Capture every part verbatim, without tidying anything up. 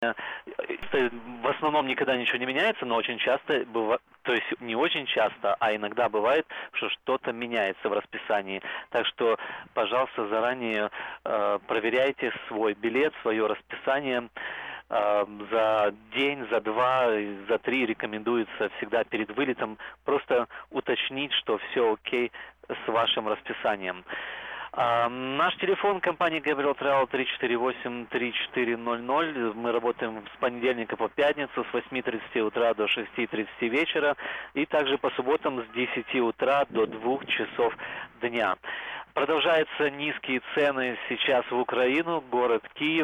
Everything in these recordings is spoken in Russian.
В основном никогда ничего не меняется, но очень часто бывает, то есть не очень часто, а иногда бывает, что что-то меняется в расписании. Так что, пожалуйста, заранее э, проверяйте свой билет, свое расписание. Э, за день, за два, за три рекомендуется всегда перед вылетом просто уточнить, что все окей с вашим расписанием. А, наш телефон компании Gabriel Travel три четыре восемь три четыре ноль ноль. Мы работаем с понедельника по пятницу с восьми тридцати утра до шести тридцати вечера и также по субботам с десяти утра до двух часов дня. Продолжаются низкие цены сейчас в Украину, город Киев.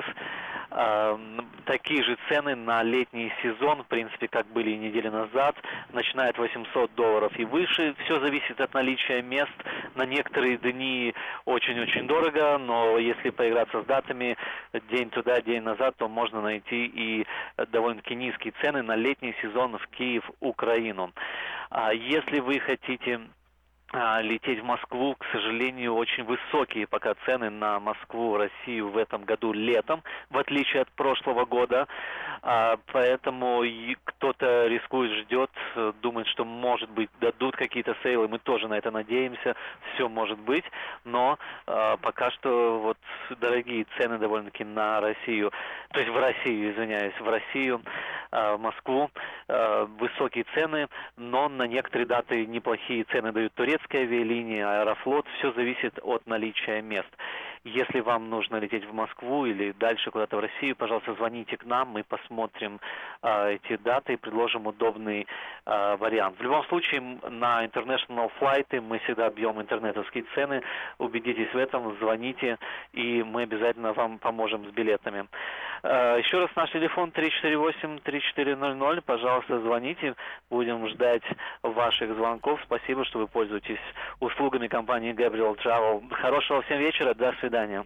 Э, такие же цены на летний сезон, в принципе, как были и неделю назад, начиная от восемьсот долларов и выше. Все зависит от наличия мест. На некоторые дни очень-очень дорого, но если поиграться с датами день туда, день назад, то можно найти и довольно-таки низкие цены на летний сезон в Киев, Украину. А если вы хотите лететь в Москву, к сожалению, очень высокие пока цены на Москву, Россию в этом году летом, в отличие от прошлого года. А, поэтому кто-то рискует, ждет, думает, что, может быть, дадут какие-то сейлы. Мы тоже на это надеемся. Все может быть. Но а, пока что вот дорогие цены довольно-таки на Россию. То есть в Россию, извиняюсь, в Россию, а, в Москву. А, высокие цены, но на некоторые даты неплохие цены дают турецкие авиалиния, Аэрофлот, все зависит от наличия мест. Если вам нужно лететь в Москву или дальше куда-то в Россию, пожалуйста, звоните к нам, мы посмотрим э, эти даты и предложим удобный э, вариант. В любом случае, на international флайты мы всегда бьем интернетовские цены, убедитесь в этом, звоните, и мы обязательно вам поможем с билетами. Э, еще раз, наш телефон три четыре восемь три четыре ноль ноль, пожалуйста, звоните, будем ждать ваших звонков. Спасибо, что вы пользуетесь услугами компании Gabriel Travel. Хорошего всем вечера, до свидания.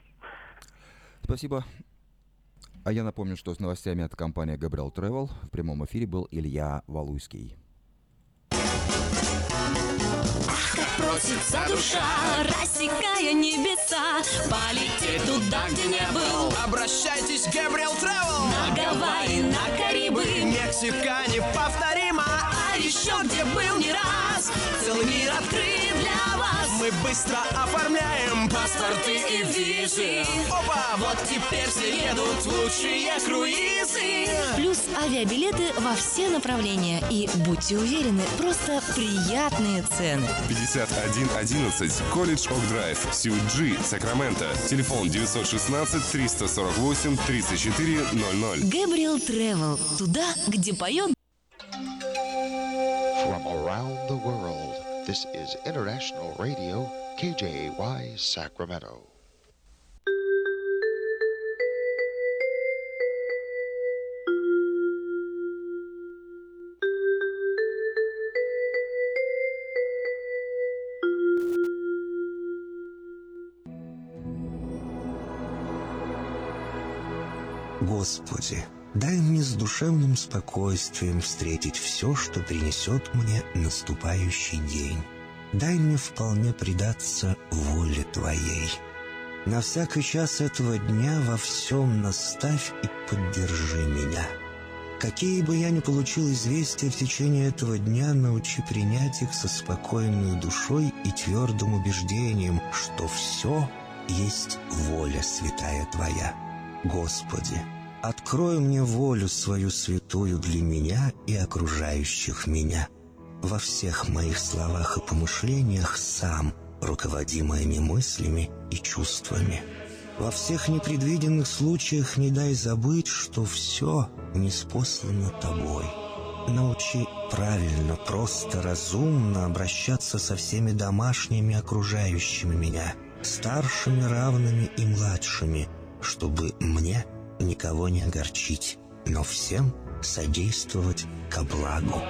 Спасибо. А я напомню, что с новостями от компании Gabriel Travel в прямом эфире был Илья Валуйский. Ах, как просится душа, рассекая небеса, полететь туда, где не был. Обращайтесь к Gabriel Travel. На Гавайи, на Карибы, Мексика неповторима, а еще где был не раз. Целый мир открыт для вас. Мы быстро оформляем паспорты и визы. Опа! Вот теперь все едут в лучшие круизы. Плюс авиабилеты во все направления. И будьте уверены, просто приятные цены. пятьдесят один одиннадцать Колледж Ок Драйв, Сьют Джи, Сакраменто. Телефон девятьсот шестнадцать триста сорок восемь тридцать четыре ноль ноль. Gabriel Travel. Туда, где поет. From around the world, this is International Radio, K J A Y, Sacramento. Господи, дай мне с душевным спокойствием встретить все, что принесет мне наступающий день. Дай мне вполне предаться воле Твоей. На всякий час этого дня во всем наставь и поддержи меня. Какие бы я ни получил известия в течение этого дня, научи принять их со спокойной душой и твердым убеждением, что все есть воля святая Твоя. Господи, открой мне волю свою святую для меня и окружающих меня. Во всех моих словах и помышлениях сам, руководи моими мыслями и чувствами. Во всех непредвиденных случаях не дай забыть, что все ниспослано Тобой. Научи правильно, просто, разумно обращаться со всеми домашними окружающими меня, старшими, равными и младшими, чтобы мне никого не огорчить, но всем содействовать ко благу.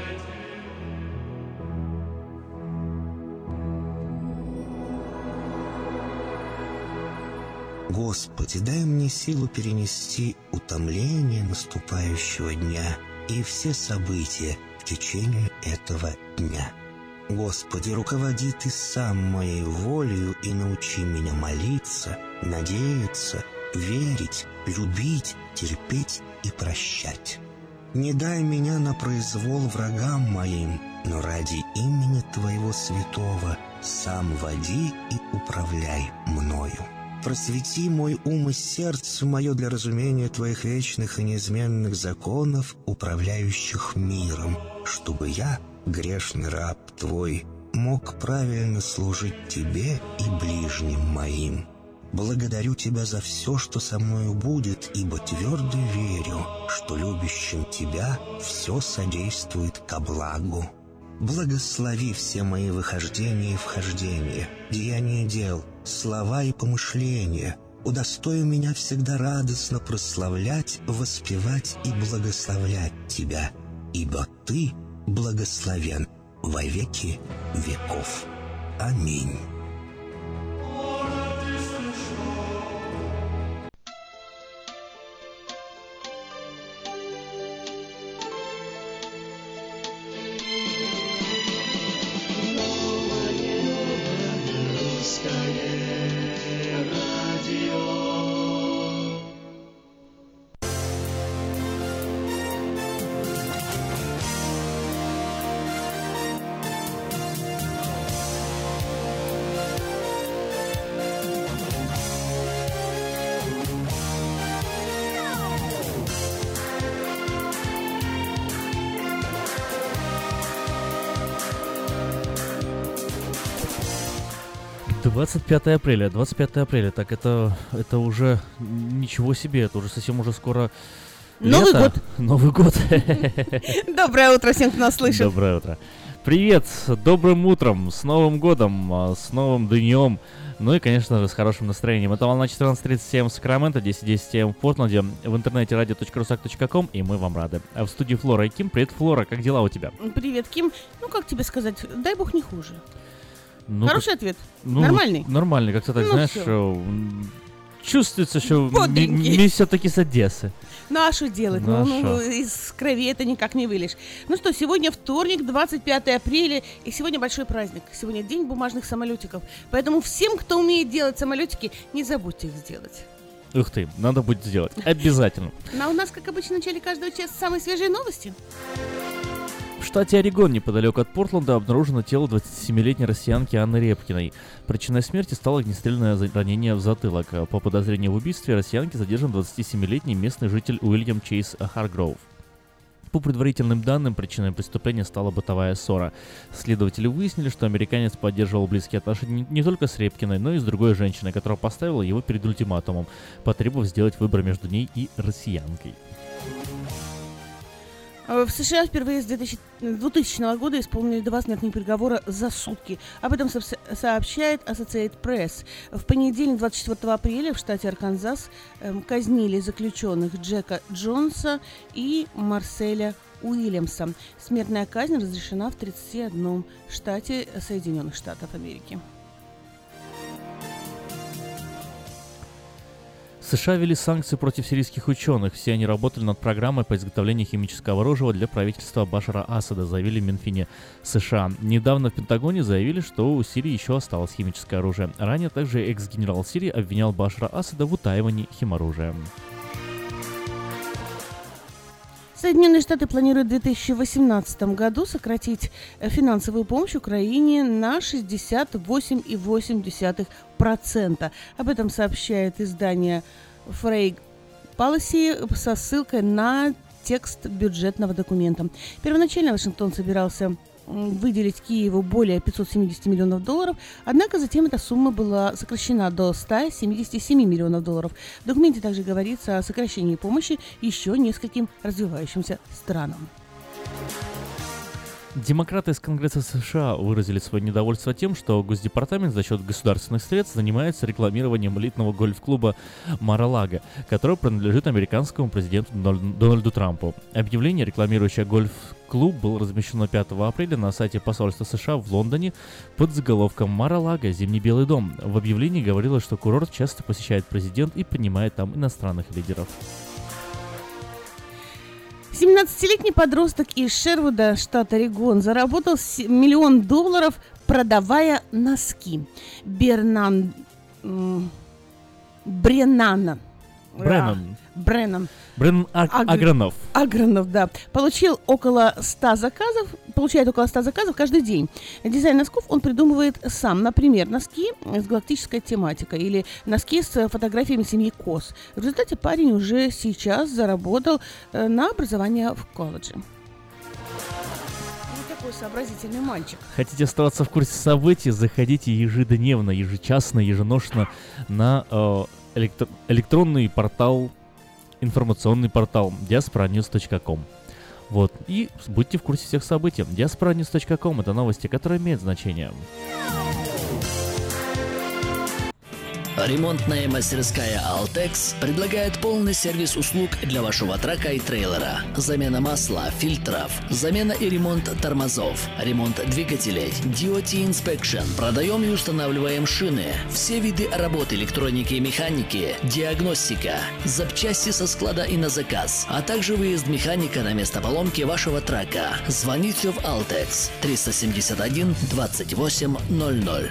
Господи, дай мне силу перенести утомление наступающего дня и все события в течение этого дня. Господи, руководи Ты сам моей волею и научи меня молиться, надеяться, верить, любить, терпеть и прощать. Не дай меня на произвол врагам моим, но ради имени Твоего святого сам води и управляй мною. Просвети мой ум и сердце мое для разумения Твоих вечных и неизменных законов, управляющих миром, чтобы я, грешный раб Твой, мог правильно служить Тебе и ближним моим. Благодарю Тебя за все, что со мною будет, ибо твердо верю, что любящим Тебя все содействует ко благу. Благослови все мои выхождения и вхождения, деяния дел, слова и помышления. Удостой меня всегда радостно прославлять, воспевать и благословлять Тебя, ибо Ты благословен во веки веков. Аминь. двадцать пятое апреля, двадцать пятое апреля, так это, это уже ничего себе, это уже совсем уже скоро Новый лето. год. Новый год. Доброе утро всем, кто нас слышит. Доброе утро. Привет, с добрым утром, с Новым годом, с новым днем, ну и, конечно же, с хорошим настроением. Это волна четырнадцать тридцать эм в Сакраменто, десять десять эм в Портленде, в интернете радио точка русак точка ком, и мы вам рады. А в студии Флора и Ким. Привет, Флора, как дела у тебя? Привет, Ким. Ну, как тебе сказать, дай бог не хуже. Ну, Хороший как... ответ. Ну, нормальный. Нормальный, как-то так, ну, знаешь, всё. Чувствуется, что мы все-таки с Одессы. Ну, а что делать? Ну, ну, из крови это никак не вылишь. Ну что, сегодня вторник, двадцать пятое апреля, и сегодня большой праздник. Сегодня день бумажных самолетиков. Поэтому всем, кто умеет делать самолетики, не забудьте их сделать. Ух ты, надо будет сделать. Обязательно. Ну, а у нас, как обычно, в начале каждого часа самые свежие новости. В штате Орегон, неподалеку от Портленда, обнаружено тело двадцатисемилетней россиянки Анны Репкиной. Причиной смерти стало огнестрельное ранение в затылок. По подозрению в убийстве россиянки задержан двадцатисемилетний местный житель Уильям Чейз Харгроув. По предварительным данным, причиной преступления стала бытовая ссора. Следователи выяснили, что американец поддерживал близкие отношения не только с Репкиной, но и с другой женщиной, которая поставила его перед ультиматумом, потребовав сделать выбор между ней и россиянкой. В США впервые с двухтысячного года исполнили два смертных приговора за сутки. Об этом сообщает Associated Press. В понедельник, двадцать четвёртого апреля, в штате Арканзас эм, казнили заключенных Джека Джонса и Марселя Уильямса. Смертная казнь разрешена в тридцати одном штате Соединенных Штатов Америки. США ввели санкции против сирийских ученых. Все они работали над программой по изготовлению химического оружия для правительства Башара Асада, заявили в Минфине США. Недавно в Пентагоне заявили, что у Сирии еще осталось химическое оружие. Ранее также экс-генерал Сирии обвинял Башара Асада в утаивании химоружия. Соединенные Штаты планируют в две тысячи восемнадцатом году сократить финансовую помощь Украине на шестьдесят восемь целых восемь десятых процента. Об этом сообщает издание Foreign Policy со ссылкой на текст бюджетного документа. Первоначально Вашингтон собирался выделить Киеву более пятьсот семьдесят миллионов долларов, однако затем эта сумма была сокращена до ста семидесяти семи миллионов долларов. В документе также говорится о сокращении помощи еще нескольким развивающимся странам. Демократы из Конгресса США выразили свое недовольство тем, что Госдепартамент за счет государственных средств занимается рекламированием элитного гольф-клуба Мар-а-Лаго, который принадлежит американскому президенту Дональду Трампу. Объявление, рекламирующее гольф-клуб, было размещено пятого апреля на сайте посольства США в Лондоне под заголовком «Мар-а-Лаго. Зимний Белый дом». В объявлении говорилось, что курорт часто посещает президент и принимает там иностранных лидеров. семнадцатилетний подросток из Шервуда, штат Орегон, заработал миллион долларов, продавая носки. Бернан... Бреннан. Бреннан. Бреннан. Бреннан Аг- Аг- Агранов. Агранов, да. Получил около ста заказов, получает около ста заказов каждый день. Дизайн носков он придумывает сам. Например, носки с галактической тематикой или носки с фотографиями семьи Кос. В результате парень уже сейчас заработал э, на образование в колледже. Вот такой сообразительный мальчик. Хотите оставаться в курсе событий, заходите ежедневно, ежечасно, еженошно на э, электро- электронный портал, информационный портал диаспора ньюс точка ком. Вот, и будьте в курсе всех событий. диаспора ньюс точка ком — это новости, которые имеют значение. Ремонтная мастерская «Алтекс» предлагает полный сервис услуг для вашего трака и трейлера. Замена масла, фильтров, замена и ремонт тормозов, ремонт двигателей, ди о ти Inspection. Продаем и устанавливаем шины, все виды работы электроники и механики, диагностика, запчасти со склада и на заказ, а также выезд механика на место поломки вашего трака. Звоните в «Алтекс» триста семьдесят один двадцать восемь ноль ноль.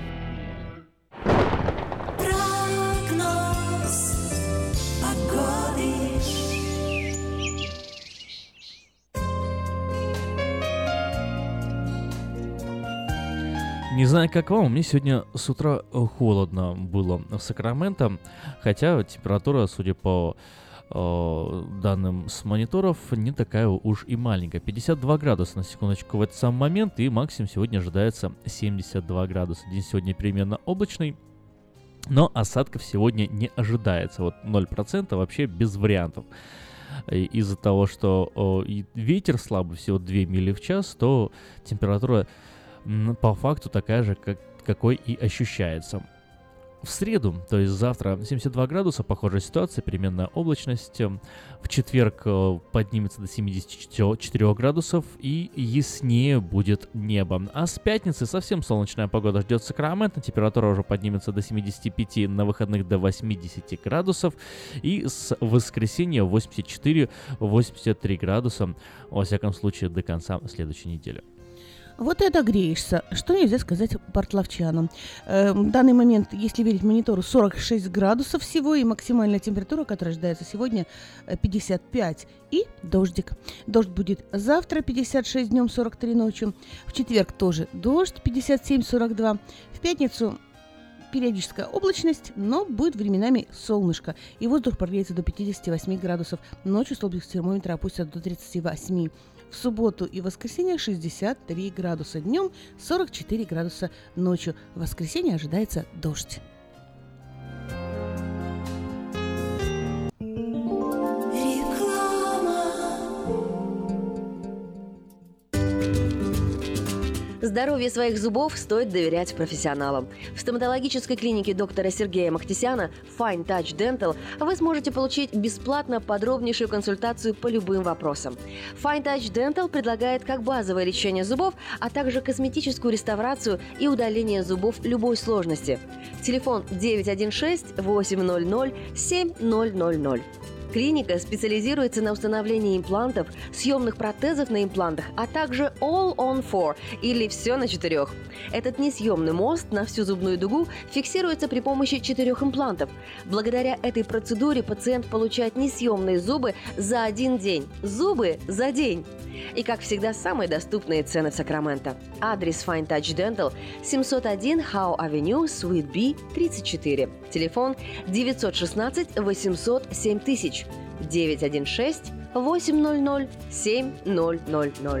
Не знаю, как вам, мне сегодня с утра холодно было в Сакраменто, хотя температура, судя по э, данным с мониторов, не такая уж и маленькая. пятьдесят два градуса на секундочку в этот самый момент, и максимум сегодня ожидается семьдесят два градуса. День сегодня примерно облачный, но осадков сегодня не ожидается. Вот ноль процентов вообще без вариантов. И из-за того, что о, и ветер слабый, всего две мили в час, то температура по факту такая же, как, какой и ощущается. В среду, то есть завтра, семьдесят два градуса, похожая ситуация, переменная облачность. В четверг поднимется до семьдесят четыре градусов и яснее будет небо. А с пятницы совсем солнечная погода ждет Сакраменто. Температура уже поднимется до семьдесят пять, на выходных до восемьдесят градусов. И с воскресенья восемьдесят четыре - восемьдесят три градуса, во всяком случае, до конца следующей недели. Вот это греешься, что нельзя сказать портловчанам. Э, в данный момент, если верить монитору, сорок шесть градусов всего, и максимальная температура, которая ожидается сегодня, пятьдесят пять. И дождик. Дождь будет завтра, пятьдесят шесть днем, сорок три ночью. В четверг тоже дождь, пятьдесят семь - сорок два. В пятницу периодическая облачность, но будет временами солнышко. И воздух прогреется до пятьдесят восемь градусов. Ночью столбик термометра опустится до тридцать восемь. В субботу и воскресенье шестьдесят три градуса днем, сорок четыре градуса ночью. В воскресенье ожидается дождь. Здоровье своих зубов стоит доверять профессионалам. В стоматологической клинике доктора Сергея Махтисяна Fine Touch Dental вы сможете получить бесплатно подробнейшую консультацию по любым вопросам. Fine Touch Dental предлагает как базовое лечение зубов, а также косметическую реставрацию и удаление зубов любой сложности. Телефон девять один шесть восемь ноль ноль семь ноль ноль ноль. Клиника специализируется на установлении имплантов, съемных протезов на имплантах, а также All on Four или все на четырех. Этот несъемный мост на всю зубную дугу фиксируется при помощи четырех имплантов. Благодаря этой процедуре пациент получает несъемные зубы за один день. Зубы за день! И, как всегда, самые доступные цены в Сакраменто. Адрес Fine Touch Dental семьсот один Howe Avenue, Suite B, тридцать четыре. Телефон девять один шесть восемьсот семь тысяч. девять один шесть восемь ноль ноль семь ноль ноль ноль.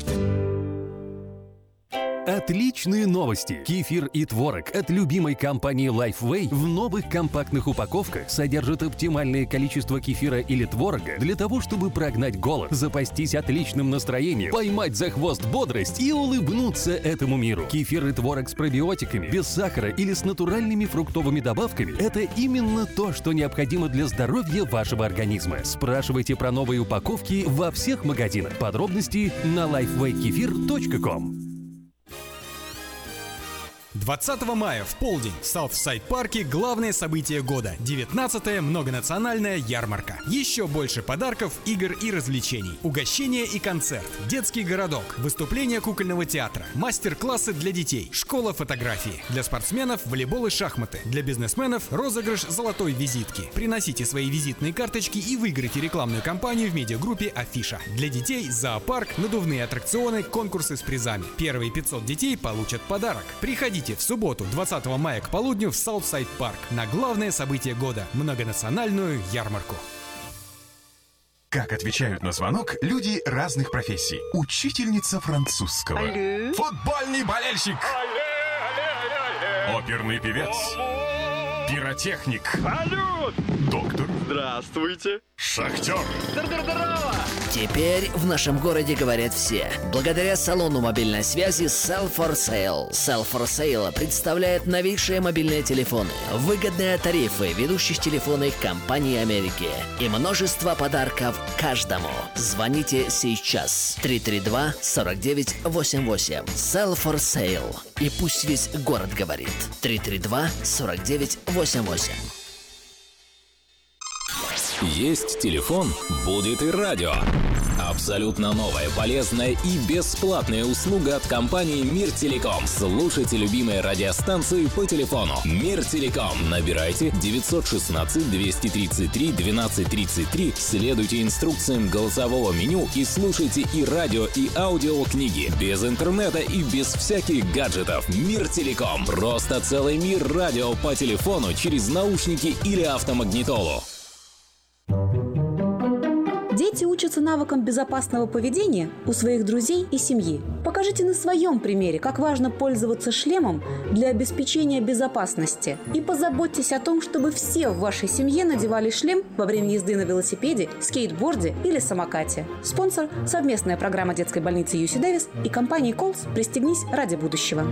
Отличные новости! Кефир и творог от любимой компании Lifeway в новых компактных упаковках содержат оптимальное количество кефира или творога для того, чтобы прогнать голод, запастись отличным настроением, поймать за хвост бодрость и улыбнуться этому миру. Кефир и творог с пробиотиками, без сахара или с натуральными фруктовыми добавками – это именно то, что необходимо для здоровья вашего организма. Спрашивайте про новые упаковки во всех магазинах. Подробности на лайфвей кефир точка ком. двадцатого мая в полдень в Саутсайд-парке главное событие года – девятнадцатая многонациональная ярмарка. Еще больше подарков, игр и развлечений. Угощение и концерт, детский городок, выступление кукольного театра, мастер-классы для детей, школа фотографии. Для спортсменов – волейбол и шахматы. Для бизнесменов – розыгрыш золотой визитки. Приносите свои визитные карточки и выиграйте рекламную кампанию в медиагруппе «Афиша». Для детей – зоопарк, надувные аттракционы, конкурсы с призами. Первые пятьсот детей получат подарок. Приходите в субботу, двадцатого мая к полудню в Саутсайд-парк на главное событие года – многонациональную ярмарку. Как отвечают на звонок люди разных профессий. Учительница французского. Алле. Футбольный болельщик. Алле, алле, алле. Оперный певец. Пиротехник. Салют! Доктор. Здравствуйте. Шахтер. Здорово! Теперь в нашем городе говорят все. Благодаря салону мобильной связи Sell for Sale. Sell for Sale представляет новейшие мобильные телефоны, выгодные тарифы ведущих телефонных компаний Америки и множество подарков каждому. Звоните сейчас. три три два сорок девять восемьдесят восемь. Sell for Sale. И пусть весь город говорит. три три два сорок девять восемьдесят восемь. Есть телефон, будет и радио. Абсолютно новая, полезная и бесплатная услуга от компании Мир Телеком. Слушайте любимые радиостанции по телефону. Мир Телеком. Набирайте девятьсот шестнадцать двести тридцать три двенадцать тридцать три, следуйте инструкциям голосового меню и слушайте и радио, и аудиокниги. Без интернета и без всяких гаджетов. Мир Телеком. Просто целый мир радио по телефону через наушники или автомагнитолу. Дети учатся навыкам безопасного поведения у своих друзей и семьи. Покажите на своем примере, как важно пользоваться шлемом для обеспечения безопасности. И позаботьтесь о том, чтобы все в вашей семье надевали шлем во время езды на велосипеде, скейтборде или самокате. Спонсор – совместная программа детской больницы Ю Си Дэвис и компании Колс «Пристегнись ради будущего».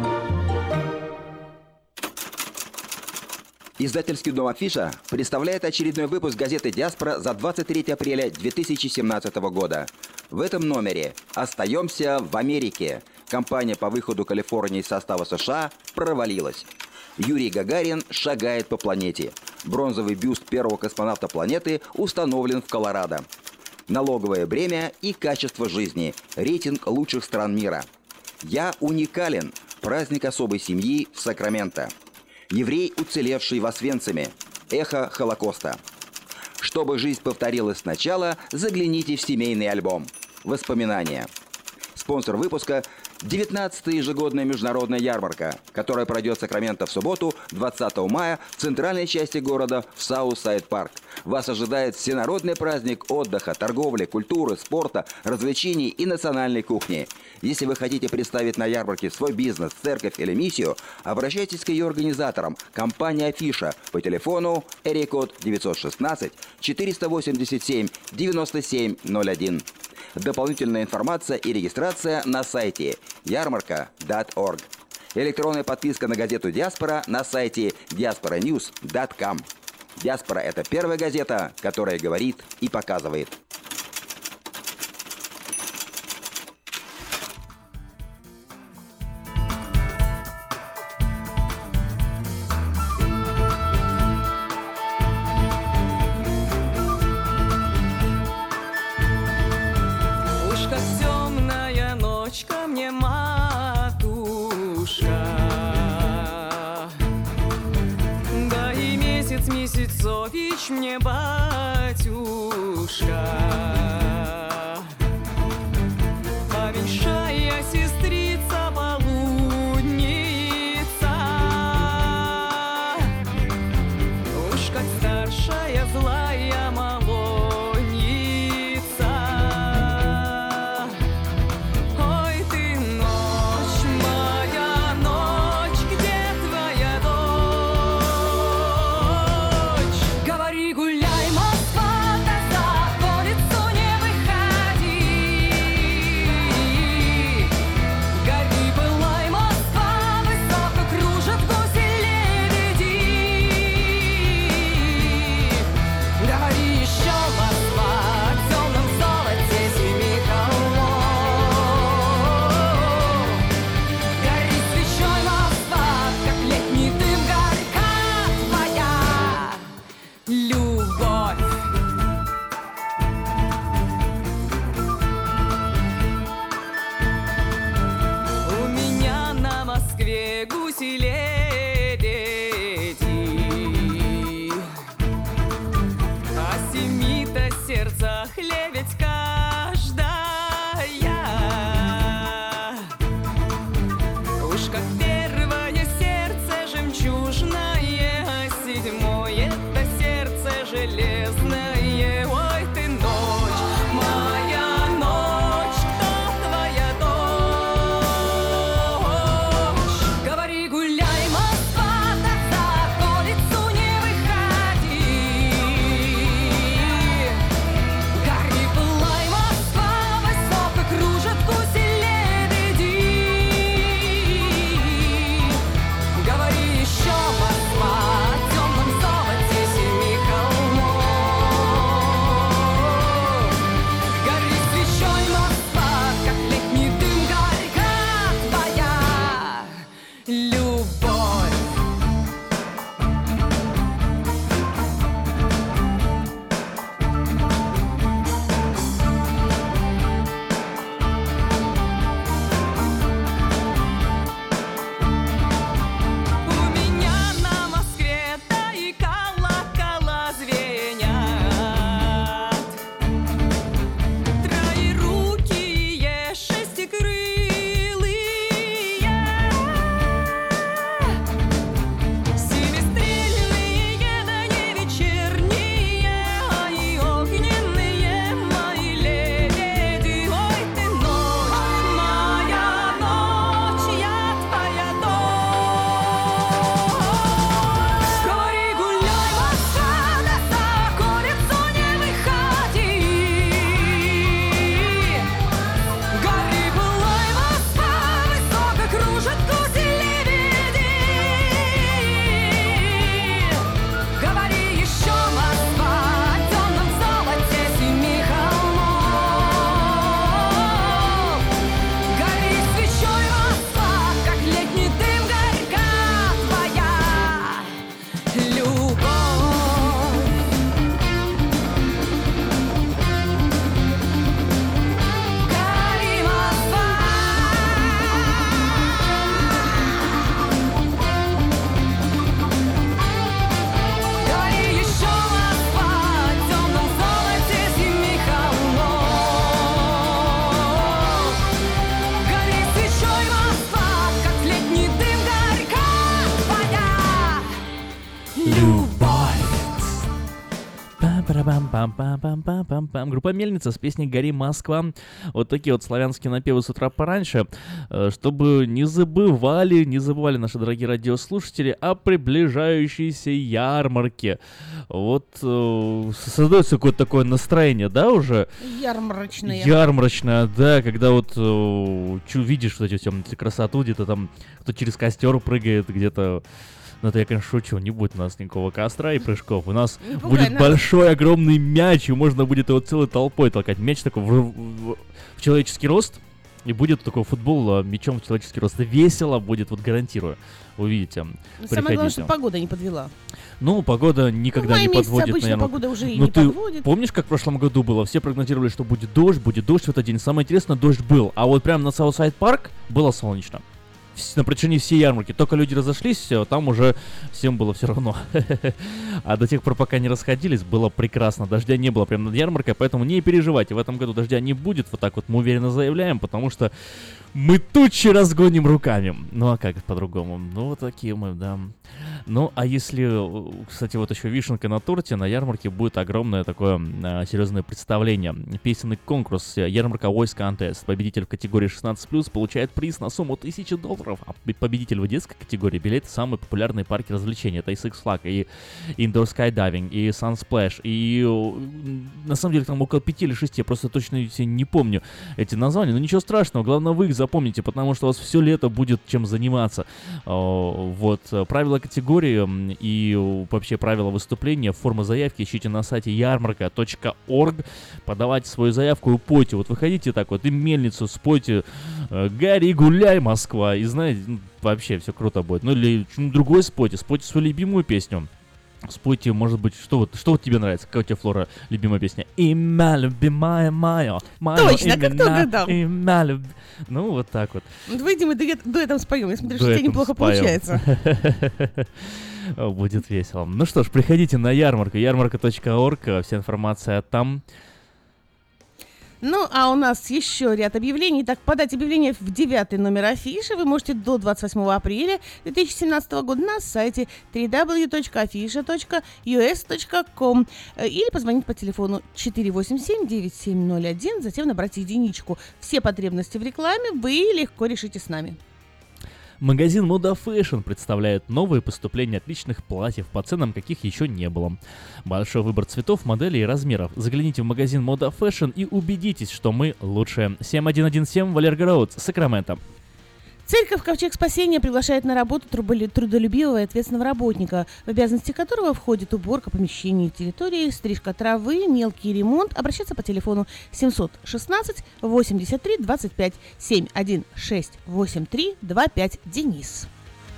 Издательский дом «Афиша» представляет очередной выпуск газеты «Диаспора» за двадцать третьего апреля две тысячи семнадцатого года. В этом номере «Остаемся в Америке». Кампания по выходу Калифорнии из состава США провалилась. Юрий Гагарин шагает по планете. Бронзовый бюст первого космонавта планеты установлен в Колорадо. Налоговое бремя и качество жизни. Рейтинг лучших стран мира. «Я уникален». Праздник особой семьи в Сакраменто. Еврей, уцелевший в Освенциме. Эхо Холокоста. Чтобы жизнь повторилась сначала, загляните в семейный альбом. Воспоминания. Спонсор выпуска – девятнадцатая ежегодная международная ярмарка, которая пройдет в Сакраменто в субботу, двадцатого мая, в центральной части города в Саутсайд-парк. Вас ожидает всенародный праздник отдыха, торговли, культуры, спорта, развлечений и национальной кухни. Если вы хотите представить на ярмарке свой бизнес, церковь или миссию, обращайтесь к ее организаторам, компания «Афиша» по телефону эрикод девятьсот шестнадцать четыреста восемьдесят семь девяносто семь ноль один. Дополнительная информация и регистрация на сайте ярмарка точка орг. Электронная подписка на газету «Диаспора» на сайте диаспора ньюс точка ком. «Диаспора» — это первая газета, которая говорит и показывает. Месяцович мне, батюшка, повеншая сестрица полудница, уж как старшая злая молодница. Ой ты, ночь моя, ночь, где твоя дочь? Говори, гуляй, Москва, да за улицу не Пам-пам-пам-пам-пам-пам. Группа «Мельница» с песней «Гори, Москва». Вот такие вот славянские напевы с утра пораньше, чтобы не забывали, не забывали наши дорогие радиослушатели о приближающейся ярмарке. Вот э, создается какое-то такое настроение, да, уже? Ярмарочное. Ярмарочное, да, когда вот э, чу, видишь вот эти все, эти красоту, где-то там кто через костер прыгает, где-то... Ну, это я, конечно, шучу, не будет у нас никакого костра и прыжков. У нас Не пугай, будет надо. большой, огромный мяч, и можно будет его целой толпой толкать. Мяч такой в, в- в человеческий рост, и будет такой футбол а, мячом в человеческий рост. Весело будет, вот гарантирую. Увидите. Самое главное, Приходите. что погода не подвела. Ну, погода никогда май не месяц подводит, обычно наверное. погода уже и Ну, не ты подводит. помнишь, как в прошлом году было? Все прогнозировали, что будет дождь, будет дождь в этот день. Самое интересное, дождь был. А вот прямо на Саутсайд Парк было солнечно. Вс- На протяжении всей ярмарки. Только люди разошлись, все, там уже всем было все равно. А до тех пор, пока не расходились, было прекрасно. Дождя не было прямо над ярмаркой, поэтому не переживайте. В этом году дождя не будет, вот так вот мы уверенно заявляем, потому что мы тучи разгоним руками. Ну а как по-другому? Ну вот такие мы, да. Ну а если, э, кстати, вот еще вишенка на торте, на ярмарке будет огромное такое э, серьезное представление. Песенный конкурс э, ярмарка Voice Contest. Победитель в категории шестнадцать плюс получает приз на сумму тысяча долларов. А п- победитель в детской категории билет в самые популярные парки развлечений. Это и Six Flags, и Indoor Skydiving, и Sunsplash, и э, на самом деле там около пяти или шести, я просто точно все не помню эти названия. Но ничего страшного, главное вы их запомните, потому что у вас все лето будет чем заниматься. О, вот, э, правила категории м, и э, вообще правила выступления, форма заявки ищите на сайте ярмарка точка орг, подавайте свою заявку и пойте. Вот выходите так вот и мельницу спойте э, «Гори, гуляй, Москва», и знаете, ну, вообще все круто будет. Ну или что-нибудь другое спойте, спойте свою любимую песню. Спойте, может быть, что вот, что вот тебе нравится? Какая у тебя, Флора, любимая песня? Имя любимая моя, моё Точно, как ты имя, угадал. имя люб- Ну, вот так вот. Вот выйдем и дуэт- дуэтом споем. Я смотрю, что у тебя Дуэтом неплохо споем. получается. Будет весело. Ну что ж, приходите на ярмарку, ярмарка точка орг, вся информация там. Ну, а у нас еще ряд объявлений. Так, подать объявление в девятый номер афиши вы можете до двадцать восьмого апреля две тысячи семнадцатого года на сайте дабл ю дабл ю дабл ю точка афиша точка ю эс точка ком или позвонить по телефону четыре восемь семь девять семь ноль один, затем набрать единичку. Все потребности в рекламе вы легко решите с нами. Магазин Moda Fashion представляет новые поступления отличных платьев по ценам, каких еще не было. Большой выбор цветов, моделей и размеров. Загляните в магазин Moda Fashion и убедитесь, что мы лучшие. семь один один семь Валерго Роуд, Сакраменто. Церковь Ковчег Спасения приглашает на работу трудоли- трудолюбивого и ответственного работника, в обязанности которого входит уборка помещений и территории, стрижка травы, мелкий ремонт. Обращаться по телефону семь один шесть восемьдесят три двадцать пять, семь один шесть восемь три два пять. Денис.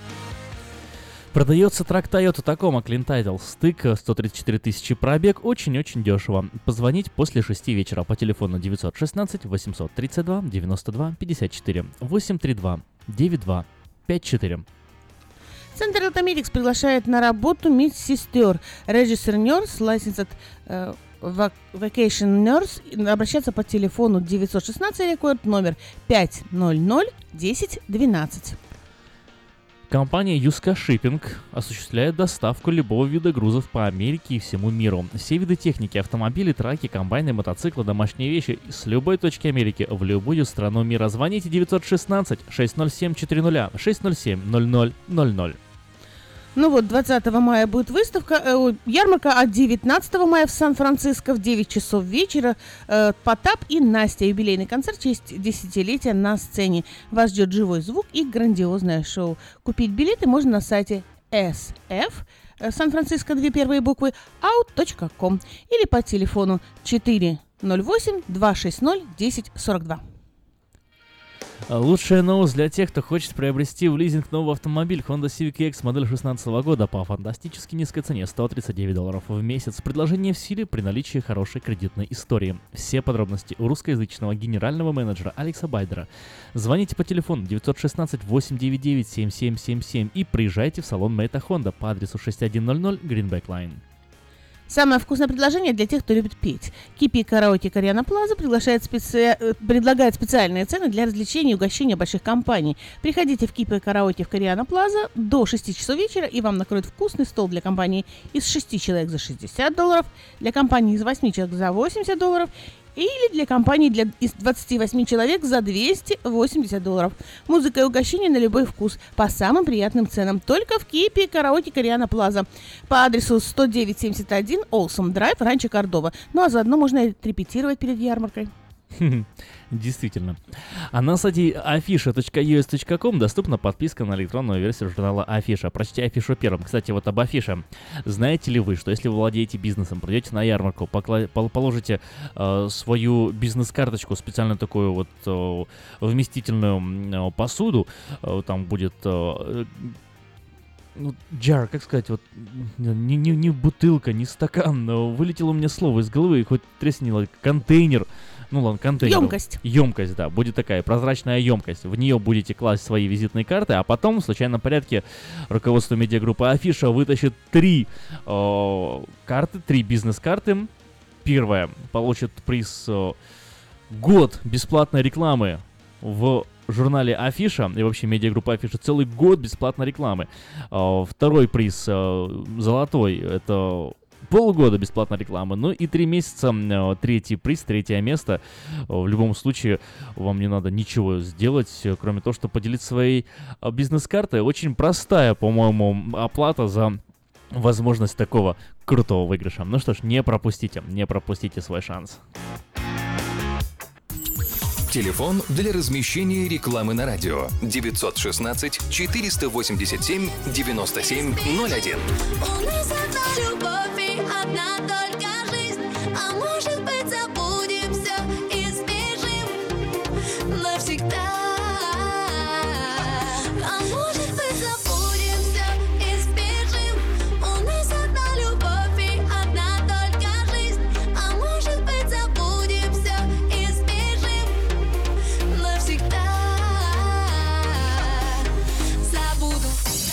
Продается трак Toyota Tacoma Clean Title. Стык сто тридцать четыре тысячи пробег. Очень-очень дешево. Позвонить после шести вечера по телефону девять один шесть восемь три два девять два пять четыре восемь три два девять два пять четыре. Центр Элтамедикс приглашает на работу медсестер. Register Nurse, Licensed э, vac- Vacation Nurse. Обращаться по телефону девять один шесть рекорд номер пять ноль ноль десять двенадцать. Компания Юска Shipping осуществляет доставку любого вида грузов по Америке и всему миру. Все виды техники, автомобили, траки, комбайны, мотоциклы, домашние вещи с любой точки Америки в любую страну мира. Звоните девять один шесть шесть ноль семь четыре ноль шесть ноль семь ноль ноль ноль ноль. Ну вот, двадцатого мая будет выставка, э, ой, ярмарка, а девятнадцатого мая в Сан-Франциско в девять часов вечера э, Потап и Настя. Юбилейный концерт в честь десятилетия на сцене. Вас ждет живой звук и грандиозное шоу. Купить билеты можно на сайте эс эф, э, Сан-Франциско, две первые буквы, аут точка ком или по телефону четыре ноль восемь два шесть ноль десять сорок два. Лучшая новость для тех, кто хочет приобрести в лизинг новый автомобиль Honda Civic и экс модель шестнадцатого года по фантастически низкой цене сто тридцать девять долларов в месяц. Предложение в силе при наличии хорошей кредитной истории. Все подробности у русскоязычного генерального менеджера Алекса Байдера. Звоните по телефону девять один шесть восемь девять девять семь семь семь семь и приезжайте в салон Мэйта Honda по адресу шесть один ноль ноль Greenback Line. Самое вкусное предложение для тех, кто любит петь. Кипи Караоке Кориана Плаза приглашает специ... предлагает специальные цены для развлечений и угощения больших компаний. Приходите в Кипи Караоке в Кориана Плаза до шести часов вечера, и вам накроют вкусный стол для компании из шести человек за шестьдесят долларов, для компании из восьми человек за восемьдесят долларов, или для компании для, из двадцати восьми человек за двести восемьдесят долларов. Музыка и угощение на любой вкус по самым приятным ценам. Только в Кипи Караоке Кориана Плаза. По адресу сто девять семьдесят один Олсом Драйв, Ранчо Кордова. Ну а заодно можно и репетировать перед ярмаркой. Действительно. А на сайте афиша точка ю эс точка ком доступна подписка на электронную версию журнала Афиша. Прочти афишу первым. Кстати, вот об афише. Знаете ли вы, что если вы владеете бизнесом, придете на ярмарку, покла- положите э, свою бизнес-карточку, специально такую вот э, вместительную э, посуду, э, там будет... Э, ну, джар, как сказать, вот, не, не, не бутылка, не стакан, но вылетело у меня слово из головы, хоть треснило, контейнер, ну ладно, контейнер. Емкость. Емкость, да, будет такая прозрачная емкость, в нее будете класть свои визитные карты, а потом в случайном порядке руководство медиагруппы Афиша вытащит три э, карты, три бизнес-карты. Первая получит приз э, год бесплатной рекламы в журнале Афиша и вообще медиагруппа Афиша целый год бесплатной рекламы. Uh, второй приз uh, золотой — это полгода бесплатной рекламы. Ну и три месяца uh, третий приз, третье место. Uh, в любом случае вам не надо ничего сделать, uh, кроме того, что поделиться своей uh, бизнес-картой. Очень простая, по-моему, оплата за возможность такого крутого выигрыша. Ну что ж, не пропустите, не пропустите свой шанс. Телефон для размещения рекламы на радио девятьсот шестнадцать четыреста восемьдесят семь девяносто семь ноль один. У нас одна любовь и одна только жизнь, а может быть забудем все и сбежим навсегда. А может быть забудем все и сбежим. У нас одна любовь и одна только жизнь, а может быть забудем все и сбежим навсегда. Забуду.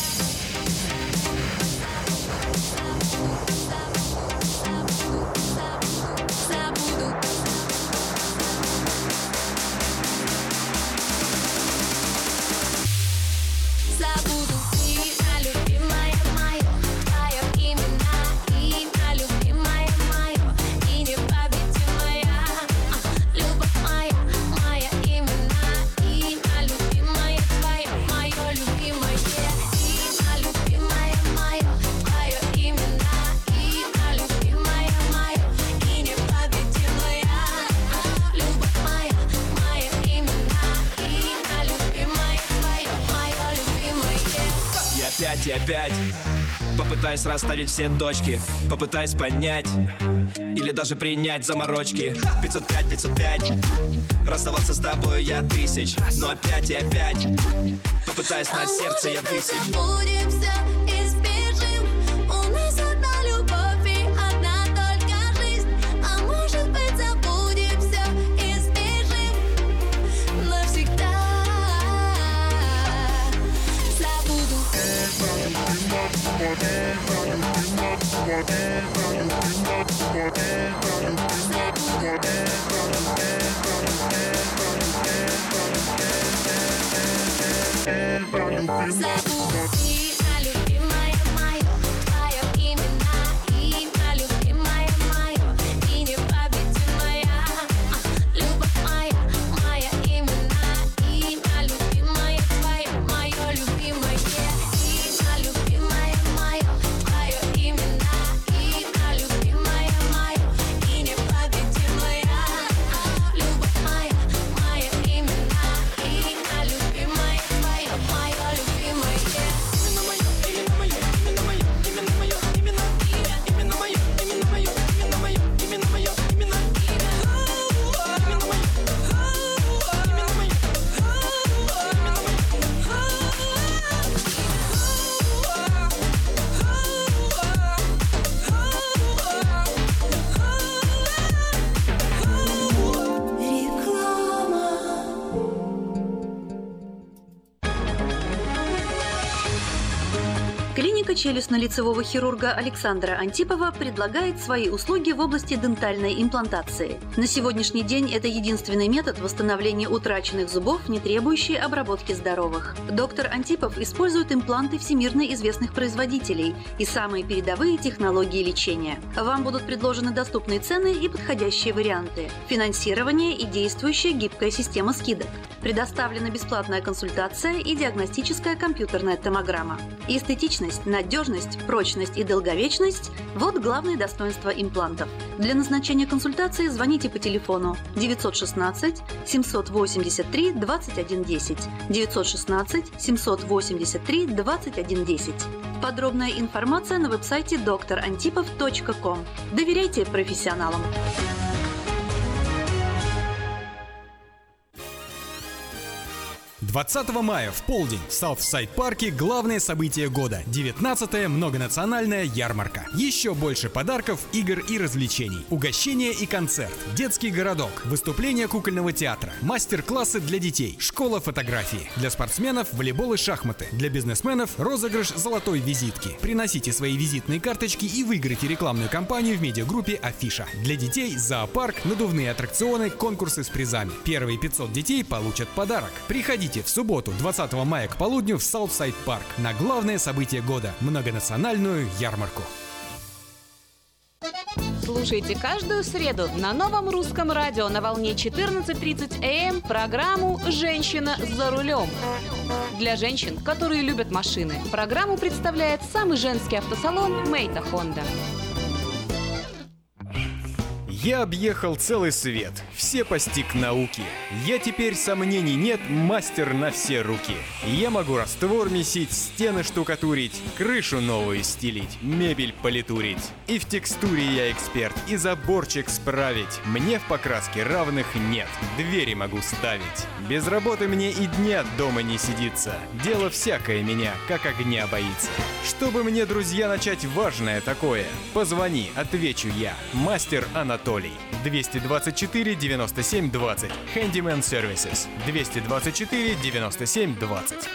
Забуду имя любимое мое, твое имя, имя любимое мое и непобедимая. Любовь моя, моя имена, имя любимое твое, мое любимое. Имя любимое мое, твое имена, имя любимое мое и непобедимая. Любовь моя, моя имена, имя любимое твое, мое любимое. И опять, и опять попытаюсь расставить все точки, попытаюсь понять или даже принять заморочки. Пятьсот пять, пятьсот пять, расставаться с тобой я тысяч, но опять и опять попытаюсь на сердце я высечь. Забудем все и сбежим. У нас одна любовь и одна только жизнь, а может быть забудем все и сбежим навсегда. Забуду. Забуду имя любимое мое, твое имена, имя любимое мое и непобедимая. Любовь моя, моя имена, имя любимое твое, мое любимое. Имя любимое мое, твое имена, имя любимое мое и непобедимая. Любовь моя, моя имена, имя любимое твое, мое любимое. челюстно-лицевого хирурга Александра Антипова предлагает свои услуги в области дентальной имплантации. На сегодняшний день это единственный метод восстановления утраченных зубов, не требующий обработки здоровых. Доктор Антипов использует импланты всемирно известных производителей и самые передовые технологии лечения. Вам будут предложены доступные цены и подходящие варианты. Финансирование и действующая гибкая система скидок. Предоставлена бесплатная консультация и диагностическая компьютерная томограмма. Эстетичность, надежность, прочность и долговечность – вот главные достоинства имплантов. Для назначения консультации звоните по телефону девятьсот шестнадцать семьсот восемьдесят три двадцать один десять, девятьсот шестнадцать семьсот восемьдесят три двадцать один десять. Подробная информация на веб-сайте доктор антипов точка ком. Доверяйте профессионалам. двадцатого мая в полдень в Саутсайд-парке главное событие года – девятнадцатая многонациональная ярмарка. Еще больше подарков, игр и развлечений. Угощение и концерт, детский городок, выступление кукольного театра, мастер-классы для детей, школа фотографии. Для спортсменов – волейбол и шахматы. Для бизнесменов – розыгрыш золотой визитки. Приносите свои визитные карточки и выиграйте рекламную кампанию в медиагруппе «Афиша». Для детей – зоопарк, надувные аттракционы, конкурсы с призами. Первые пятьсот детей получат подарок. Приходите в субботу, двадцатого мая к полудню в Саутсайд-парк на главное событие года – многонациональную ярмарку. Слушайте каждую среду на новом русском радио на волне четырнадцать тридцать эй эм программу «Женщина за рулем». Для женщин, которые любят машины, программу представляет самый женский автосалон «Мейта Хонда». Я объехал целый свет, все постиг науки. Я теперь, сомнений нет, мастер на все руки. Я могу раствор месить, стены штукатурить, крышу новую стелить, мебель политурить. И в текстуре я эксперт, и заборчик справить. Мне в покраске равных нет, двери могу ставить. Без работы мне и дня дома не сидится. Дело всякое меня, как огня боится. Чтобы мне, друзья, начать важное такое, позвони, отвечу я. Мастер Анатолий. двести двадцать четыре девяносто семь двадцать. Handyman Services. двести двадцать четыре девяносто семь двадцать.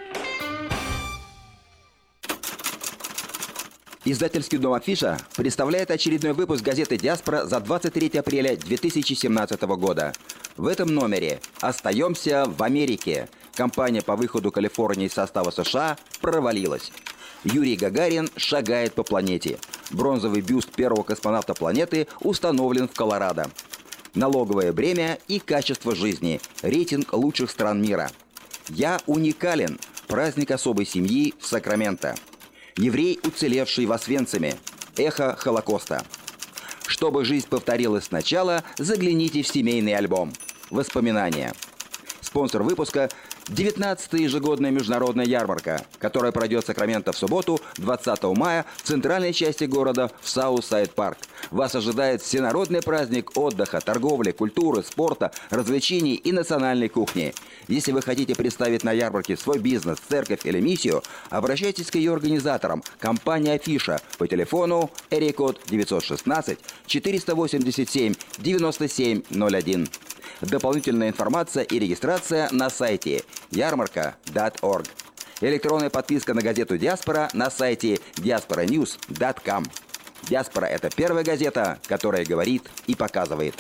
Издательский дом «Афиша» представляет очередной выпуск газеты «Диаспора» за двадцать третьего апреля две тысячи семнадцатого года. В этом номере «Остаемся в Америке». Компания по выходу Калифорнии из состава США провалилась. Юрий Гагарин шагает по планете. Бронзовый бюст первого космонавта планеты установлен в Колорадо. Налоговое бремя и качество жизни. Рейтинг лучших стран мира. «Я уникален». Праздник особой семьи в Сакраменто. Еврей, уцелевший в Освенциме. Эхо Холокоста. Чтобы жизнь повторилась сначала, загляните в семейный альбом. Воспоминания. Спонсор выпуска – девятнадцатая ежегодная международная ярмарка, которая пройдет в Сакраменто в субботу, двадцатого мая, в центральной части города в Саутсайд-парк. Вас ожидает всенародный праздник отдыха, торговли, культуры, спорта, развлечений и национальной кухни. Если вы хотите представить на ярмарке свой бизнес, церковь или миссию, обращайтесь к ее организаторам, компания «Афиша» по телефону эрикод девятьсот шестнадцать четыреста восемьдесят семь девяносто семь ноль один. Дополнительная информация и регистрация на сайте ярмарка точка орг. Электронная подписка на газету «Диаспора» на сайте диаспора ньюс точка ком. «Диаспора» — это первая газета, которая говорит и показывает.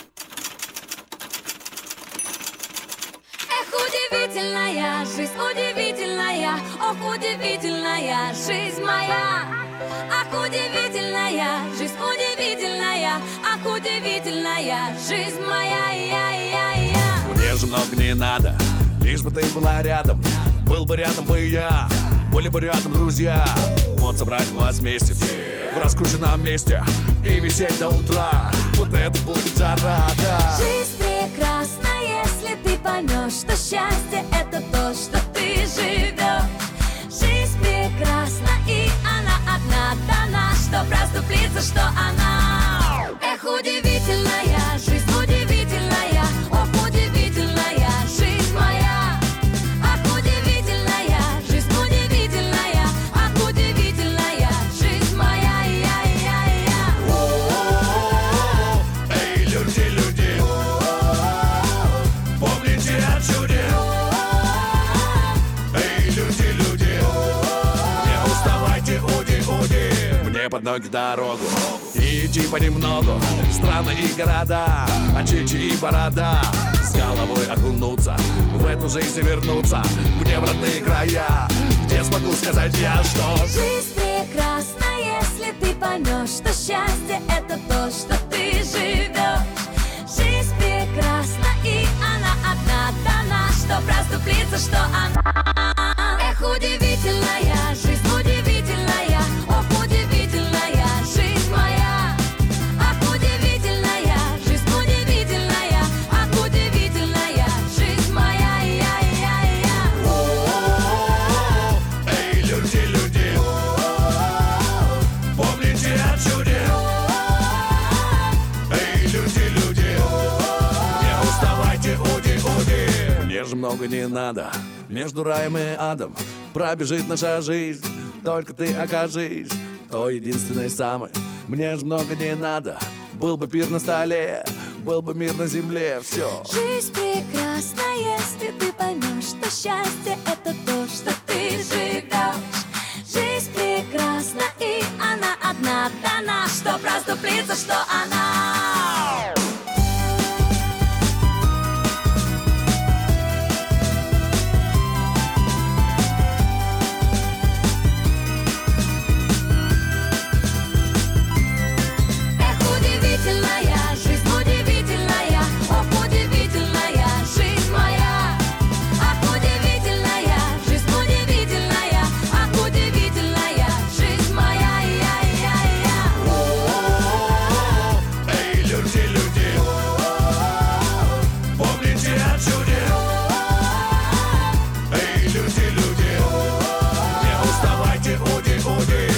Эх, удивительная жизнь, удивительная, ох, удивительная жизнь моя. Ах, удивительная жизнь, удивительная, ах, удивительная жизнь моя. Я-я-я. Мне же много не надо, лишь бы ты была рядом. Был бы рядом бы я, были бы рядом друзья. Вот собрать вас вместе в раскрученном месте и висеть до утра. Вот это будет зарада. Жизнь прекрасна, если ты поймешь, что счастье — это то, что ты живешь. Жизнь прекрасна, и она одна дана, чтоб расступиться, что она. Эх, удивительная жизнь, удивительная, ох, удивительная жизнь моя. Ах, удивительная жизнь, удивительная, ах, удивительная жизнь моя. Я-я-я. Эй, люди, люди, помните о чуде. Эй, люди, люди, не уставайте, уди. под ноги дорогу. И идти понемногу, страны и города, а чичи и борода. С головой окунуться, в эту жизнь вернуться, мне в родные края, где смогу сказать я, что жизнь прекрасна, если ты поймешь, что счастье — это то, что ты живешь. Жизнь прекрасна, и она одна дана, что проступлится, что она. Эх, удивительная жизнь, удивительная, ох, удивительная жизнь моя. Ах, удивительная жизнь, удивительная, ах, удивительная жизнь моя. Я-я-я. эй, люди, люди, помните о чуде. Эй, люди, люди, не уставайте, уди, уди. Мне же много не надо, между раем и адом пробежит наша жизнь, только ты окажись той единственной самой. Мне же много не надо, был бы пир на столе, был бы мир на земле, все. Жизнь прекрасна, если ты поймешь, что счастье — это то, что ты живешь. Жизнь прекрасна, и она одна дана, что проступлится, что она. Удивительная жизнь, удивительная, ох, удивительная жизнь моя. Ах, удивительная жизнь, удивительная, ах, удивительная жизнь моя. Я-я-я. Эй, люди, люди, помните о чуде. Эй, люди, люди, не уставайте, уди, уди.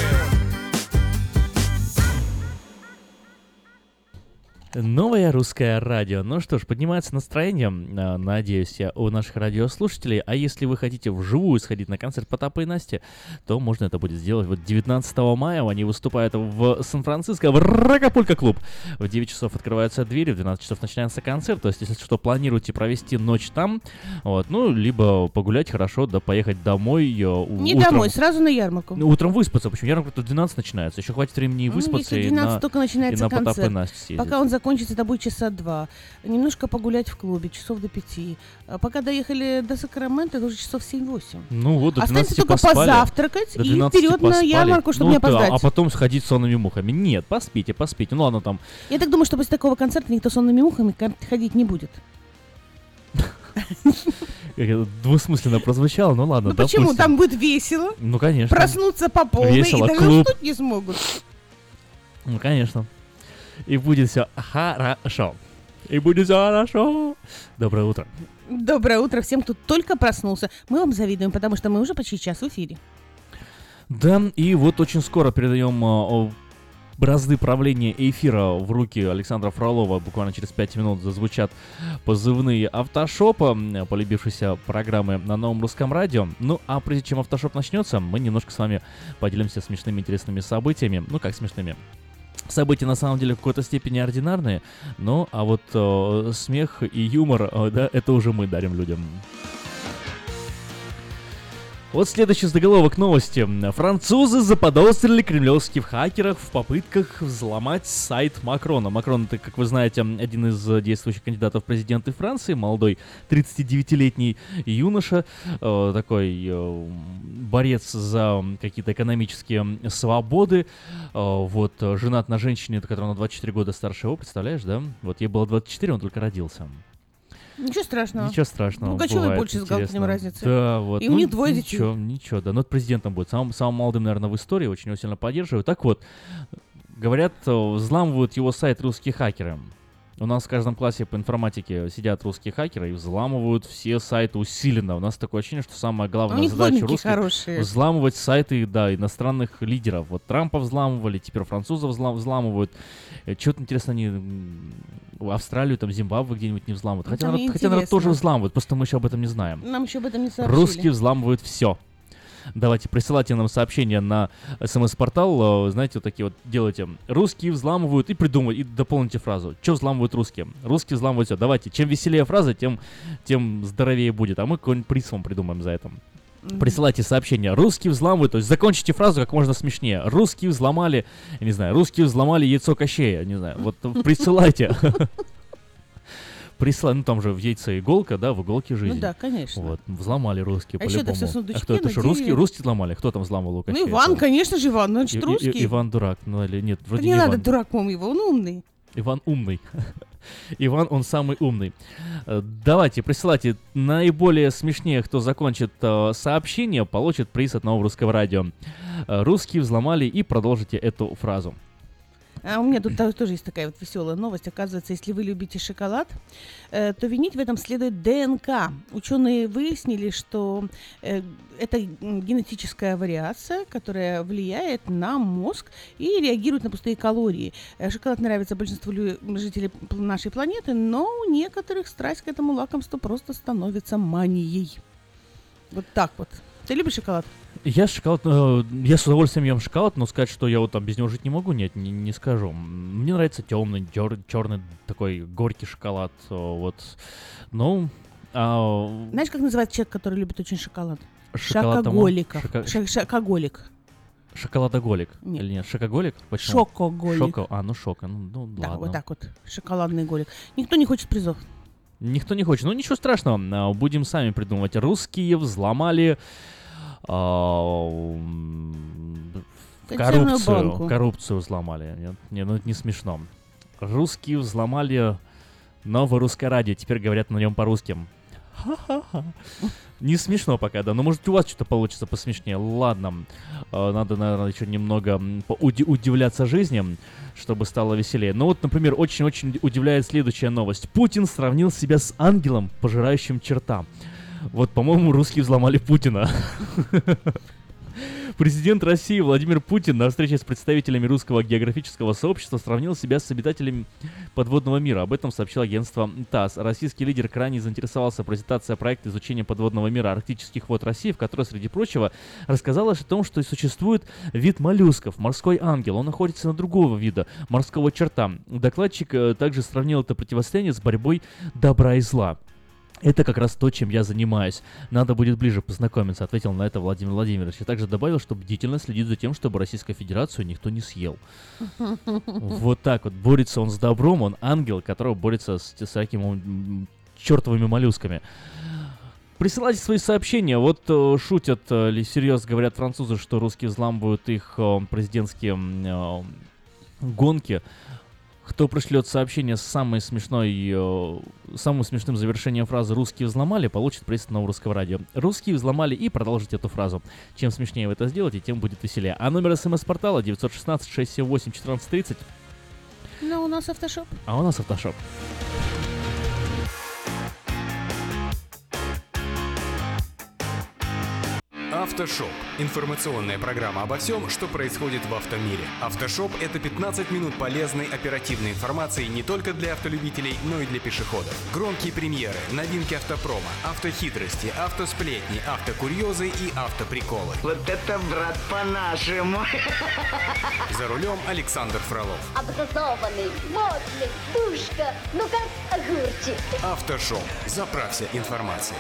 Новое русское радио. Ну что ж, поднимается настроение, э, надеюсь, я, у наших радиослушателей. А если вы хотите вживую сходить на концерт Потапа и Насти, то можно это будет сделать. Вот девятнадцатого мая они выступают в Сан-Франциско в Ракапулько-клуб. В девять часов открываются двери, в двенадцать часов начинается концерт. То есть, если что, планируете провести ночь там, вот, ну, либо погулять хорошо, да поехать домой. Э, Не утром, домой, сразу на ярмарку. Утром выспаться. Почему? Ярмарка в двенадцать начинается. Еще хватит времени и выспаться, ну, если и двенадцать на, только начинается и на концерт. Потапа и Настю съездить. Пока он закончится, это будет часа два. Немножко погулять в клубе, часов до пяти. А пока доехали до Сакрамента, это уже часов семь-восемь. Ну вот, до останется только поспали, позавтракать до и вперед на ярмарку, чтобы ну, не опоздать. Да, а потом сходить с сонными мухами. Нет, поспите, поспите. Ну ладно, там. Я так думаю, что после такого концерта никто с сонными мухами ходить не будет. Двусмысленно прозвучало, ну ладно, Ну почему? допустим. Там будет весело. Ну, конечно. Проснуться по полной Весело, и даже клуб. уснуть не смогут. Ну, конечно. И будет все хорошо. И будет все хорошо. Доброе утро. Доброе утро всем, кто только проснулся. Мы вам завидуем, потому что мы уже почти час в эфире. Да, и вот очень скоро передаем э, бразды правления эфира в руки Александра Фролова. Буквально через пять минут зазвучат позывные автошопа, полюбившейся программы на Новом Русском Радио. Ну, а прежде чем автошоп начнется, мы немножко с вами поделимся смешными, интересными событиями. Ну, как смешными? События на самом деле в какой-то степени ординарные, но а вот э, смех и юмор, э, да, это уже мы дарим людям. Вот следующий заголовок новости. Французы заподозрили кремлевских хакеров в попытках взломать сайт Макрона. Макрон — это, как вы знаете, один из действующих кандидатов в президенты Франции, молодой тридцатидевятилетний юноша, э, такой э, борец за какие-то экономические свободы. Э, вот, женат на женщине, которая на двадцать четыре года старше его, представляешь, да? Вот ей было двадцать четыре, он только родился. Ничего страшного. Ничего страшного. Ну, Пугачёвой больше с Галкиным разницы. Да, вот. И ну, у них двое детей. Ничего, ничего, да. Но это президентом будет. Самым, самым молодым, наверное, в истории. Очень его сильно поддерживаю. Так вот, говорят, взламывают его сайт русские хакеры. У нас в каждом классе по информатике сидят русские хакеры и взламывают все сайты усиленно. У нас такое ощущение, что самая главная задача русских — взламывать сайты, да, иностранных лидеров. Вот Трампа взламывали, теперь французов взлам- взламывают. Чего-то, интересно, они Австралию, там, Зимбабве где-нибудь не взламывают. Хотя, народ, хотя народ тоже взламывают, просто мы еще об этом не знаем. Нам еще об этом не сообщили. Русские взламывают все. Давайте, присылайте нам сообщения на смс-портал, знаете, вот такие вот делайте. Русские взламывают, и придумайте, и дополните фразу. Что взламывают русские? Русские взламывают все. Давайте, чем веселее фраза, тем, тем здоровее будет. А мы какой-нибудь приз вам придумаем за это. Присылайте сообщения. Русские взламывают, то есть закончите фразу как можно смешнее. Русские взломали, я не знаю, русские взломали яйцо Кощея, не знаю, вот присылайте. Присылай, ну там же в яйце иголка, да, в иголке жизни. Ну да, конечно. Вот, взломали русские, а по-любому. Еще А кто это, что, русские, русские взломали? Кто там взломал у Кощея? Ну Иван, конечно же, Иван, значит, и, русский. И, и, Иван дурак, ну или нет, вроде не не надо Иван. дураком его, он умный. Иван умный. Иван, он самый умный. Давайте, присылайте. Наиболее смешнее, кто закончит э, сообщение, получит приз от Нового Русского Радио. Русские взломали, и продолжите эту фразу. А у меня тут тоже есть такая вот веселая новость. Оказывается, если вы любите шоколад, э, то винить в этом следует ДНК. Ученые выяснили, что э, это генетическая вариация, которая влияет на мозг и реагирует на пустые калории. Э, шоколад нравится большинству лю- жителей нашей планеты, но у некоторых страсть к этому лакомству просто становится манией. Вот так вот. Ты любишь шоколад? Я шоколад, э, я с удовольствием ем шоколад, но сказать, что я вот там без него жить не могу, нет, не, не скажу. Мне нравится темный, дер, черный такой горький шоколад, э, вот. Ну, а... Знаешь, как называется человек, который любит очень шоколад? Шоколад Шокоголиков. Шоко... Ш- шокоголик. Шоколадоголик? Нет. Или нет? Шокоголик? Почему? Шокоголик. Шоко. А, ну шока. Ну, ну да, ладно. вот так вот. Шоколадный голик. Никто не хочет призов. Никто не хочет. Ну, ничего страшного. Будем сами придумывать. Русские взломали а, коррупцию. Коррупцию взломали. Нет, нет, ну это не смешно. Русские взломали Новое Русское Радио. Теперь говорят на нем по-русски. Ха-ха-ха. Не смешно пока, да. Но может у вас что-то получится посмешнее. Ладно. Надо, наверное, еще немного уди- удивляться жизни, чтобы стало веселее. Ну вот, например, очень-очень удивляет следующая новость. Путин сравнил себя с ангелом, пожирающим черта. Вот, по-моему, русские взломали Путина. Президент России Владимир Путин на встрече с представителями русского географического сообщества сравнил себя с обитателями подводного мира. Об этом сообщил агентство ТАСС. Российский лидер крайне заинтересовался презентацией проекта изучения подводного мира арктических вод России, в которой, среди прочего, рассказалось о том, что существует вид моллюсков, морской ангел. Он находится на другого вида, морского черта. Докладчик также сравнил это противостояние с борьбой добра и зла. Это как раз то, чем я занимаюсь. Надо будет ближе познакомиться, ответил на это Владимир Владимирович. И также добавил, что бдительно следит за тем, чтобы Российскую Федерацию никто не съел. Вот так вот. Борется он с добром, он ангел, который борется с всякими чертовыми моллюсками. Присылайте свои сообщения. Вот э, шутят или э, серьезно говорят французы, что русские взламывают их э, президентские э, гонки. Кто пришлет сообщение с самой смешной, э, самым смешным завершением фразы «русские взломали», получит приз Нового Русского Радио. «Русские взломали» и продолжите эту фразу. Чем смешнее вы это сделаете, тем будет веселее. А номер смс-портала девять один шесть шесть семь восемь четырнадцать тридцать. Ну, у нас автошоп. А у нас автошоп. Автошоп. Информационная программа обо всем, что происходит в автомире. Автошоп — это пятнадцать минут полезной оперативной информации не только для автолюбителей, но и для пешеходов. Громкие премьеры, новинки автопрома, автохитрости, автосплетни, автокурьезы и автоприколы. Вот это, брат, по-нашему. За рулем Александр Фролов. Образованный, модный, пушка, ну как огурчик. Автошоп. Заправься информацией.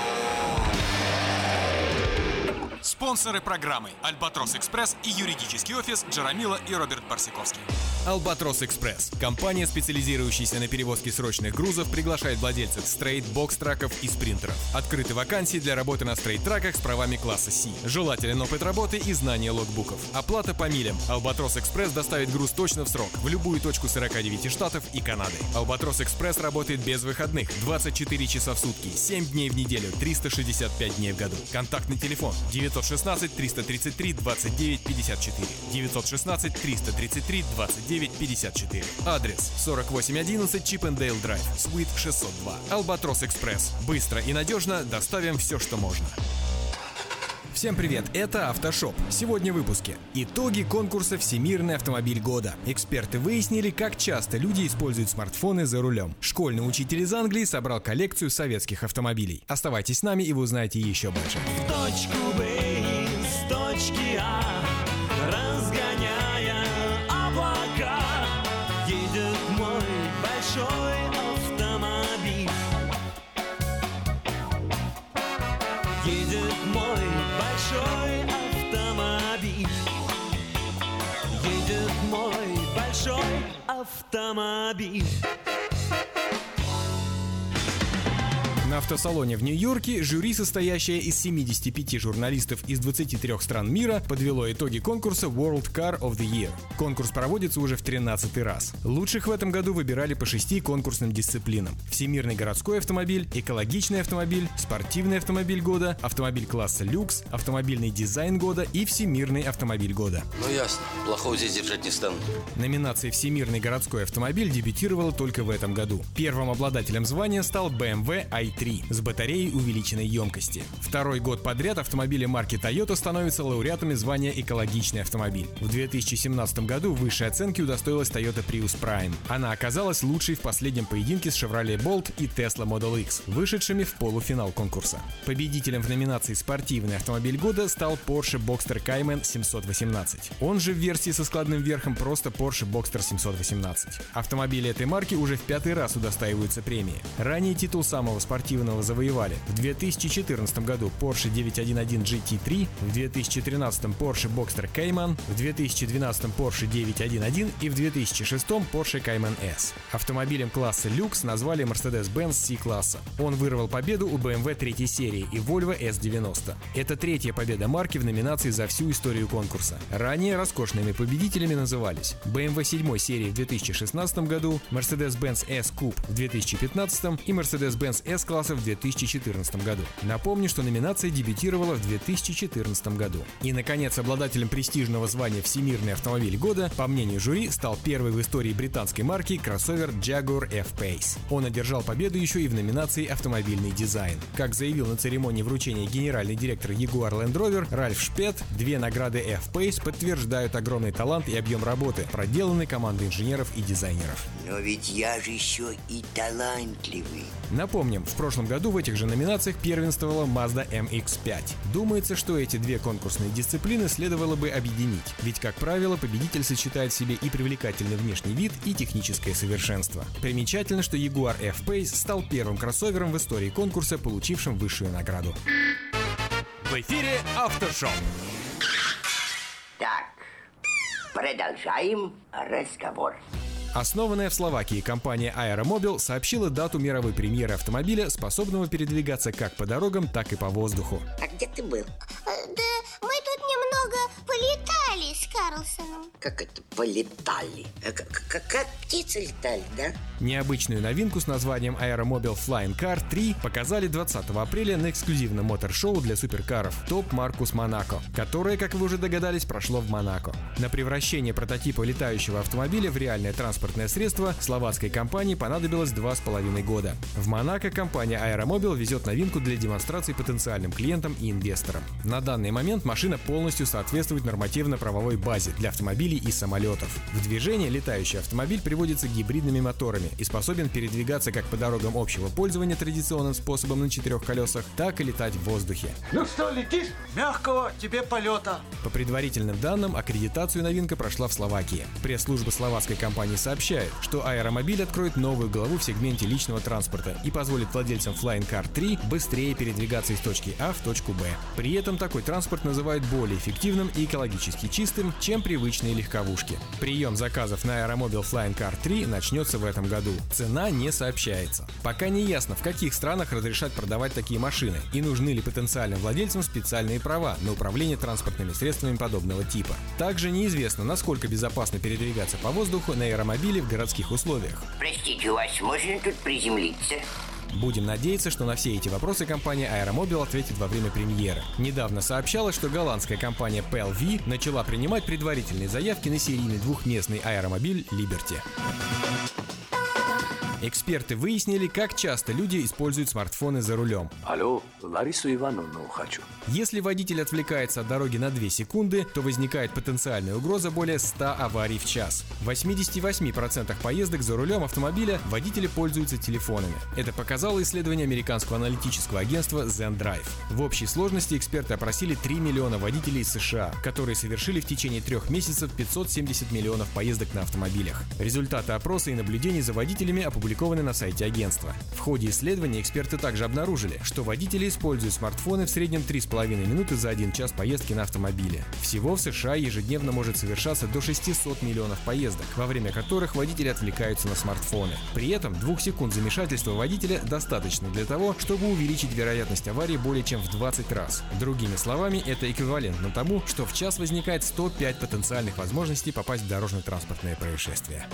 Спонсоры программы «Альбатрос Экспресс» и юридический офис Джарамила и Роберт Барсиковский. «Альбатрос Экспресс» – компания, специализирующаяся на перевозке срочных грузов, приглашает владельцев стрейт, бокс-траков и спринтеров. Открыты вакансии для работы на стрейт-траках с правами класса Си. Желателен опыт работы и знание логбуков. Оплата по милям. «Альбатрос Экспресс» доставит груз точно в срок, в любую точку сорока девяти штатов и Канады. «Альбатрос Экспресс» работает без выходных, двадцать четыре часа в сутки, семь дней в неделю, триста шестьдесят пять дней в году. Контактный телефон девять один шесть триста тридцать три двадцать девять пятьдесят четыре. девять один шесть триста тридцать три двадцать девять пятьдесят четыре. Адрес сорок восемь одиннадцать Чиппендейл Драйв, Суит шестьсот два. «Альбатрос Экспресс». Быстро и надежно доставим все, что можно. Всем привет, это Автошоп. Сегодня в выпуске. Итоги конкурса «Всемирный автомобиль года». Эксперты выяснили, как часто люди используют смартфоны за рулем. Школьный учитель из Англии собрал коллекцию советских автомобилей. Оставайтесь с нами, и вы узнаете еще больше. В точку Б, с точки А, разгоняя облака, едет мой большой автомобиль. Едет мой большой автомобиль. Едет мой большой автомобиль. На автосалоне в Нью-Йорке жюри, состоящее из семидесяти пяти журналистов из двадцати трёх стран мира, подвело итоги конкурса World Car of the Year. Конкурс проводится уже в тринадцатый раз. Лучших в этом году выбирали по шести конкурсным дисциплинам: всемирный городской автомобиль, экологичный автомобиль, спортивный автомобиль года, автомобиль класса люкс, автомобильный дизайн года и всемирный автомобиль года. Ну ясно, плохого здесь держать не стану. Номинация «Всемирный городской автомобиль» дебютировала только в этом году. Первым обладателем звания стал бэ эм вэ ай три с батареей увеличенной емкости. Второй год подряд автомобили марки Toyota становятся лауреатами звания «Экологичный автомобиль». В две тысячи семнадцатом году высшей оценки удостоилась Toyota Prius Prime. Она оказалась лучшей в последнем поединке с Chevrolet Bolt и Tesla Model X, вышедшими в полуфинал конкурса. Победителем в номинации «Спортивный автомобиль года» стал Porsche Boxster Cayman семьсот восемнадцать. Он же в версии со складным верхом просто Porsche Boxster семьсот восемнадцать. Автомобили этой марки уже в пятый раз удостаиваются премии. Ранее титул самого спортивного завоевали в две тысячи четырнадцатом году Porsche девятьсот одиннадцать джи ти три, в две тысячи тринадцатом Porsche Boxster Cayman, в две тысячи двенадцатом Porsche девятьсот одиннадцать и в две тысячи шестом Porsche Cayman S. Автомобилем класса люкс назвали Mercedes-Benz C-класса. Он вырвал победу у бэ эм вэ третьей серии и Volvo эс девяносто. Это третья победа марки в номинации за всю историю конкурса. Ранее роскошными победителями назывались бэ эм вэ седьмой серии в две тысячи шестнадцатом году, Mercedes-Benz S-Coupe в две тысячи пятнадцатом и Mercedes-Benz S-класса в две тысячи четырнадцатом году. Напомню, что номинация дебютировала в две тысячи четырнадцатом году. И, наконец, обладателем престижного звания «Всемирный автомобиль года», по мнению жюри, стал первый в истории британской марки кроссовер Jaguar F-Pace. Он одержал победу еще и в номинации «Автомобильный дизайн». Как заявил на церемонии вручения генеральный директор Jaguar Land Rover Ральф Шпет, две награды F-Pace подтверждают огромный талант и объем работы, проделанный командой инженеров и дизайнеров. Но ведь я же еще и талантливый. Напомним, в прошлом году в этих же номинациях первенствовала Mazda эм икс пять. Думается, что эти две конкурсные дисциплины следовало бы объединить, ведь, как правило, победитель сочетает в себе и привлекательный внешний вид, и техническое совершенство. Примечательно, что Jaguar F-Pace стал первым кроссовером в истории конкурса, получившим высшую награду. В эфире Автошоп. Так, продолжаем разговор. Основанная в Словакии компания Aeromobil сообщила дату мировой премьеры автомобиля, способного передвигаться как по дорогам, так и по воздуху. А где ты был? Да мы тут немного полетали с Карлсоном. Как это полетали? Как, как, как птицы летали, да? Необычную новинку с названием Aeromobil Flying Car три показали двадцатого апреля на эксклюзивном мотор-шоу для суперкаров Top Marcus Monaco, которое, как вы уже догадались, прошло в Монако. На превращение прототипа летающего автомобиля в реальное транспортное средство словацкой компании понадобилось два с половиной года. В Монако компания Aeromobil везет новинку для демонстрации потенциальным клиентам и инвесторам. На данный момент машина полностью соответствует нормативно-правовой базе для автомобилей и самолетов. В движение летающий автомобиль приводится гибридными моторами и способен передвигаться как по дорогам общего пользования традиционным способом на четырех колесах, так и летать в воздухе. Ну что, летишь? Мягкого тебе полета. По предварительным данным, аккредитацию новинка прошла в Словакии. Пресс-служба словацкой компании сообщает, что Аэромобиль откроет новую главу в сегменте личного транспорта и позволит владельцам Flying Car три быстрее передвигаться из точки А в точку Б. При этом такой транспорт называют более эффективным и экологически чистым, чем привычные легковушки. Прием заказов на Aeromobil Flying Car три начнется в этом году. Цена не сообщается. Пока не ясно, в каких странах разрешат продавать такие машины и нужны ли потенциальным владельцам специальные права на управление транспортными средствами подобного типа. Также неизвестно, насколько безопасно передвигаться по воздуху на аэромобиле в городских условиях. Простите, у вас можно тут приземлиться? Будем надеяться, что на все эти вопросы компания Aeromobil ответит во время премьеры. Недавно сообщалось, что голландская компания пи эл ви начала принимать предварительные заявки на серийный двухместный аэромобиль Liberty. Эксперты выяснили, как часто люди используют смартфоны за рулем. Алло, Ларису Ивановну хочу. Если водитель отвлекается от дороги на две секунды, то возникает потенциальная угроза более ста аварий в час. В восьмидесяти восьми процентах поездок за рулем автомобиля водители пользуются телефонами. Это показало исследование американского аналитического агентства Zendrive. В общей сложности эксперты опросили три миллиона водителей из США, которые совершили в течение трех месяцев пятьсот семьдесят миллионов поездок на автомобилях. Результаты опроса и наблюдений за водителями опубликовали опубликованы на сайте агентства. В ходе исследования эксперты также обнаружили, что водители используют смартфоны в среднем три с половиной минуты за один час поездки на автомобиле. Всего в США ежедневно может совершаться до шестисот миллионов поездок, во время которых водители отвлекаются на смартфоны. При этом двух секунд замешательства водителя достаточно для того, чтобы увеличить вероятность аварии более чем в двадцать раз. Другими словами, это эквивалентно тому, что в час возникает сто пять потенциальных возможностей попасть в дорожно-транспортное происшествие.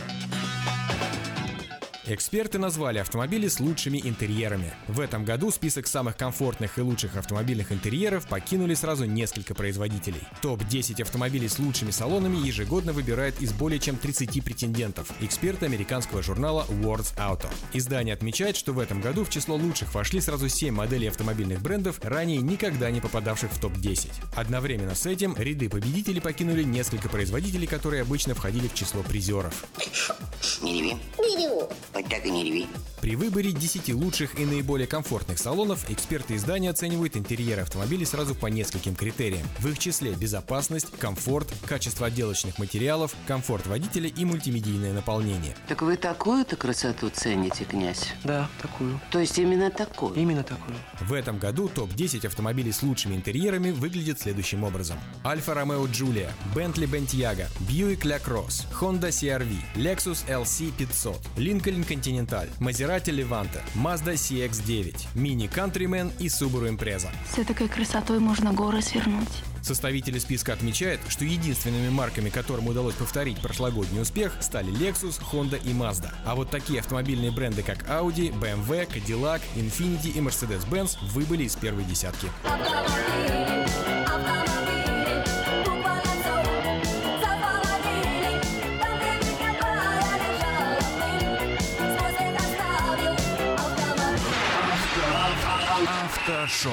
Эксперты назвали автомобили с лучшими интерьерами. В этом году список самых комфортных и лучших автомобильных интерьеров покинули сразу несколько производителей. топ десять автомобилей с лучшими салонами ежегодно выбирает из более чем тридцати претендентов эксперты американского журнала World's Auto. Издание отмечает, что в этом году в число лучших вошли сразу семь моделей автомобильных брендов, ранее никогда не попадавших в топ десять. Одновременно с этим ряды победителей покинули несколько производителей, которые обычно входили в число призеров. Не реви. Не реву. Вот так и не реви. При выборе десяти лучших и наиболее комфортных салонов эксперты издания оценивают интерьеры автомобилей сразу по нескольким критериям. В их числе безопасность, комфорт, качество отделочных материалов, комфорт водителя и мультимедийное наполнение. Так вы такую-то красоту цените, князь? Да, такую. То есть именно такую? Именно такую. В этом году топ десять автомобилей с лучшими интерьерами выглядит следующим образом. Альфа Ромео Джулия, Бентли Бентьяго, Бьюик Ля Кросс, Honda си ар ви, Lexus эл си пятьсот, Lincoln Continental, Maserati Levante, Mazda си икс девять, Mini Countryman и Subaru Impreza. С такой красотой можно горы свернуть. Составители списка отмечают, что единственными марками, которым удалось повторить прошлогодний успех, стали Lexus, Honda и Mazda. А вот такие автомобильные бренды, как Audi, бэ эм вэ, Cadillac, Infiniti и Mercedes-Benz выбыли из первой десятки. Автошоп.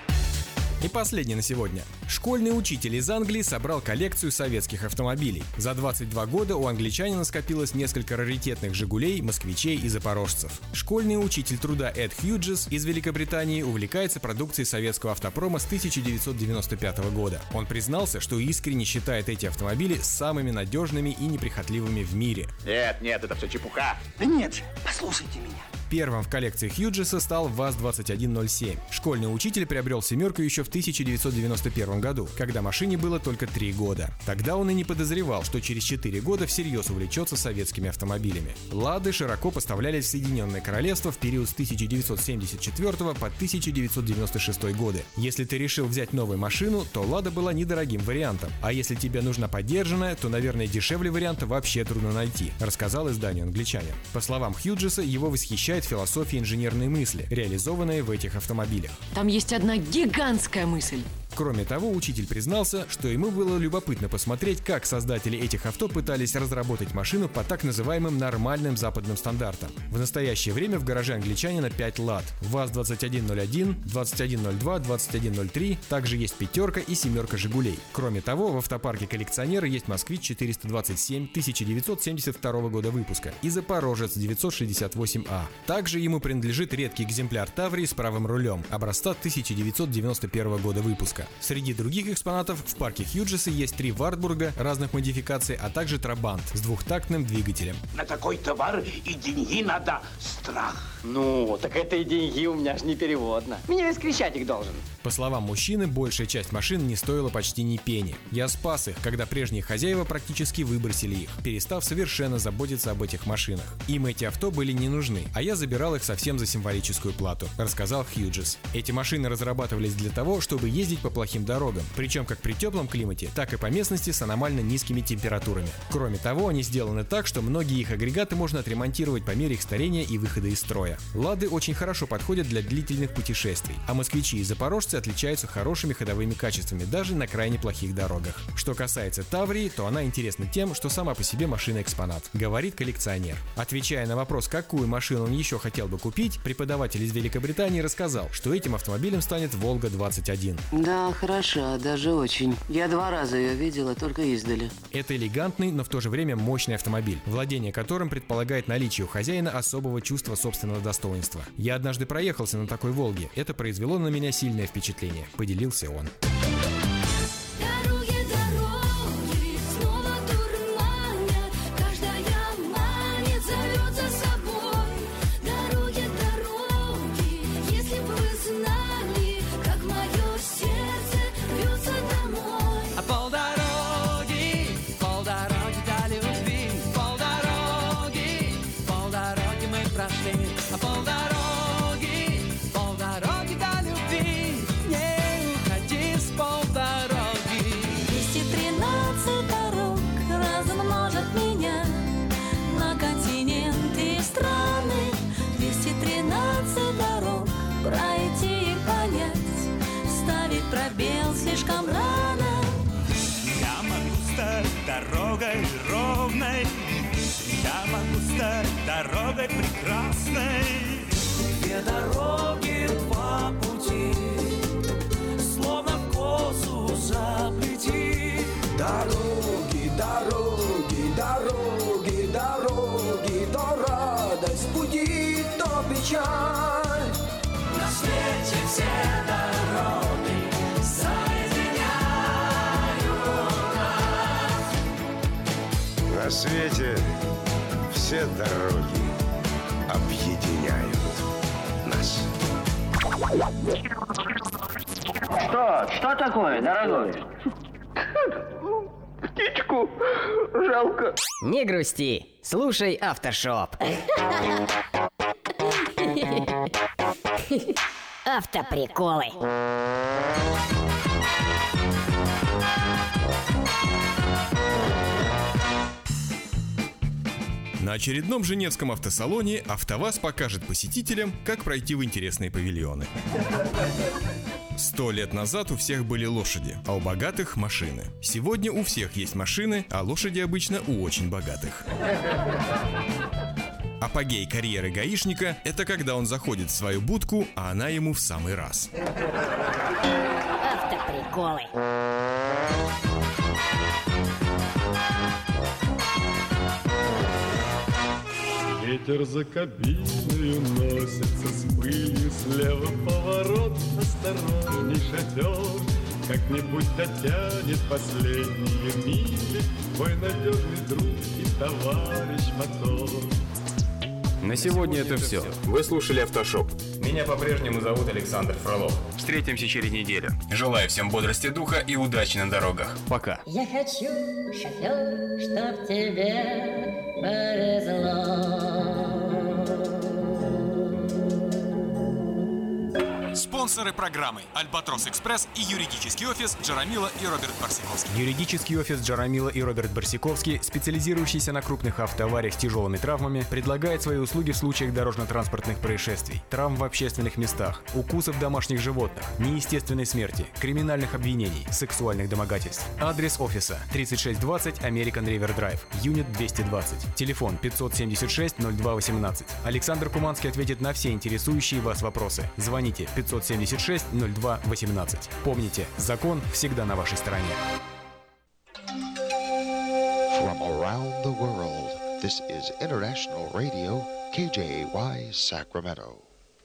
И последний на сегодня. Школьный учитель из Англии собрал коллекцию советских автомобилей. За двадцать два года у англичанина скопилось несколько раритетных «Жигулей», «Москвичей» и «Запорожцев». Школьный учитель труда Эд Хьюджес из Великобритании увлекается продукцией советского автопрома с тысяча девятьсот девяносто пятого года. Он признался, что искренне считает эти автомобили самыми надежными и неприхотливыми в мире. Нет, нет, это все чепуха. Да нет, послушайте меня. Первым в коллекции Хьюджеса стал ВАЗ двадцать один ноль семь. Школьный учитель приобрел «семерку» еще в тысяча девятьсот девяносто первом году, когда машине было только три года. Тогда он и не подозревал, что через четыре года всерьез увлечется советскими автомобилями. «Лады» широко поставлялись в Соединенное Королевство в период с тысяча девятьсот семьдесят четвёртого по тысяча девятьсот девяносто шестой годы. Если ты решил взять новую машину, то «Лада» была недорогим вариантом. А если тебе нужна подержанная, то, наверное, дешевле варианта вообще трудно найти, рассказал изданию англичанин. По словам Хьюджеса, его восхищает философия инженерной мысли, реализованная в этих автомобилях. Там есть одна гигантская мысль. Кроме того, учитель признался, что ему было любопытно посмотреть, как создатели этих авто пытались разработать машину по так называемым нормальным западным стандартам. В настоящее время в гараже англичанина пять «Лад», ВАЗ двадцать один ноль один, двадцать один ноль два, двадцать один ноль три, также есть пятерка и семерка «Жигулей». Кроме того, в автопарке коллекционера есть «Москвич» четыреста двадцать семь тысяча девятьсот семьдесят второго года выпуска и «Запорожец» девятьсот шестьдесят восемь А. Также ему принадлежит редкий экземпляр «Таврии» с правым рулем, образца тысяча девятьсот девяносто первого года выпуска. Среди других экспонатов в парке Хьюджеса есть три Вартбурга разных модификаций, а также Трабант с двухтактным двигателем. На такой товар и деньги надо страх. Ну, так это и деньги у меня ж не переводно. Меня весь Крещатик должен. По словам мужчины, большая часть машин не стоила почти ни пени. Я спас их, когда прежние хозяева практически выбросили их, перестав совершенно заботиться об этих машинах. Им эти авто были не нужны, а я забирал их совсем за символическую плату, рассказал Хьюджес. Эти машины разрабатывались для того, чтобы ездить по плохим дорогам, причем как при теплом климате, так и по местности с аномально низкими температурами. Кроме того, они сделаны так, что многие их агрегаты можно отремонтировать по мере их старения и выхода из строя. «Лады» очень хорошо подходят для длительных путешествий, а «Москвичи» и «Запорожцы» отличаются хорошими ходовыми качествами даже на крайне плохих дорогах. Что касается «Таврии», то она интересна тем, что сама по себе машина-экспонат, говорит коллекционер. Отвечая на вопрос, какую машину он еще хотел бы купить, преподаватель из Великобритании рассказал, что этим автомобилем станет «Волга двадцать один». Да, хороша, даже очень. Я два раза ее видела, только издали. Это элегантный, но в то же время мощный автомобиль, владение которым предполагает наличие у хозяина особого чувства собственного достоинства. Я однажды проехался на такой «Волге». Это произвело на меня сильное впечатление, поделился он. пробел слишком рано. Я могу стать дорогой ровной, я могу стать дорогой прекрасной. Две дороги, два пути, словно в косу заплети. Дороги, дороги, дороги, дороги, то радость будет, то печаль. На свете все дороги соединяют нас. На свете все дороги объединяют нас. Что? Что такое, дорогой? Птичку жалко. Не грусти, слушай Автошоп. Автоприколы. На очередном женевском автосалоне АвтоВАЗ покажет посетителям, как пройти в интересные павильоны. Сто лет назад у всех были лошади, а у богатых – машины. Сегодня у всех есть машины, а лошади обычно у очень богатых. Апогей карьеры гаишника – это когда он заходит в свою будку, а она ему в самый раз. Автоприколы. Ветер за кабиной уносится с пылью, слева поворот, осторожней шофер. Как-нибудь дотянет последние мили твой надежный друг и товарищ мотор. На сегодня это все. Вы слушали Автошоп. Меня по-прежнему зовут Александр Фролов. Встретимся через неделю. Желаю всем бодрости духа и удачи на дорогах. Пока. Я хочу, шофер, чтоб тебе повезло. Спонсоры программы «Альбатрос Экспресс» и юридический офис Джарамила и Роберт Барсиковский. Юридический офис Джарамила и Роберт Барсиковский, специализирующийся на крупных автоавариях с тяжелыми травмами, предлагает свои услуги в случаях дорожно-транспортных происшествий, травм в общественных местах, укусов домашних животных, неестественной смерти, криминальных обвинений, сексуальных домогательств. Адрес офиса тридцать шесть двадцать American River Drive, юнит двести двадцать. Телефон пятьсот семьдесят шесть ноль два восемнадцать. Александр Куманский ответит на все интересующие вас вопросы. Звоните пятьсот семьдесят шесть ноль два восемнадцать. Помните, закон всегда на вашей стороне. From around the world, this is International Radio, K J Y Sacramento.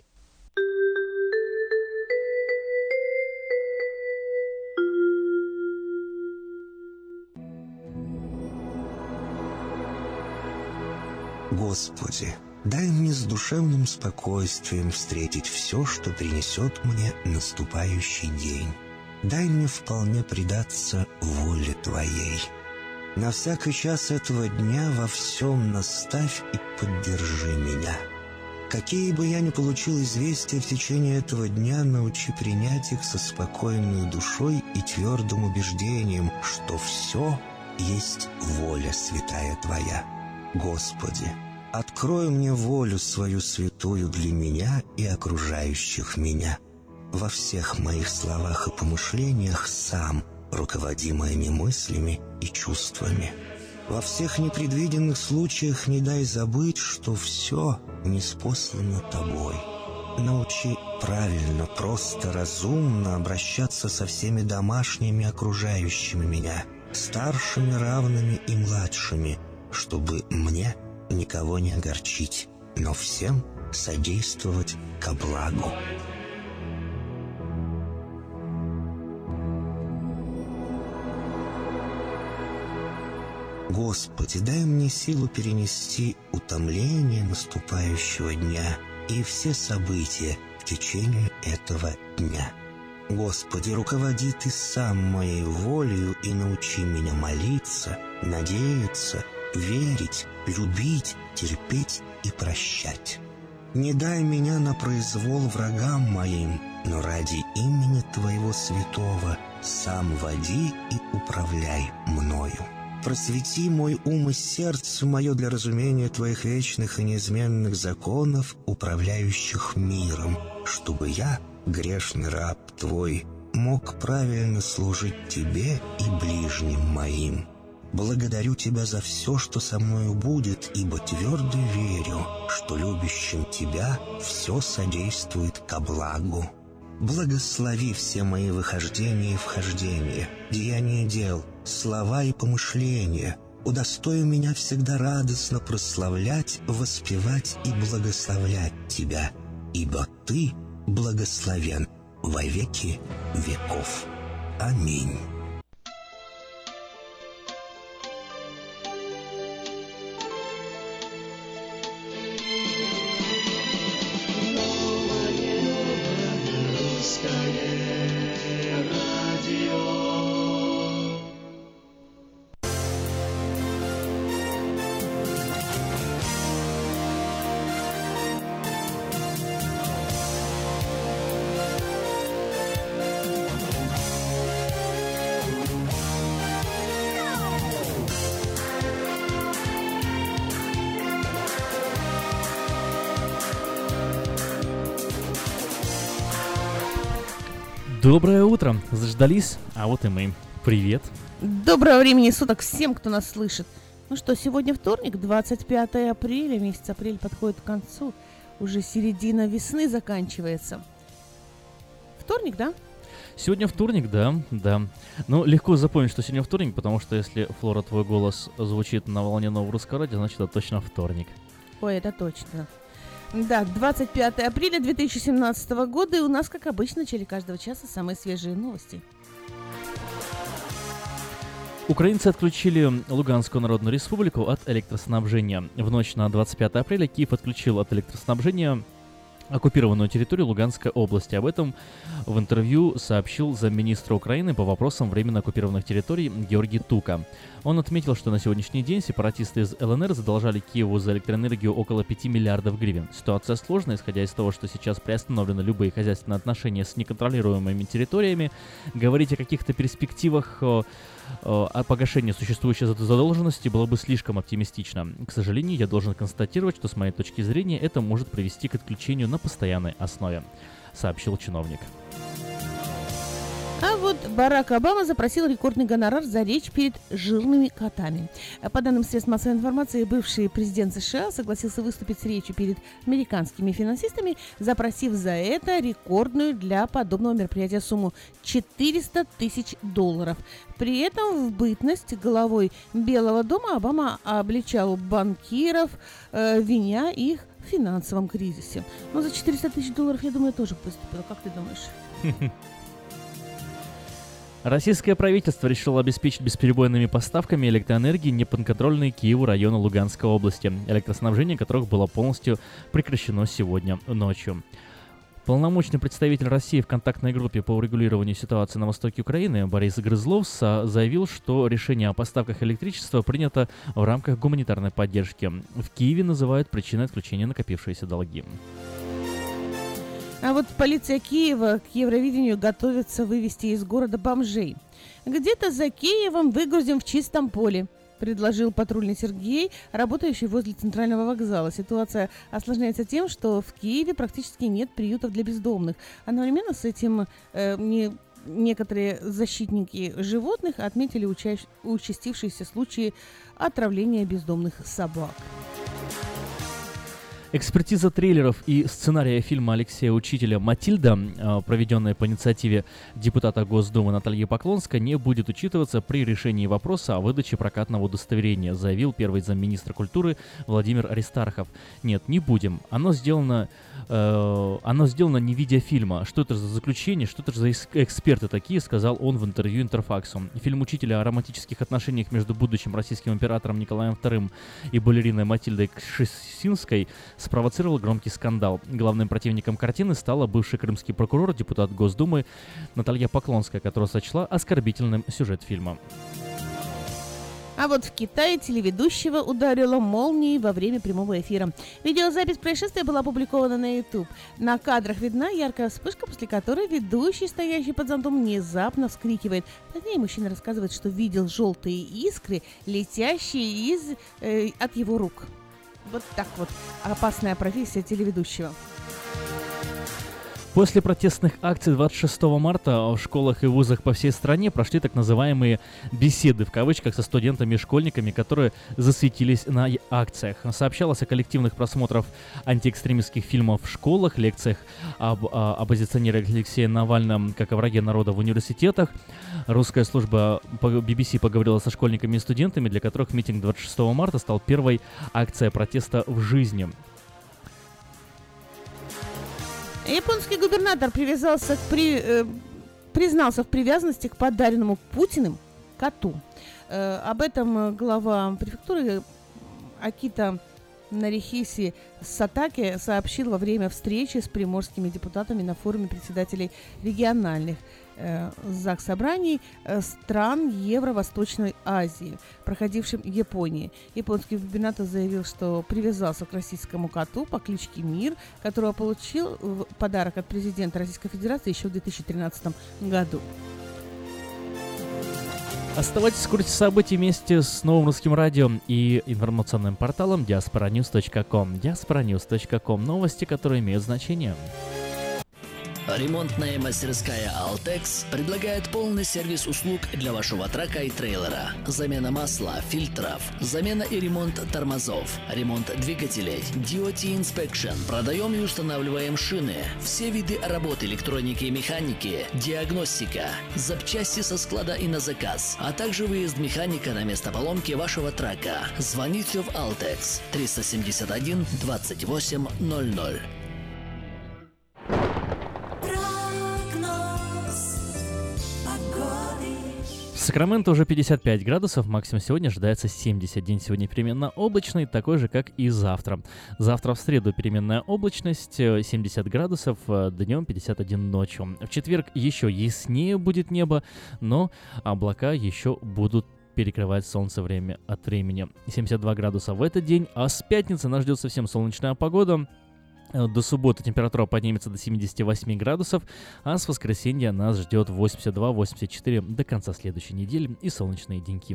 Господи, дай мне с душевным спокойствием встретить все, что принесет мне наступающий день. Дай мне вполне предаться воле Твоей. На всякий час этого дня во всем наставь и поддержи меня. Какие бы я ни получил известия в течение этого дня, научи принять их со спокойной душой и твердым убеждением, что все есть воля святая Твоя. Господи, открой мне волю свою святую для меня и окружающих меня. Во всех моих словах и помышлениях сам руководи моими мыслями и чувствами. Во всех непредвиденных случаях не дай забыть, что все ниспослано Тобой. Научи правильно, просто, разумно обращаться со всеми домашними окружающими меня, старшими, равными и младшими, чтобы мне никого не огорчить, но всем содействовать ко благу. Господи, дай мне силу перенести утомление наступающего дня и все события в течение этого дня. Господи, руководи Ты сам моей волею и научи меня молиться, надеяться, верить, любить, терпеть и прощать. Не дай меня на произвол врагам моим, но ради имени Твоего святого сам води и управляй мною. Просвети мой ум и сердце мое для разумения Твоих вечных и неизменных законов, управляющих миром, чтобы я, грешный раб Твой, мог правильно служить тебе и ближним моим. Благодарю тебя за все, что со мною будет, ибо твердо верю, что любящим тебя все содействует ко благу. Благослови все мои выхождения и вхождения, деяния дел, слова и помышления. Удостой меня всегда радостно прославлять, воспевать и благословлять тебя, ибо ты благословен во веки веков. Аминь. Доброе утро! Заждались? А вот и мы. Привет! Доброго времени суток всем, кто нас слышит. Ну что, сегодня вторник, двадцать пятое апреля, месяц апрель подходит к концу. Уже середина весны заканчивается. Вторник, да? Сегодня вторник, да, да. Ну, легко запомнить, что сегодня вторник, потому что если, Флора, твой голос звучит на волне нового русского радио, значит, это точно вторник. Ой, это точно. Да, двадцать пятое апреля две тысячи семнадцатого года, и у нас, как обычно, в начале каждого часа самые свежие новости. Украинцы отключили Луганскую Народную Республику от электроснабжения. В ночь на двадцать пятое апреля Киев отключил от электроснабжения оккупированную территорию Луганской области. Об этом в интервью сообщил замминистра Украины по вопросам временно оккупированных территорий Георгий Тука. Он отметил, что на сегодняшний день сепаратисты из ЛНР задолжали Киеву за электроэнергию около пяти миллиардов гривен. Ситуация сложная, исходя из того, что сейчас приостановлены любые хозяйственные отношения с неконтролируемыми территориями. Говорить о каких-то перспективах о, о погашении существующей задолженности было бы слишком оптимистично. К сожалению, я должен констатировать, что с моей точки зрения это может привести к отключению на постоянной основе, сообщил чиновник. А вот Барак Обама запросил рекордный гонорар за речь перед жирными котами. По данным средств массовой информации, бывший президент США согласился выступить с речью перед американскими финансистами, запросив за это рекордную для подобного мероприятия сумму четыреста тысяч долларов. При этом в бытность главой Белого дома Обама обличал банкиров, э, виня их в финансовом кризисе. Но за четыреста тысяч долларов, я думаю, тоже выступила. Как ты думаешь? Российское правительство решило обеспечить бесперебойными поставками электроэнергии неподконтрольные Киеву районы Луганской области, электроснабжение которых было полностью прекращено сегодня ночью. Полномочный представитель России в контактной группе по урегулированию ситуации на востоке Украины Борис Грызлов заявил, что решение о поставках электричества принято в рамках гуманитарной поддержки. В Киеве называют причиной отключения накопившиеся долги. А вот полиция Киева к Евровидению готовится вывести из города бомжей. Где-то за Киевом выгрузим в чистом поле, предложил патрульный Сергей, работающий возле центрального вокзала. Ситуация осложняется тем, что в Киеве практически нет приютов для бездомных. Одновременно с этим э, не, некоторые защитники животных отметили уча- участившиеся случаи отравления бездомных собак. Экспертиза трейлеров и сценария фильма Алексея Учителя «Матильда», проведенная по инициативе депутата Госдумы Натальи Поклонской, не будет учитываться при решении вопроса о выдаче прокатного удостоверения, заявил первый замминистра культуры Владимир Аристархов. Нет, не будем. Оно сделано, э, оно сделано не видя фильма. Что это за заключение, что это за эксперты такие, сказал он в интервью Интерфаксу. Фильм Учителя о романтических отношениях между будущим российским императором Николаем вторым и балериной Матильдой Кшесинской спровоцировал громкий скандал. Главным противником картины стала бывший крымский прокурор, депутат Госдумы Наталья Поклонская, которая сочла оскорбительным сюжет фильма. А вот в Китае телеведущего ударило молнией во время прямого эфира. Видеозапись происшествия была опубликована на YouTube. На кадрах видна яркая вспышка, после которой ведущий, стоящий под зонтом, внезапно вскрикивает. Позднее мужчина рассказывает, что видел желтые искры, летящие из, э, от его рук. Вот так вот опасная профессия телеведущего. После протестных акций двадцать шестого марта в школах и вузах по всей стране прошли так называемые «беседы» в кавычках со студентами и школьниками, которые засветились на акциях. Сообщалось о коллективных просмотрах антиэкстремистских фильмов в школах, лекциях об а, оппозиционере Алексее Навальном как о враге народа в университетах. Русская служба би би си поговорила со школьниками и студентами, для которых митинг двадцать шестого марта стал первой акцией протеста в жизни. Японский губернатор привязался к при, э, признался в привязанности к подаренному Путиным коту. Э, об этом глава префектуры Акита Нарихиси Сатаки сообщил во время встречи с приморскими депутатами на форуме председателей региональных э, заксобраний э, стран Евро-Восточной Азии, проходившим в Японии. Японский губернатор заявил, что привязался к российскому коту по кличке Мир, которого получил в подарок от президента Российской Федерации еще в две тысячи тринадцатом году. Оставайтесь в курсе событий вместе с Новым Русским Радио и информационным порталом диаспора ньюс точка ком. диаспора ньюс точка ком. Новости, которые имеют значение. Ремонтная мастерская «Алтекс» предлагает полный сервис услуг для вашего трака и трейлера. Замена масла, фильтров, замена и ремонт тормозов, ремонт двигателей, ди о ти Inspection. Продаем и устанавливаем шины, все виды работы электроники и механики, диагностика, запчасти со склада и на заказ, а также выезд механика на место поломки вашего трака. Звоните в «Алтекс» триста семьдесят один двадцать восемь ноль ноль. В Сакраменто уже пятьдесят пять градусов, максимум сегодня ожидается семьдесят. День сегодня переменно облачный, такой же, как и завтра. Завтра в среду переменная облачность, семьдесят градусов, днем пятьдесят один ночью. В четверг еще яснее будет небо, но облака еще будут перекрывать солнце время от времени. семьдесят два градуса в этот день, а с пятницы нас ждет совсем солнечная погода. До субботы температура поднимется до семьдесят восемь градусов, а с воскресенья нас ждет восемьдесят два - восемьдесят четыре до конца следующей недели и солнечные деньки.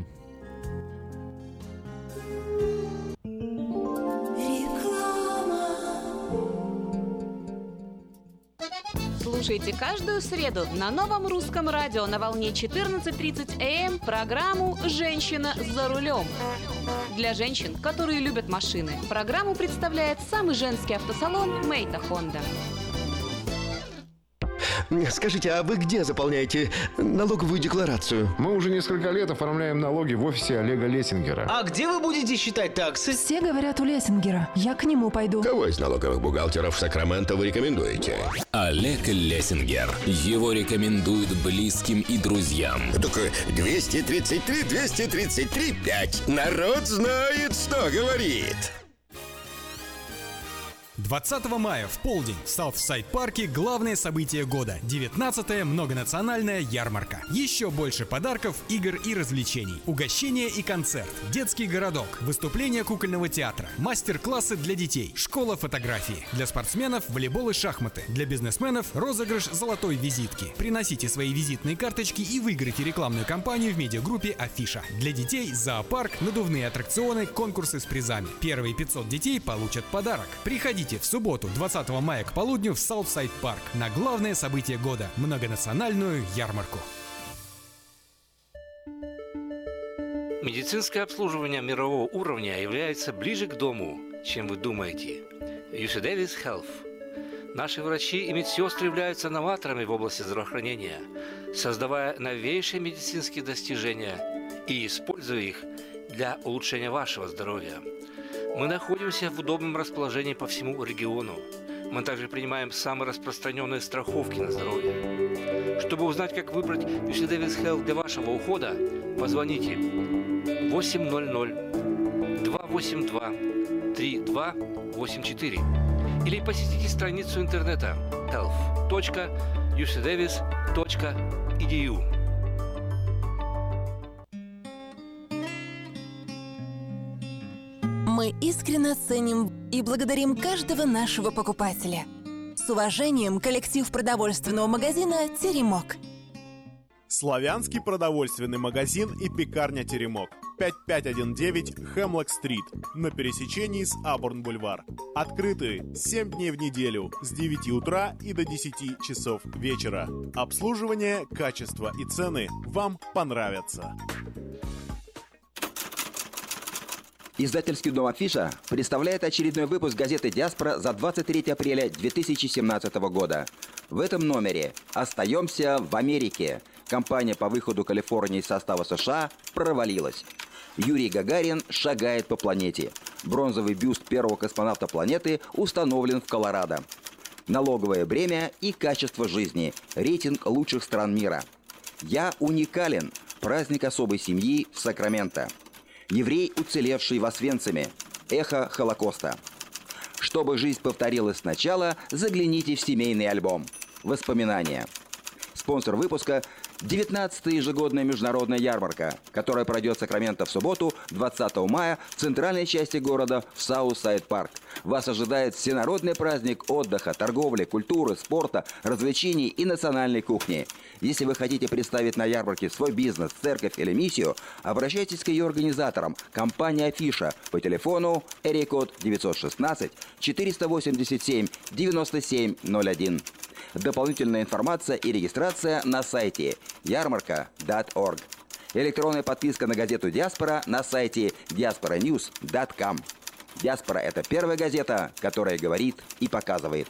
Слушайте каждую среду на Новом Русском Радио на волне четырнадцать тридцать эй эм программу «Женщина за рулем». Для женщин, которые любят машины, программу представляет самый женский автосалон «Мейта Хонда». Скажите, а вы где заполняете налоговую декларацию? Мы уже несколько лет оформляем налоги в офисе Олега Лессингера. А где вы будете считать таксы? Все говорят у Лессингера. Я к нему пойду. Кого из налоговых бухгалтеров Сакраменто вы рекомендуете? Олег Лессингер. Его рекомендуют близким и друзьям. Так двести тридцать три двести тридцать три пять. Народ знает, что говорит. двадцатого мая в полдень в Саутсайд-парке главное событие года – девятнадцатая многонациональная ярмарка. Еще больше подарков, игр и развлечений. Угощение и концерт, детский городок, выступление кукольного театра, мастер-классы для детей, школа фотографии. Для спортсменов – волейбол и шахматы. Для бизнесменов – розыгрыш золотой визитки. Приносите свои визитные карточки и выиграйте рекламную кампанию в медиагруппе «Афиша». Для детей – зоопарк, надувные аттракционы, конкурсы с призами. Первые пятьсот детей получат подарок. Приходите в субботу, двадцатого мая к полудню в Саутсайд-парк на главное событие года – многонациональную ярмарку. Медицинское обслуживание мирового уровня является ближе к дому, чем вы думаете. ю си Davis Health. Наши врачи и медсестры являются новаторами в области здравоохранения, создавая новейшие медицинские достижения и используя их для улучшения вашего здоровья. Мы находимся в удобном расположении по всему региону. Мы также принимаем самые распространенные страховки на здоровье. Чтобы узнать, как выбрать ю си Davis Health для вашего ухода, позвоните восемь ноль ноль два восемь два три два восемь четыре или посетите страницу интернета health точка ю си davis точка и ди ю. Мы искренне ценим и благодарим каждого нашего покупателя. С уважением, коллектив продовольственного магазина «Теремок». Славянский продовольственный магазин и пекарня «Теремок». пять пять один девять Хемлок-стрит на пересечении с Абурн-бульвар. Открыты семь дней в неделю с девяти утра и до десяти часов вечера. Обслуживание, качество и цены вам понравятся. Издательский дом «Афиша» представляет очередной выпуск газеты «Диаспора» за двадцать третьего апреля две тысячи семнадцатого года. В этом номере «Остаемся в Америке». Кампания по выходу Калифорнии из состава США провалилась. Юрий Гагарин шагает по планете. Бронзовый бюст первого космонавта планеты установлен в Колорадо. Налоговое бремя и качество жизни. Рейтинг лучших стран мира. «Я уникален». Праздник особой семьи в Сакраменто. Еврей, уцелевший в Освенциме. Эхо Холокоста. Чтобы жизнь повторилась сначала, загляните в семейный альбом. Воспоминания. Спонсор выпуска – девятнадцатая ежегодная международная ярмарка, которая пройдет в Сакраменто в субботу, двадцатого мая, в центральной части города в Саут-Сайд-парк. Вас ожидает всенародный праздник отдыха, торговли, культуры, спорта, развлечений и национальной кухни. Если вы хотите представить на ярмарке свой бизнес, церковь или миссию, обращайтесь к ее организаторам, компания «Афиша» по телефону эрикод девятьсот шестнадцать четыреста восемьдесят семь девяносто семь ноль один. Дополнительная информация и регистрация на сайте ярмарка точка орг. Электронная подписка на газету «Диаспора» на сайте диаспора ньюс точка ком. «Диаспора» — это первая газета, которая говорит и показывает.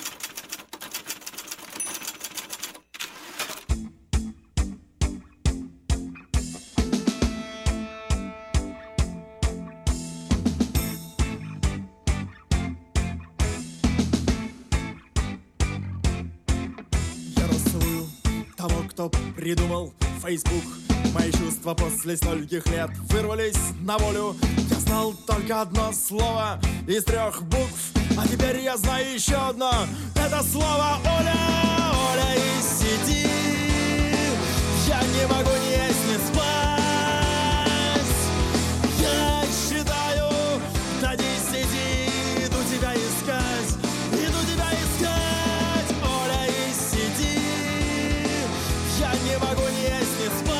Кто придумал Facebook? Мои чувства после стольких лет вырвались на волю. Я знал только одно слово из трех букв, а теперь я знаю еще одно. Это слово Оля, Оля, и сиди. Я не могу ни есть, ни спать. Я считаю до десяти, иду тебя искать, иду тебя искать. Оля, и сиди. Я не могу ни есть, ни спать.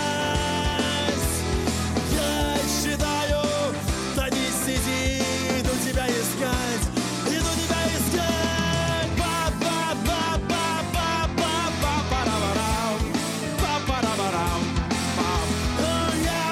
Я считаю до десяти, иду тебя искать, иду тебя искать. Ба-ба-ба-ба-ба-ба-ба-ба-ба-ба-барам, ба-ба-ба-барам, бам. Я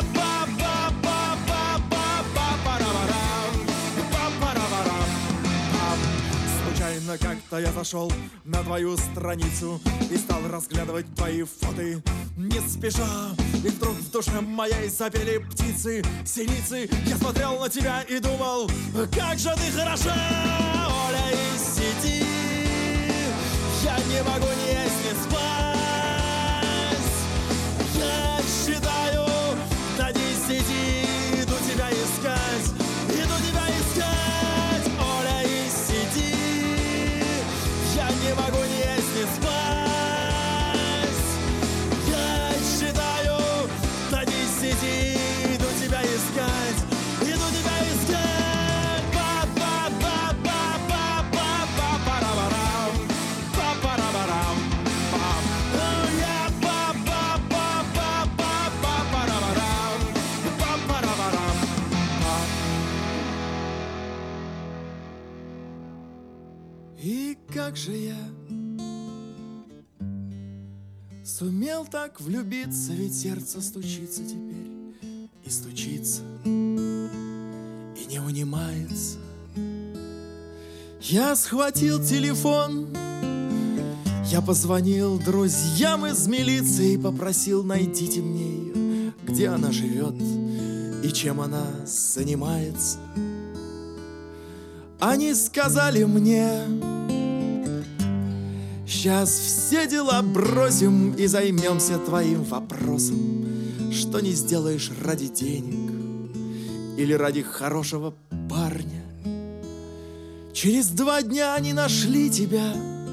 ба-ба-ба-ба-ба-ба-ба-барам, ба-ба-ба-барам, бам. Случайно как-то я зашел на твою страницу и стал разглядывать твои фото не спеша. И вдруг в душе моей запели птицы, синицы. Я смотрел на тебя и думал, как же ты хороша, Оля, и сиди. Я не могу ни есть, ни спать. Я считаю до десяти, иду тебя искать, иду тебя искать. Оля, и сиди. Я не могу ни есть, ни спать. Я считаю до десяти, иду тебя искать, иду тебя искать. Ба-ба-ба-ба-ба-ба-ба-барам, ба-барам, бам. Я ба-ба-ба-ба-ба-ба-барам, ба-барам, бам. И как же я сумел так влюбиться, ведь сердце стучится теперь и стучится, и не унимается. Я схватил телефон, я позвонил друзьям из милиции и попросил: найдите мне ее, где она живет и чем она занимается. Они сказали мне: сейчас все дела бросим и займемся твоим вопросом, что не сделаешь ради денег или ради хорошего парня. Через два дня они нашли тебя.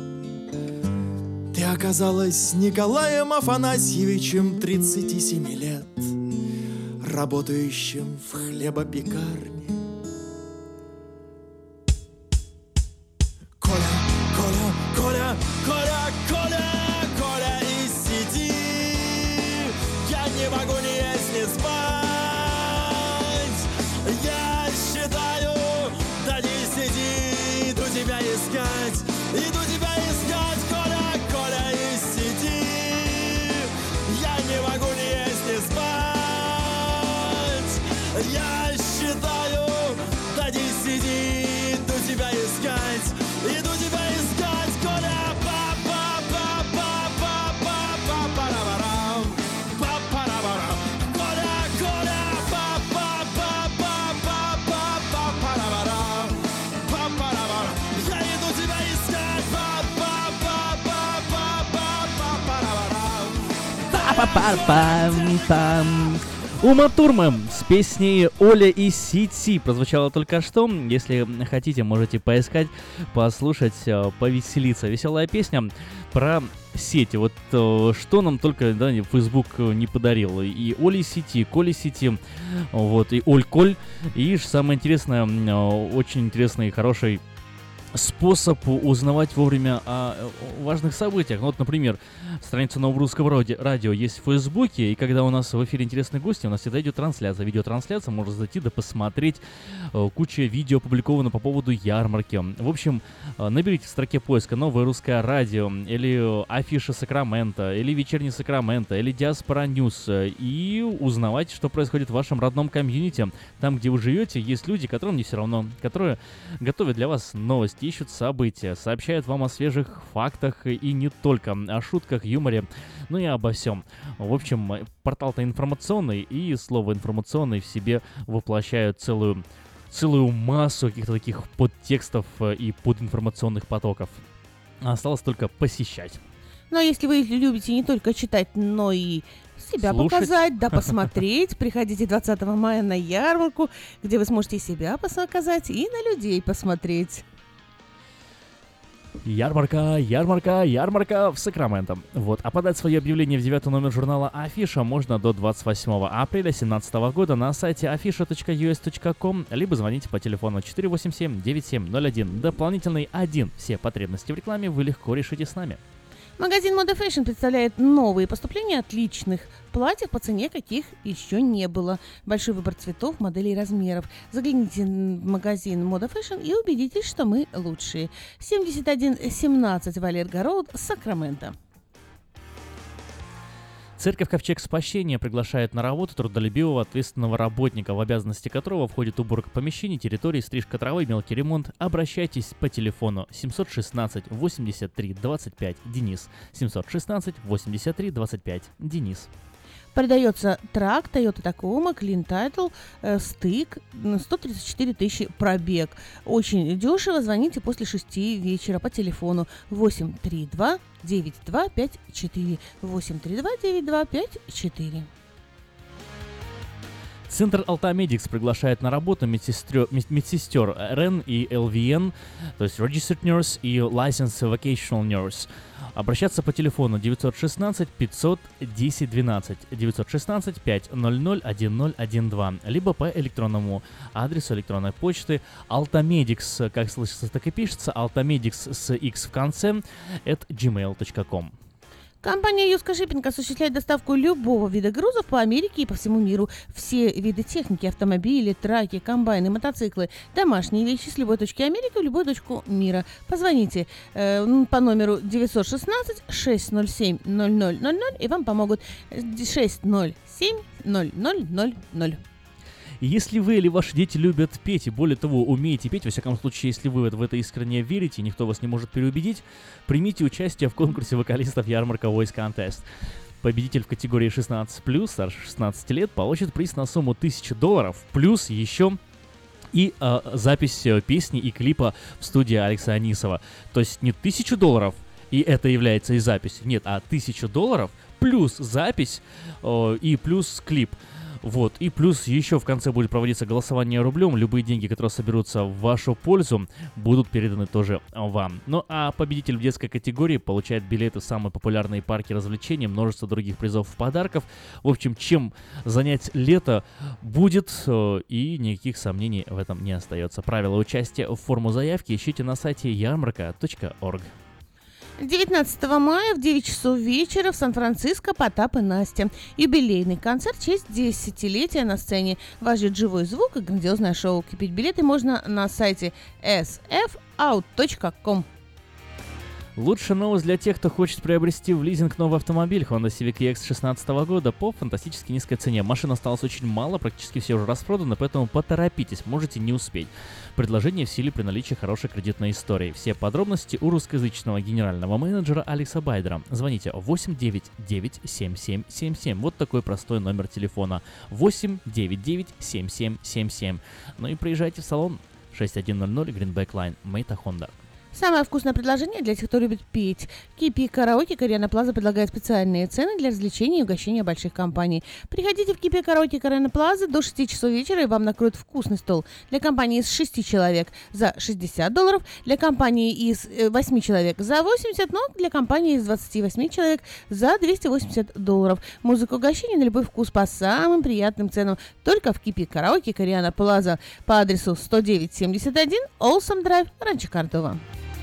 Ты оказалась Николаем Афанасьевичем, тридцати семи лет, работающим в хлебопекарне. Коля, Коля, Коля, Коля, Коля, Коля, и сиди. Я не могу ни есть, ни спать. Па-па-па-пам-пам. Ума Турман с песней «Оля и Сити» прозвучало только что. Если хотите, можете поискать, послушать, повеселиться. Веселая песня про сети. Вот что нам только, да, Facebook не подарил. И Оля Сити, и Коля Сити, вот, и Оль-Коль. И самое интересное, очень интересный и хороший способ узнавать вовремя о важных событиях. Ну, вот, например, страница Нового Русского радио есть в Фейсбуке, и когда у нас в эфире интересные гости, у нас всегда идет трансляция. Видеотрансляция, можно зайти да посмотреть. Куча видео опубликовано по поводу ярмарки. В общем, наберите в строке поиска «Новое Русское радио», или «Афиша Сакрамента», или «Вечерний Сакраменто», или «Диаспора Ньюс», и узнавайте, что происходит в вашем родном комьюнити. Там, где вы живете, есть люди, которым не все равно, которые готовят для вас новости, ищут события, сообщают вам о свежих фактах и не только, о шутках, юморе, ну и обо всем. В общем, портал-то информационный, и слово «информационный» в себе воплощают целую, целую массу каких-то таких подтекстов и подинформационных потоков. Осталось только посещать. Ну а если вы любите не только читать, но и себя Слушать. показать, да посмотреть, приходите двадцатого мая на ярмарку, где вы сможете и себя показать, и на людей посмотреть. Ярмарка, ярмарка, ярмарка в Сакраменто. Вот. А подать свое объявление в девятый номер журнала «Афиша» можно до двадцать восьмого апреля две тысячи семнадцатого года на сайте афиша точка ю эс точка ком, либо звоните по телефону четыре восемь семь девять семь ноль один, дополнительный один. Все потребности в рекламе вы легко решите с нами. Магазин Moda Fashion представляет новые поступления отличных платьев по цене, каких еще не было. Большой выбор цветов, моделей и размеров. Загляните в магазин Moda Fashion и убедитесь, что мы лучшие. семьдесят один семнадцать Валерго Роуд, Сакраменто. Церковь Ковчег Спасения приглашает на работу трудолюбивого ответственного работника, в обязанности которого входит уборка помещений, территории, стрижка травы, мелкий ремонт. Обращайтесь по телефону семь один шесть восемьдесят три двадцать пять Денис. семь один шесть восемьдесят три двадцать пять Денис. Продается трак Toyota Tacoma, Clean Title, э, стык, сто тридцать четыре тысячи пробег. Очень дешево. Звоните после шести вечера по телефону восемь три два девять два пять четыре. восемь три два девять два пять четыре. Центр Алтамедикс приглашает на работу медсестер, медсестер эр эн и эл ви эн, то есть Registered Nurse и Licensed Vocational Nurse. Обращаться по телефону девять один шесть пятьсот десять двенадцать, девять один шесть пятьсот десять двенадцать, либо по электронному адресу электронной почты altamedics, как слышится, так и пишется, altamedics с X в конце, at gmail точка ком. Компания Юска Шиппинг осуществляет доставку любого вида грузов по Америке и по всему миру. Все виды техники, автомобили, траки, комбайны, мотоциклы, домашние вещи с любой точки Америки в любую точку мира. Позвоните э, по номеру девять один шесть шесть ноль семь ноль ноль ноль ноль и вам помогут. шесть ноль семь ноль ноль ноль ноль. Если вы или ваши дети любят петь, и более того, умеете петь, во всяком случае, если вы в это искренне верите, никто вас не может переубедить, примите участие в конкурсе вокалистов ярмарка Voice Contest. Победитель в категории шестнадцать плюс, старше шестнадцати лет, получит приз на сумму тысяча долларов, плюс еще и э, запись песни и клипа в студии Алекса Анисова. То есть не тысячу долларов, и это является и запись, нет, а тысячу долларов плюс запись э, и плюс клип. Вот, и плюс еще в конце будет проводиться голосование рублем. Любые деньги, которые соберутся в вашу пользу, будут переданы тоже вам. Ну а победитель в детской категории получает билеты в самые популярные парки развлечений, множество других призов и подарков. В общем, чем занять лето будет, и никаких сомнений в этом не остается. Правила участия в форму заявки ищите на сайте ярмарка точка орг. девятнадцатого мая в девять часов вечера в Сан-Франциско Потап и Настя. Юбилейный концерт в честь десятилетия на сцене. Вас ждет живой звук и грандиозное шоу. Купить билеты можно на сайте эс эф аут точка ком. Лучшая новость для тех, кто хочет приобрести в лизинг новый автомобиль Honda Civic и экс шестнадцатого года по фантастически низкой цене. Машин осталось очень мало, практически все уже распроданы, поэтому поторопитесь, можете не успеть. Предложение в силе при наличии хорошей кредитной истории. Все подробности у русскоязычного генерального менеджера Алекса Байдера. Звоните восемь девять девять семь семь семь семь. Вот такой простой номер телефона. восемь девять девять семь семь семь семь. Ну и приезжайте в салон шесть один ноль ноль Greenback Line, Мэйта Honda. Самое вкусное предложение для тех, кто любит петь. Кипи Караоке Кориана Плаза предлагает специальные цены для развлечений и угощения больших компаний. Приходите в Кипи Караоке Кориана Плаза до шести часов вечера, и вам накроют вкусный стол. Для компании из шести человек за шестьдесят долларов, для компании из восьми человек за восемьдесят, но для компании из двадцати восьми человек за двести восемьдесят долларов. Музыка угощений на любой вкус по самым приятным ценам. Только в Кипи Караоке Кориана Плаза по адресу сто девять семьдесят один Олсом Драйв, Ранчо Кордова.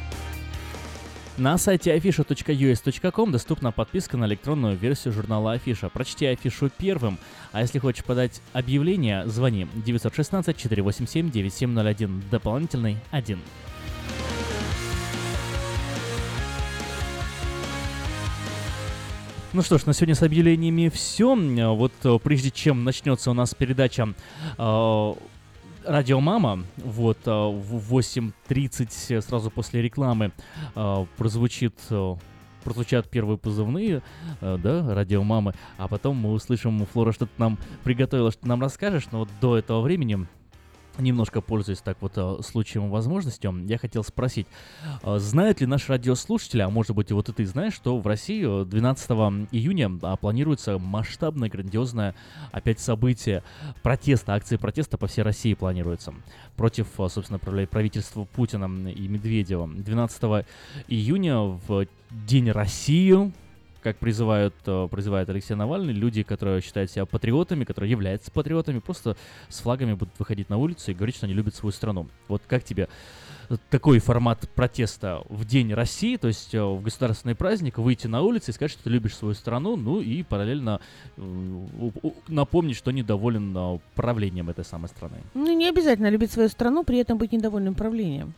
На сайте афиша точка ю эс точка ком доступна подписка на электронную версию журнала Афиша. Прочти афишу первым, а если хочешь подать объявление, звони девять один шесть четыре восемь семь девять семь ноль один, дополнительный один. Ну что ж, на сегодня с объявлениями все. Вот прежде чем начнется у нас передача э, «Радио Мама», вот в восемь тридцать, сразу после рекламы, э, прозвучит, э, прозвучат первые позывные, э, да, «Радио Мамы», а потом мы услышим, Флора что-то нам приготовила, что нам расскажешь, но вот до этого времени, немножко пользуясь так вот uh, случаем и возможностью, я хотел спросить, uh, знают ли наши радиослушатели, а может быть и вот и ты знаешь, что в России двенадцатого июня uh, планируется масштабное, грандиозное опять событие протеста, акции протеста по всей России планируется против, uh, собственно, правительства Путина и Медведева. двенадцатого июня в День России, как призывают, призывает Алексей Навальный, люди, которые считают себя патриотами, которые являются патриотами, просто с флагами будут выходить на улицу и говорить, что они любят свою страну. Вот как тебе такой формат протеста в День России, то есть в государственный праздник, выйти на улицу и сказать, что ты любишь свою страну, ну и параллельно напомнить, что недоволен правлением этой самой страны? Ну, не обязательно любить свою страну, при этом быть недовольным правлением.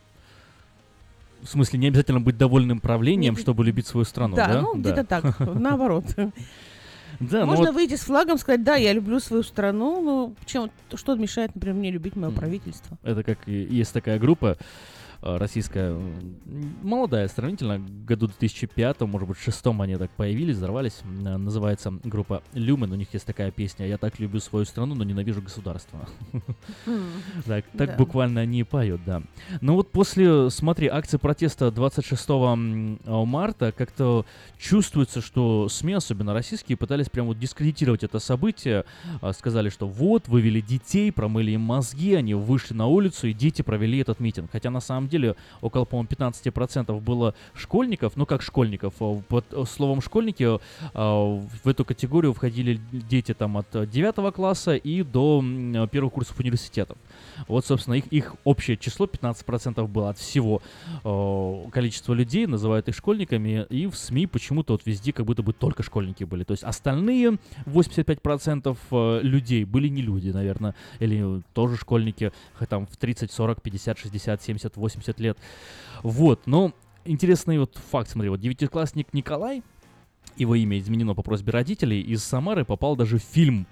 В смысле, не обязательно быть довольным правлением, не... чтобы любить свою страну, да? Да, ну да. Где-то так, наоборот. Да, можно вот... выйти с флагом, сказать, да, я люблю свою страну, но чем, что мешает, например, мне любить мое правительство? Это как есть такая группа российская, молодая сравнительно, году две тысячи пятом, может быть, шестом они так появились, взорвались, называется группа «Люмен», у них есть такая песня «Я так люблю свою страну, но ненавижу государство». Так буквально они и поют, да. Но вот после, смотри, акции протеста двадцать шестого марта как-то чувствуется, что СМИ, особенно российские, пытались прям вот дискредитировать это событие, сказали, что вот, вывели детей, промыли им мозги, они вышли на улицу, и дети провели этот митинг. Хотя на самом деле около, по-моему, пятнадцать процентов было школьников, ну как школьников, под словом школьники в эту категорию входили дети там от девятого класса и до первых курсов университетов. Вот, собственно, их, их общее число пятнадцать процентов было от всего количества людей, называют их школьниками, и в СМИ почему-то вот везде как будто бы только школьники были. То есть остальные восемьдесят пять процентов людей были не люди, наверное, или тоже школьники, там в тридцать, сорок, пятьдесят, шестьдесят, семьдесят, восемьдесят лет. Вот, но интересный вот факт, смотри, вот девятиклассник Николай, его имя изменено по просьбе родителей, из Самары попал даже в фильм,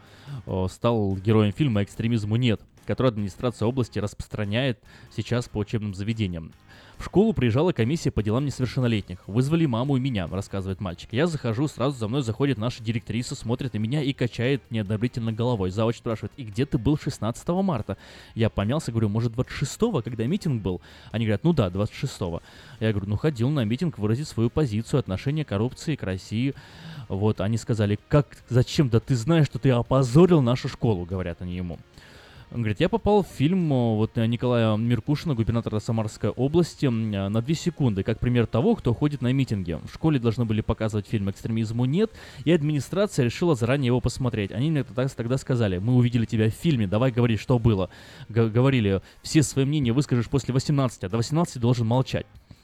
стал героем фильма «Экстремизму нет», который администрация области распространяет сейчас по учебным заведениям. В школу приезжала комиссия по делам несовершеннолетних. Вызвали маму и меня, рассказывает мальчик. Я захожу, сразу за мной заходит наша директриса, смотрит на меня и качает неодобрительно головой. Завуч спрашивает, и где ты был шестнадцатого марта? Я помялся, говорю, может двадцать шестого, когда митинг был? Они говорят, ну да, двадцать шестого. Я говорю, ну ходил на митинг выразить свою позицию, отношение к коррупции, к России. Вот, они сказали, как, зачем, да ты знаешь, что ты опозорил нашу школу, говорят они ему. Он говорит, я попал в фильм вот Николая Меркушина, губернатора Самарской области, на две секунды, как пример того, кто ходит на митинги. В школе должны были показывать фильм «Экстремизму нет», и администрация решила заранее его посмотреть. Они мне тогда сказали, мы увидели тебя в фильме, давай говори, что было. Г- говорили, все свои мнения выскажешь после восемнадцати, а до восемнадцати должен молчать.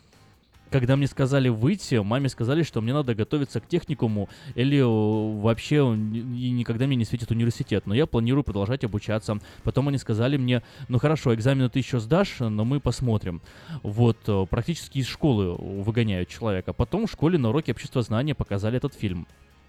Когда мне сказали выйти, маме сказали, что мне надо готовиться к техникуму или вообще никогда мне не светит университет, но я планирую продолжать обучаться. Потом они сказали мне, ну хорошо, экзамены ты еще сдашь, но мы посмотрим. Вот, практически из школы выгоняют человека. Потом в школе на уроке обществознания показали этот фильм.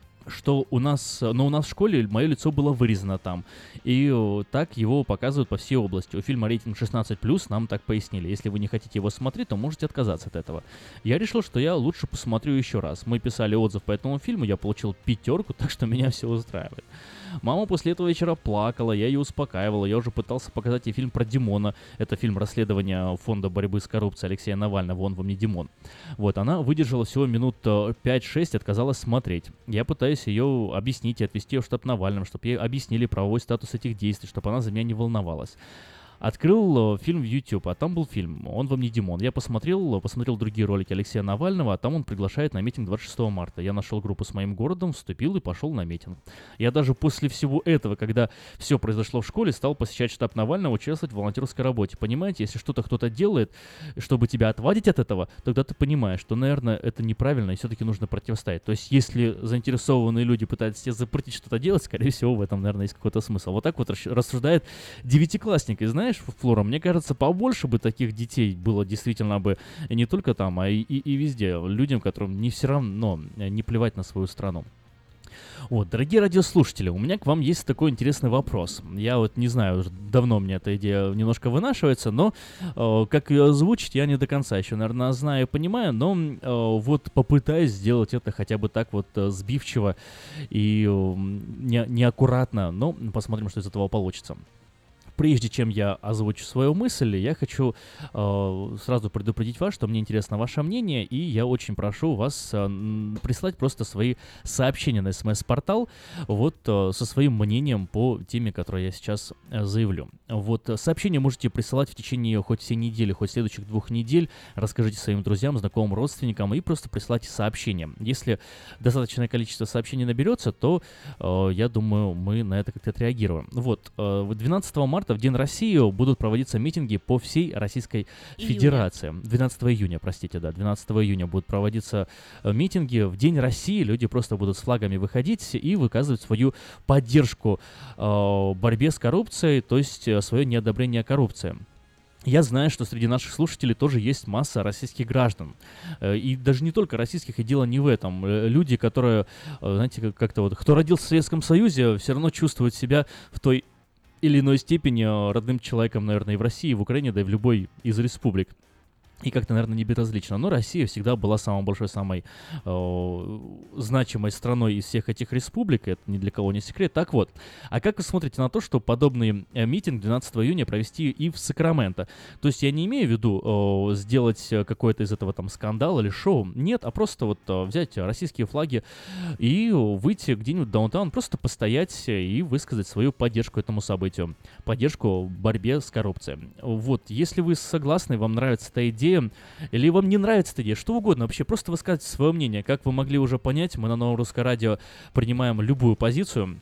Что у нас, но у нас в школе мое лицо было вырезано там, и о, так его показывают по всей области. У фильма рейтинг шестнадцать плюс, нам так пояснили. Если вы не хотите его смотреть, то можете отказаться от этого. Я решил, что я лучше посмотрю еще раз. Мы писали отзыв по этому фильму, я получил пятерку, так что меня все устраивает. Мама после этого вечера плакала, я ее успокаивал, я уже пытался показать ей фильм про Димона. Это фильм расследования фонда борьбы с коррупцией Алексея Навального, «Вон вам не Димон». Вот, она выдержала всего минут пять-шесть, отказалась смотреть. Я пытаюсь ее объяснить и отвести ее в штаб Навального, чтобы ей объяснили правовой статус этих действий, чтобы она за меня не волновалась. Открыл э, фильм в YouTube, а там был фильм «Он вам не Димон». Я посмотрел, посмотрел другие ролики Алексея Навального, а там он приглашает на митинг двадцать шестого марта. Я нашел группу с моим городом, вступил и пошел на митинг. Я даже после всего этого, когда все произошло в школе, стал посещать штаб Навального, участвовать в волонтерской работе. Понимаете, если что-то кто-то делает, чтобы тебя отвадить от этого, тогда ты понимаешь, что, наверное, это неправильно и все-таки нужно противостоять. То есть, если заинтересованные люди пытаются тебе запретить что-то делать, скорее всего, в этом, наверное, есть какой-то смысл. Вот так вот рассуждает девятиклассник. И знаешь, Флора, мне кажется, побольше бы таких детей было действительно бы не только там, а и, и, и везде. Людям, которым не все равно, не плевать на свою страну. Вот, дорогие радиослушатели, у меня к вам есть такой интересный вопрос. Я вот не знаю, уже давно мне эта идея немножко вынашивается, но э, как ее озвучить, я не до конца еще, наверное, знаю и понимаю, но э, вот попытаюсь сделать это хотя бы так вот э, сбивчиво и э, не, неаккуратно, но посмотрим, что из этого получится. Прежде чем я озвучу свою мысль, я хочу э, сразу предупредить вас, что мне интересно ваше мнение, и я очень прошу вас э, прислать просто свои сообщения на смс-портал вот э, со своим мнением по теме, которую я сейчас э, заявлю. Вот сообщения можете присылать в течение хоть всей недели, хоть следующих двух недель. Расскажите своим друзьям, знакомым, родственникам и просто присылайте сообщения. Если достаточное количество сообщений наберется, то э, я думаю, мы на это как-то отреагируем. Вот, э, двенадцатого марта в День России будут проводиться митинги по всей Российской июня. Федерации. двенадцатого июня, простите, да, двенадцатого июня будут проводиться митинги. В День России люди просто будут с флагами выходить и выказывать свою поддержку э, борьбе с коррупцией, то есть свое неодобрение коррупции. Я знаю, что среди наших слушателей тоже есть масса российских граждан. И даже не только российских, и дело не в этом. Люди, которые, знаете, как-то вот, кто родился в Советском Союзе, все равно чувствуют себя в той или иной степени родным человеком, наверное, и в России, и в Украине, да и в любой из республик. И как-то, наверное, не безразлично. Но Россия всегда была самой большой, самой э, значимой страной из всех этих республик. Это ни для кого не секрет. Так вот, а как вы смотрите на то, что подобный э, митинг двенадцатого июня провести и в Сакраменто? То есть я не имею в виду э, сделать какой-то из этого там скандал или шоу. Нет, а просто вот э, взять российские флаги и выйти где-нибудь в даунтаун, просто постоять и высказать свою поддержку этому событию. Поддержку борьбе с коррупцией. Вот, если вы согласны, вам нравится эта идея, или вам не нравится эта идея, что угодно вообще, просто высказывайте свое мнение. Как вы могли уже понять, мы на Новом Русском радио принимаем любую позицию,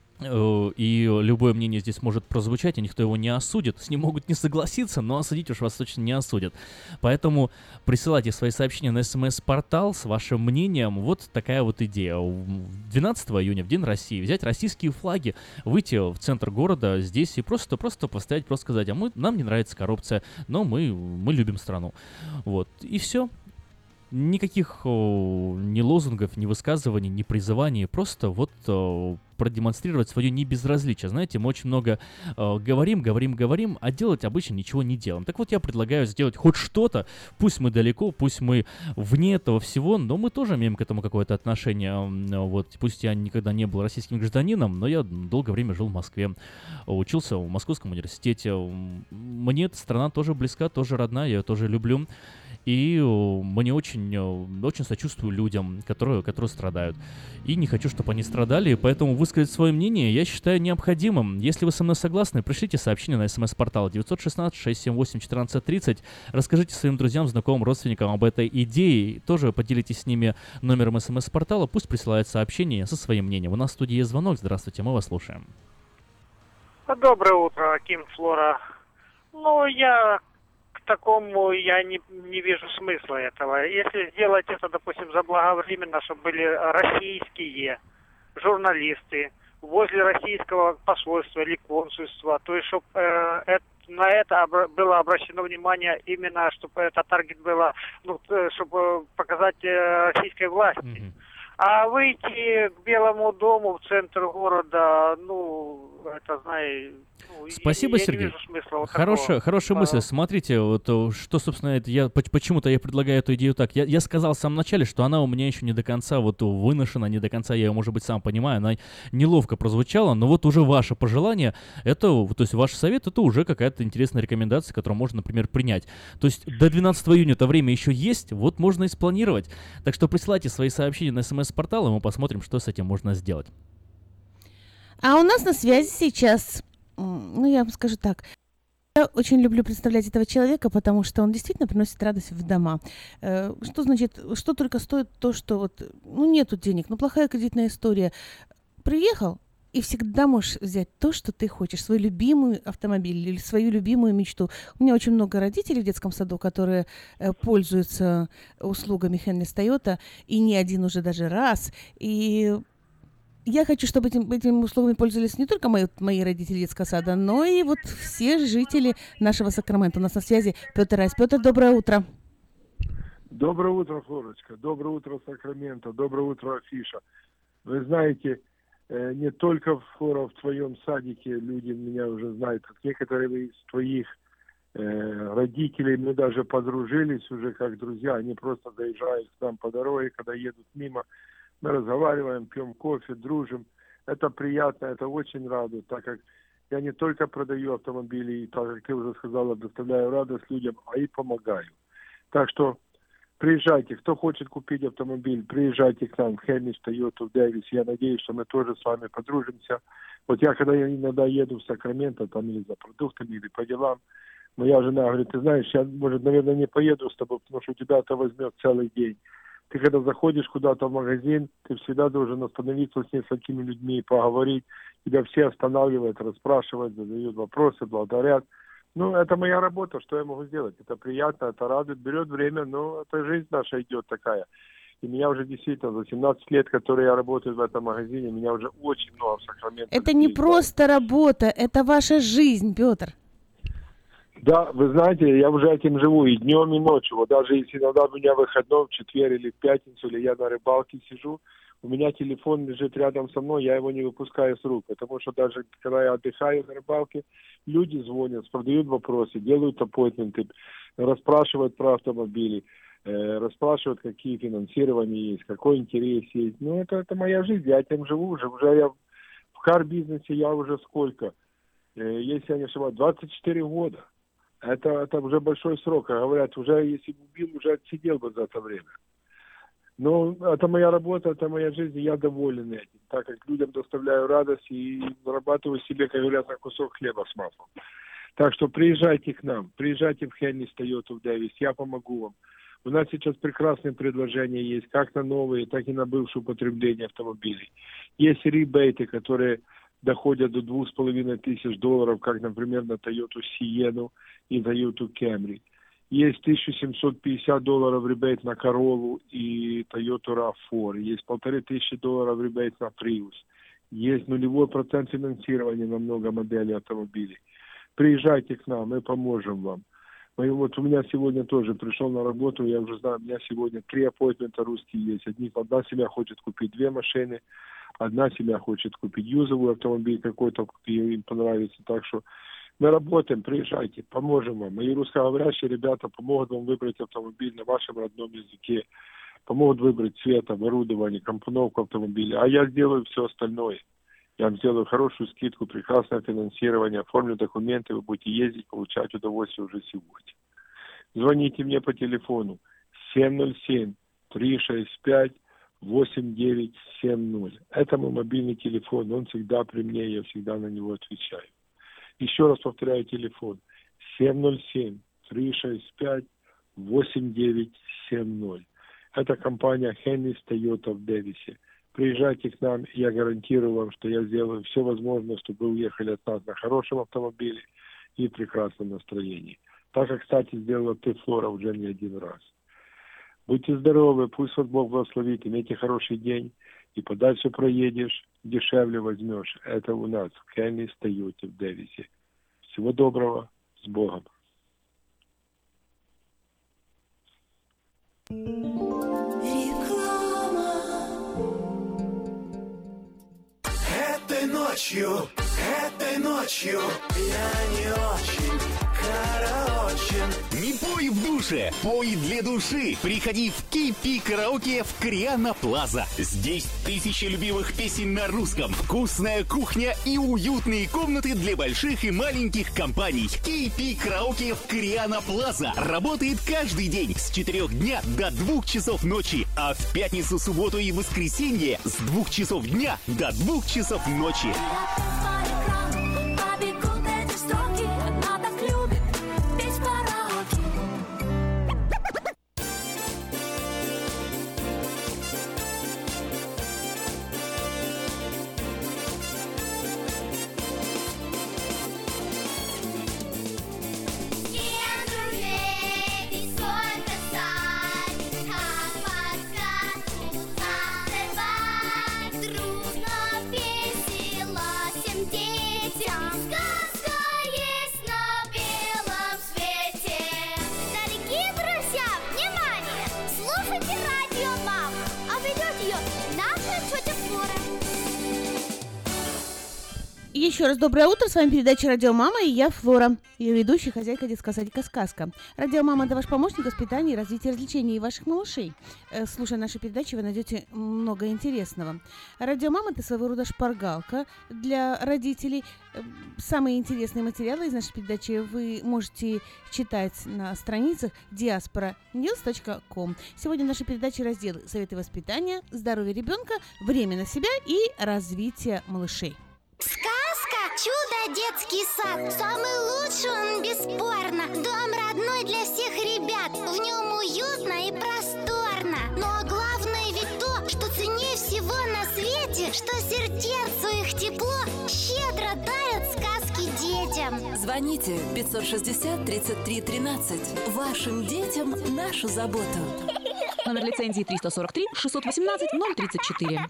и любое мнение здесь может прозвучать, и никто его не осудит. С ним могут не согласиться, но осудить уж вас точно не осудят. Поэтому присылайте свои сообщения на смс-портал с вашим мнением. Вот такая вот идея. двенадцатого июня, в День России, взять российские флаги, выйти в центр города здесь и просто, просто постоять, просто сказать, а мы, нам не нравится коррупция, но мы, мы любим страну. Вот. И все. Никаких о, ни лозунгов, ни высказываний, ни призываний, просто вот о, продемонстрировать свое небезразличие. Знаете, мы очень много о, говорим, говорим, говорим, а делать обычно ничего не делаем. Так вот, я предлагаю сделать хоть что-то, пусть мы далеко, пусть мы вне этого всего, но мы тоже имеем к этому какое-то отношение. Вот, пусть я никогда не был российским гражданином, но я долгое время жил в Москве, учился в Московском университете. Мне эта страна тоже близка, тоже родная, я ее тоже люблю. И мне очень, очень сочувствую людям, которые, которые страдают. И не хочу, чтобы они страдали, поэтому высказать свое мнение я считаю необходимым. Если вы со мной согласны, пришлите сообщение на смс-портал девять один шесть шесть семь восемь один четыре три ноль. Расскажите своим друзьям, знакомым, родственникам об этой идее. Тоже поделитесь с ними номером смс-портала. Пусть присылают сообщение со своим мнением. У нас в студии есть звонок. Здравствуйте, мы вас слушаем. Доброе утро, Аким, Флора. Ну, я... такому я не, не вижу смысла этого. Если сделать это, допустим, заблаговременно, чтобы были российские журналисты возле российского посольства или консульства, то есть, чтобы э, это, на это обра- было обращено внимание именно, чтобы это таргет было, ну, чтобы показать э, российской власти. Mm-hmm. А выйти к Белому дому в центр города, ну, это, знаешь, ну, Спасибо, я, я Сергей. Не вижу смысла вот Хорошая, такого. хорошая А, мысль. Смотрите, вот что, собственно, это я почему-то я предлагаю эту идею так. Я, я сказал в самом начале, что она у меня еще не до конца вот выношена, не до конца я ее, может быть, сам понимаю, она неловко прозвучала, но вот уже ваше пожелание, это, то есть ваш совет, это уже какая-то интересная рекомендация, которую можно, например, принять. То есть до двенадцатого июня это время еще есть, вот можно и спланировать. Так что присылайте свои сообщения на смс-портал, и мы посмотрим, что с этим можно сделать. А у нас на связи сейчас, ну, я вам скажу так, я очень люблю представлять этого человека, потому что он действительно приносит радость в дома. Что значит, что только стоит то, что вот, ну, нету денег, ну, плохая кредитная история. Приехал, и всегда можешь взять то, что ты хочешь, свой любимый автомобиль или свою любимую мечту. У меня очень много родителей в детском саду, которые э, пользуются услугами Henley's Toyota, и не один уже даже раз. И я хочу, чтобы этим, этими услугами пользовались не только мои, мои родители детского сада, но и вот все жители нашего Сакрамента. У нас на связи Петр Райс. Петр, доброе утро. Доброе утро, Флорочка. Доброе утро, Сакраменто. Доброе утро, Афиша. Вы знаете, не только, Флора, в твоем садике люди меня уже знают, как некоторые из твоих э, родителей, мы даже подружились уже как друзья. Они просто заезжают к нам по дороге, когда едут мимо. Мы разговариваем, пьем кофе, дружим. Это приятно, это очень радует, так как я не только продаю автомобили, и, так как ты уже сказала, доставляю радость людям, а и помогаю. Так что приезжайте, кто хочет купить автомобиль, приезжайте к нам в Henley's Toyota в Дэвис. Я надеюсь, что мы тоже с вами подружимся. Вот я, когда я иногда еду в Сакраменто, там или за продуктами, или по делам, моя жена говорит, ты знаешь, я, может, наверное, не поеду с тобой, потому что у тебя это возьмет целый день. Ты когда заходишь куда-то в магазин, ты всегда должен остановиться с несколькими людьми и поговорить. Тебя все останавливают, расспрашивают, задают вопросы, благодарят. Ну, это моя работа, что я могу сделать? Это приятно, это радует, берет время, но это жизнь наша идет такая. И меня уже действительно за семнадцать лет, которые я работаю в этом магазине, меня уже очень много в Сакраменто. Это не просто работа, это ваша жизнь, Петр. Да, вы знаете, я уже этим живу и днем, и ночью. Вот даже если иногда у меня выходной, в четверг или в пятницу, или я на рыбалке сижу, у меня телефон лежит рядом со мной, я его не выпускаю с рук. Потому что даже когда я отдыхаю на рыбалке, люди звонят, задают вопросы, делают аппоинтменты, расспрашивают про автомобили, э, расспрашивают, какие финансирования есть, какой интерес есть. Ну, это, это моя жизнь, я этим живу уже. Уже я в кар-бизнесе я уже сколько? Э, если я не ошибаюсь, двадцать четыре года. Это, это уже большой срок. Говорят, уже если бы убил, уже отсидел бы за это время. Но это моя работа, это моя жизнь, и я доволен этим, так как людям доставляю радость и зарабатываю себе, как говорят, на кусок хлеба с маслом. Так что приезжайте к нам, приезжайте в Henley's Toyota в Дэвис, я помогу вам. У нас сейчас прекрасные предложения есть, как на новые, так и на бывшее употребление автомобилей. Есть ребейты, которые доходят до двух с половиной тысяч долларов, как, например, на Toyota Sienna и Toyota Camry. Есть тысяча семьсот пятьдесят долларов ребейт на Corolla и Toyota рав четыре. Есть полторы тысячи долларов ребейт на Prius. Есть нулевой процент финансирования на много моделей автомобилей. Приезжайте к нам, мы поможем вам. Мы, вот у меня сегодня тоже пришел на работу, я уже знаю, у меня сегодня три аппоинтмента русские есть. Одни, одна семья хочет купить две машины, одна семья хочет купить юзовый автомобиль какой-то, им понравится. Так что мы работаем, приезжайте, поможем вам. Мои русскоговорящие ребята помогут вам выбрать автомобиль на вашем родном языке, помогут выбрать цвет, оборудование, компоновку автомобиля. А я сделаю все остальное. Я вам сделаю хорошую скидку, прекрасное финансирование, оформлю документы, вы будете ездить, получать удовольствие уже сегодня. Звоните мне по телефону семь ноль семь три шесть пять восемь девять семь ноль. Это мой мобильный телефон, он всегда при мне, я всегда на него отвечаю. Еще раз повторяю телефон семь ноль семь три шесть пять восемь девять семь ноль. Это компания Henley's Toyota в Дэвисе. Приезжайте к нам, я гарантирую вам, что я сделаю все возможное, чтобы вы уехали от нас на хорошем автомобиле и в прекрасном настроении. Так как, кстати, сделала ты, Флора, уже не один раз. Будьте здоровы, пусть вас Бог благословит, имейте хороший день, и подальше проедешь, дешевле возьмешь. Это у нас в Henley's Toyota в Дэвисе. Всего доброго, с Богом. Этой ночью, этой Этой ночью я не очень караочен. Не пой в душе, пой для души. Приходи в кей пи Караоке в Криана Плаза. Здесь тысячи любимых песен на русском, вкусная кухня и уютные комнаты для больших и маленьких компаний. кей пи Караоке в Криана Плаза работает каждый день с четырёх дня до двух часов ночи, а в пятницу, субботу и воскресенье с двух часов дня до двух часов ночи. Еще раз доброе утро, с вами передача «Радио Мама» и я, Флора, ее ведущая, хозяйка детского садика «Сказка». «Радио Мама» — это ваш помощник в воспитании и развитии развлечений ваших малышей. Слушая наши передачи, вы найдете много интересного. «Радио Мама» — это своего рода шпаргалка для родителей. Самые интересные материалы из нашей передачи вы можете читать на страницах диаспора ньюс точка ком. Сегодня в нашей передаче разделы «Советы воспитания», «Здоровье ребенка», «Время на себя» и «Развитие малышей». Сказка «Чудо детский сад». Самый лучший он, бесспорно. Дом родной для всех ребят. В нем уютно и просторно. Но главное ведь то, что ценнее всего на свете, что сердцу их тепло щедро дарят сказки детям. Звоните пятьсот шестьдесят тридцать три тринадцать. Вашим детям нашу заботу. Номер лицензии триста сорок три шестьсот восемнадцать ноль тридцать четыре.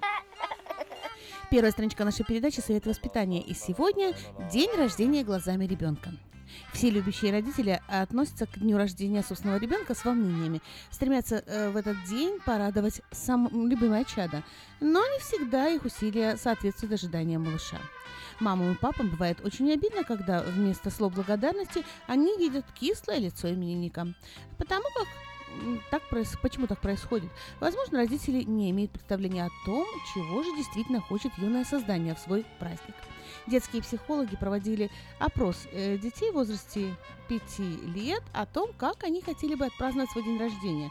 Первая страничка нашей передачи «Совет воспитания». И сегодня день рождения глазами ребенка. Все любящие родители относятся к дню рождения собственного ребенка с волнениями, стремятся э, в этот день порадовать сам любимое чадо, но не всегда их усилия соответствуют ожиданиям малыша. Мамам и папам бывает очень обидно, когда вместо слов благодарности они видят кислое лицо именинника, потому как Так, почему так происходит? Возможно, родители не имеют представления о том, чего же действительно хочет юное создание в свой праздник. Детские психологи проводили опрос э, детей в возрасте пяти лет о том, как они хотели бы отпраздновать свой день рождения,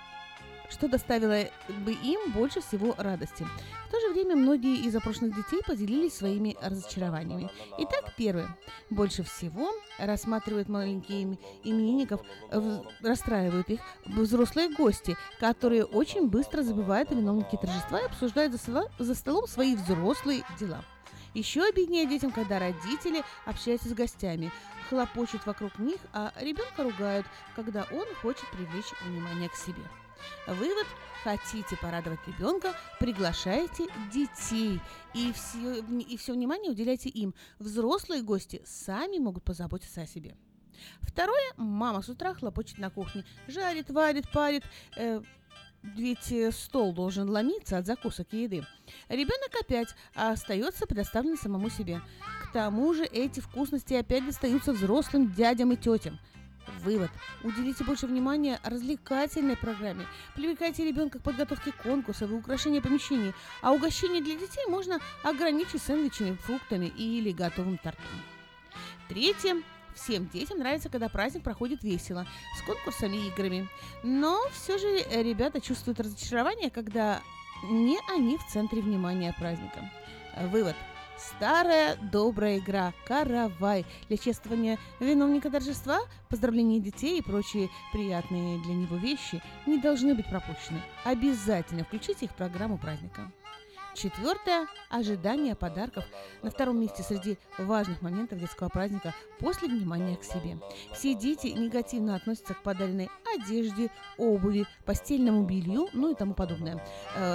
что доставило бы им больше всего радости. В то же время многие из опрошенных детей поделились своими разочарованиями. Итак, первое. Больше всего рассматривают маленьких именинников, расстраивают их взрослые гости, которые очень быстро забывают о виновнике торжества и обсуждают за, стола, за столом свои взрослые дела. Еще обиднее детям, когда родители общаются с гостями, хлопочут вокруг них, а ребенка ругают, когда он хочет привлечь внимание к себе. Вывод: хотите порадовать ребенка, приглашайте детей и все, и все внимание уделяйте им. Взрослые гости сами могут позаботиться о себе. Второе. Мама с утра хлопочет на кухне, жарит, варит, парит, э, ведь стол должен ломиться от закусок и еды. Ребенок опять остается предоставлен самому себе. К тому же эти вкусности опять достаются взрослым дядям и тетям. Вывод: уделите больше внимания развлекательной программе, привлекайте ребенка к подготовке конкурсов и украшению помещений, а угощение для детей можно ограничить сэндвичами, фруктами или готовым тортом. Третье. Всем детям нравится, когда праздник проходит весело, с конкурсами и играми. Но все же ребята чувствуют разочарование, когда не они в центре внимания праздника. Вывод: старая добрая игра «Каравай» для чествования виновника торжества, поздравления детей и прочие приятные для него вещи не должны быть пропущены. Обязательно включите их в программу праздника. Четвертое. Ожидание подарков на втором месте среди важных моментов детского праздника после внимания к себе. Все дети негативно относятся к подаренной одежде, обуви, постельному белью, ну и тому подобное.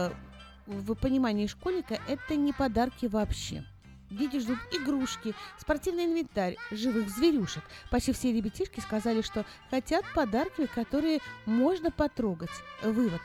В понимании школьника это не подарки вообще. Дети ждут игрушки, спортивный инвентарь, живых зверюшек. Почти все ребятишки сказали, что хотят подарки, которые можно потрогать. Вывод: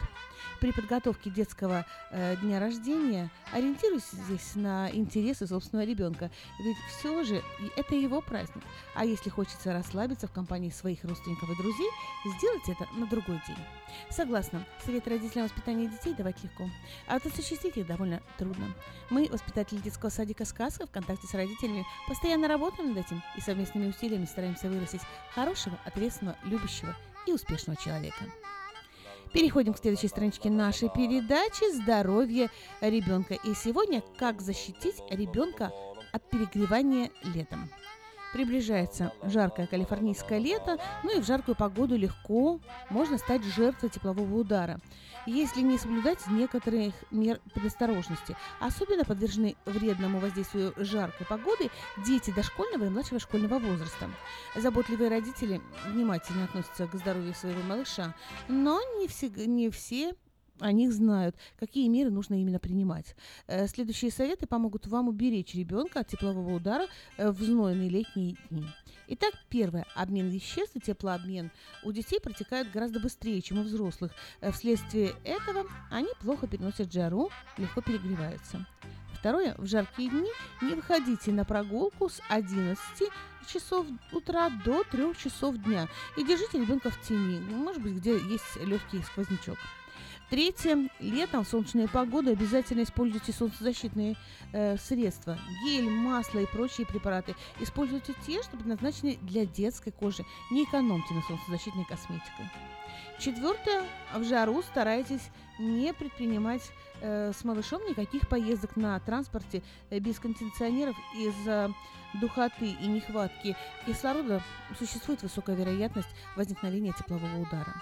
При подготовке детского э, дня рождения ориентируйтесь здесь на интересы собственного ребенка, ведь все же это его праздник. А если хочется расслабиться в компании своих родственников и друзей, сделайте это на другой день. Согласна, совет родителям воспитания детей давать легко, а вот осуществить их довольно трудно. Мы, воспитатели детского садика «Сказка», в контакте с родителями постоянно работаем над этим и совместными усилиями стараемся вырастить хорошего, ответственного, любящего и успешного человека. Переходим к следующей страничке нашей передачи «Здоровье ребенка». И сегодня «Как защитить ребенка от перегревания летом». Приближается жаркое калифорнийское лето, ну и в жаркую погоду легко можно стать жертвой теплового удара, если не соблюдать некоторых мер предосторожности. Особенно подвержены вредному воздействию жаркой погоды дети дошкольного и младшего школьного возраста. Заботливые родители внимательно относятся к здоровью своего малыша, но не все, не все о них знают, какие меры нужно именно принимать. Следующие советы помогут вам уберечь ребенка от теплового удара в знойные летние дни. Итак, первое. Обмен веществ и теплообмен у детей протекают гораздо быстрее, чем у взрослых. Вследствие этого они плохо переносят жару, легко перегреваются. Второе. В жаркие дни не выходите на прогулку с одиннадцати часов утра до трёх часов дня и держите ребенка в тени, может быть, где есть легкий сквознячок. Третье. Летом в солнечную погоду обязательно используйте солнцезащитные э, средства. Гель, масло и прочие препараты. Используйте те, что предназначены для детской кожи. Не экономьте на солнцезащитной косметике. Четвертое. В жару старайтесь не предпринимать э, с малышом никаких поездок на транспорте э, без кондиционеров. Из-за духоты и нехватки кислорода существует высокая вероятность возникновения теплового удара.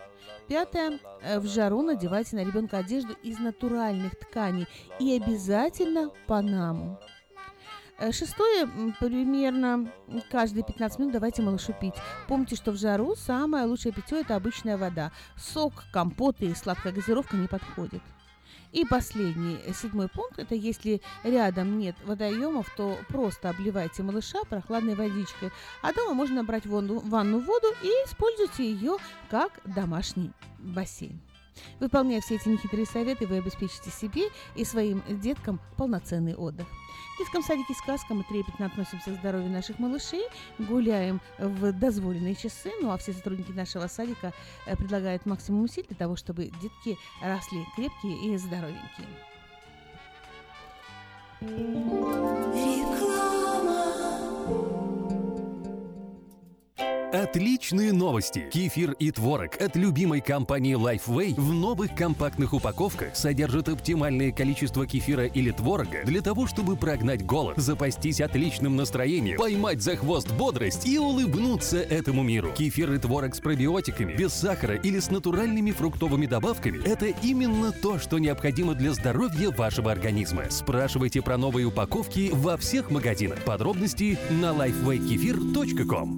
Пятое. В жару надевайте на ребенка одежду из натуральных тканей и обязательно панаму. Шестое. Примерно каждые пятнадцать минут давайте малышу пить. Помните, что в жару самое лучшее питье – это обычная вода. Сок, компоты и сладкая газировка не подходят. И последний, седьмой пункт, это если рядом нет водоемов, то просто обливайте малыша прохладной водичкой, а дома можно набрать воду, ванну воду и используйте ее как домашний бассейн. Выполняя все эти нехитрые советы, вы обеспечите себе и своим деткам полноценный отдых. В детском садике «Сказка» мы трепетно относимся к здоровью наших малышей, гуляем в дозволенные часы, ну а все сотрудники нашего садика предлагают максимум усилий для того, чтобы детки росли крепкие и здоровенькие. Отличные новости! Кефир и творог от любимой компании Lifeway в новых компактных упаковках содержат оптимальное количество кефира или творога для того, чтобы прогнать голод, запастись отличным настроением, поймать за хвост бодрость и улыбнуться этому миру. Кефир и творог с пробиотиками, без сахара или с натуральными фруктовыми добавками – это именно то, что необходимо для здоровья вашего организма. Спрашивайте про новые упаковки во всех магазинах. Подробности на лайфвей кефир точка ком.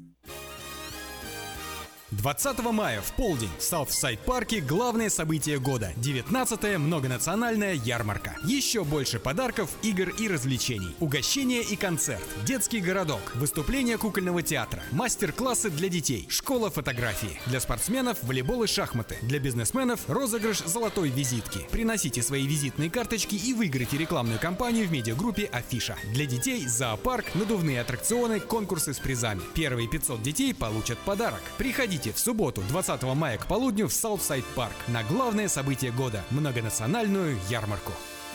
двадцатого мая в полдень в Саутсайд-парке главное событие года – девятнадцатая многонациональная ярмарка. Еще больше подарков, игр и развлечений. Угощение и концерт, детский городок, выступление кукольного театра, мастер-классы для детей, школа фотографии. Для спортсменов – волейбол и шахматы. Для бизнесменов – розыгрыш золотой визитки. Приносите свои визитные карточки и выиграйте рекламную кампанию в медиагруппе «Афиша». Для детей – зоопарк, надувные аттракционы, конкурсы с призами. Первые пятьсот детей получат подарок. Приходите в субботу, двадцатого мая к полудню в Саутсайд-парк на главное событие года – многонациональную ярмарку.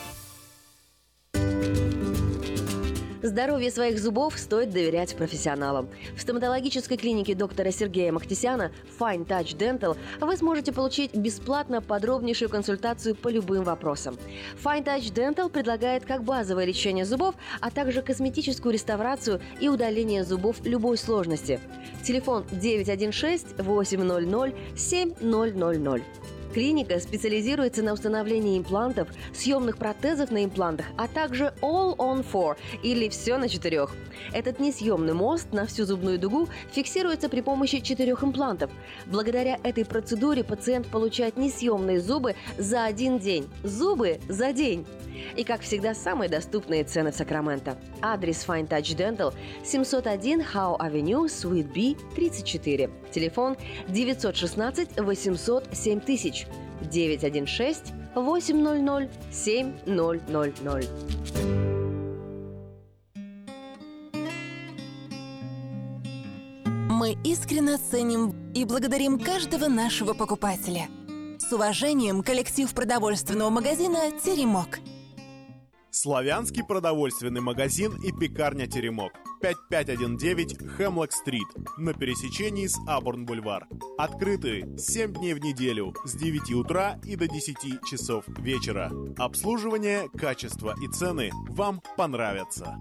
Здоровье своих зубов стоит доверять профессионалам. В стоматологической клинике доктора Сергея Махтисяна Fine Touch Dental вы сможете получить бесплатно подробнейшую консультацию по любым вопросам. Fine Touch Dental предлагает как базовое лечение зубов, а также косметическую реставрацию и удаление зубов любой сложности. Телефон девять один шесть восемь ноль ноль семь ноль ноль ноль. Клиника специализируется на установлении имплантов, съемных протезов на имплантах, а также All on Four или все на четырех. Этот несъемный мост на всю зубную дугу фиксируется при помощи четырех имплантов. Благодаря этой процедуре пациент получает несъемные зубы за один день. Зубы за день! И, как всегда, самые доступные цены в Сакраменто. Адрес Fine Touch Dental семьсот один Howe Avenue, Suite B, тридцать четыре. Телефон девять один шесть восемьсот семь тысяч. девять один шесть восемь ноль ноль семь ноль ноль ноль. Мы искренне ценим и благодарим каждого нашего покупателя. С уважением, коллектив продовольственного магазина «Теремок». Славянский продовольственный магазин и пекарня «Теремок». пять пять один девять Хемлок-стрит на пересечении с Абурн-бульвар. Открыты семь дней в неделю с девяти утра и до десяти часов вечера. Обслуживание, качество и цены вам понравятся.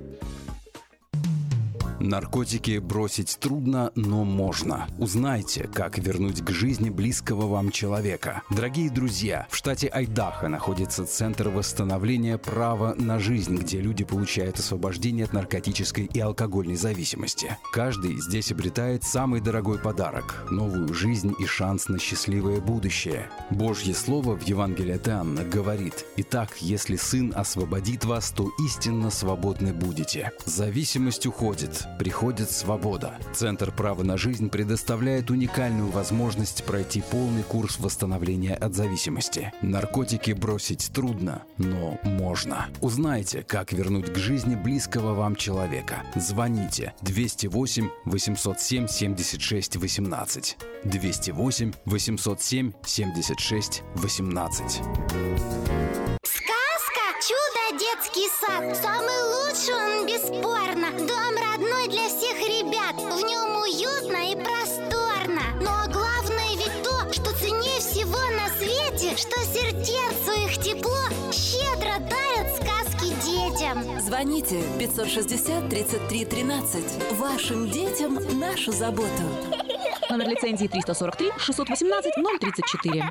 Наркотики бросить трудно, но можно. Узнайте, как вернуть к жизни близкого вам человека. Дорогие друзья, в штате Айдахо находится Центр восстановления права на жизнь, где люди получают освобождение от наркотической и алкогольной зависимости. Каждый здесь обретает самый дорогой подарок – новую жизнь и шанс на счастливое будущее. Божье Слово в Евангелии от Иоанна говорит: «Итак, если Сын освободит вас, то истинно свободны будете». Зависимость уходит. Приходит свобода. Центр права на жизнь предоставляет уникальную возможность пройти полный курс восстановления от зависимости. Наркотики бросить трудно, но можно. Узнайте, как вернуть к жизни близкого вам человека. Звоните двести восемь восемьсот семь семьдесят шесть восемнадцать. двести восемь восемьсот семь семьдесят шесть восемнадцать. Сказка «Чудо детский сад». Самый лучший он, бесспорно. Дом родной для всех ребят. В нем уютно и просторно. Но главное ведь то, что ценнее всего на свете, что сердцу их тепло щедро дарят сказки детям. Звоните пятьсот шестьдесят тридцать три тринадцать. Вашим детям нашу заботу. Номер лицензии триста сорок три шестьсот восемнадцать ноль тридцать четыре.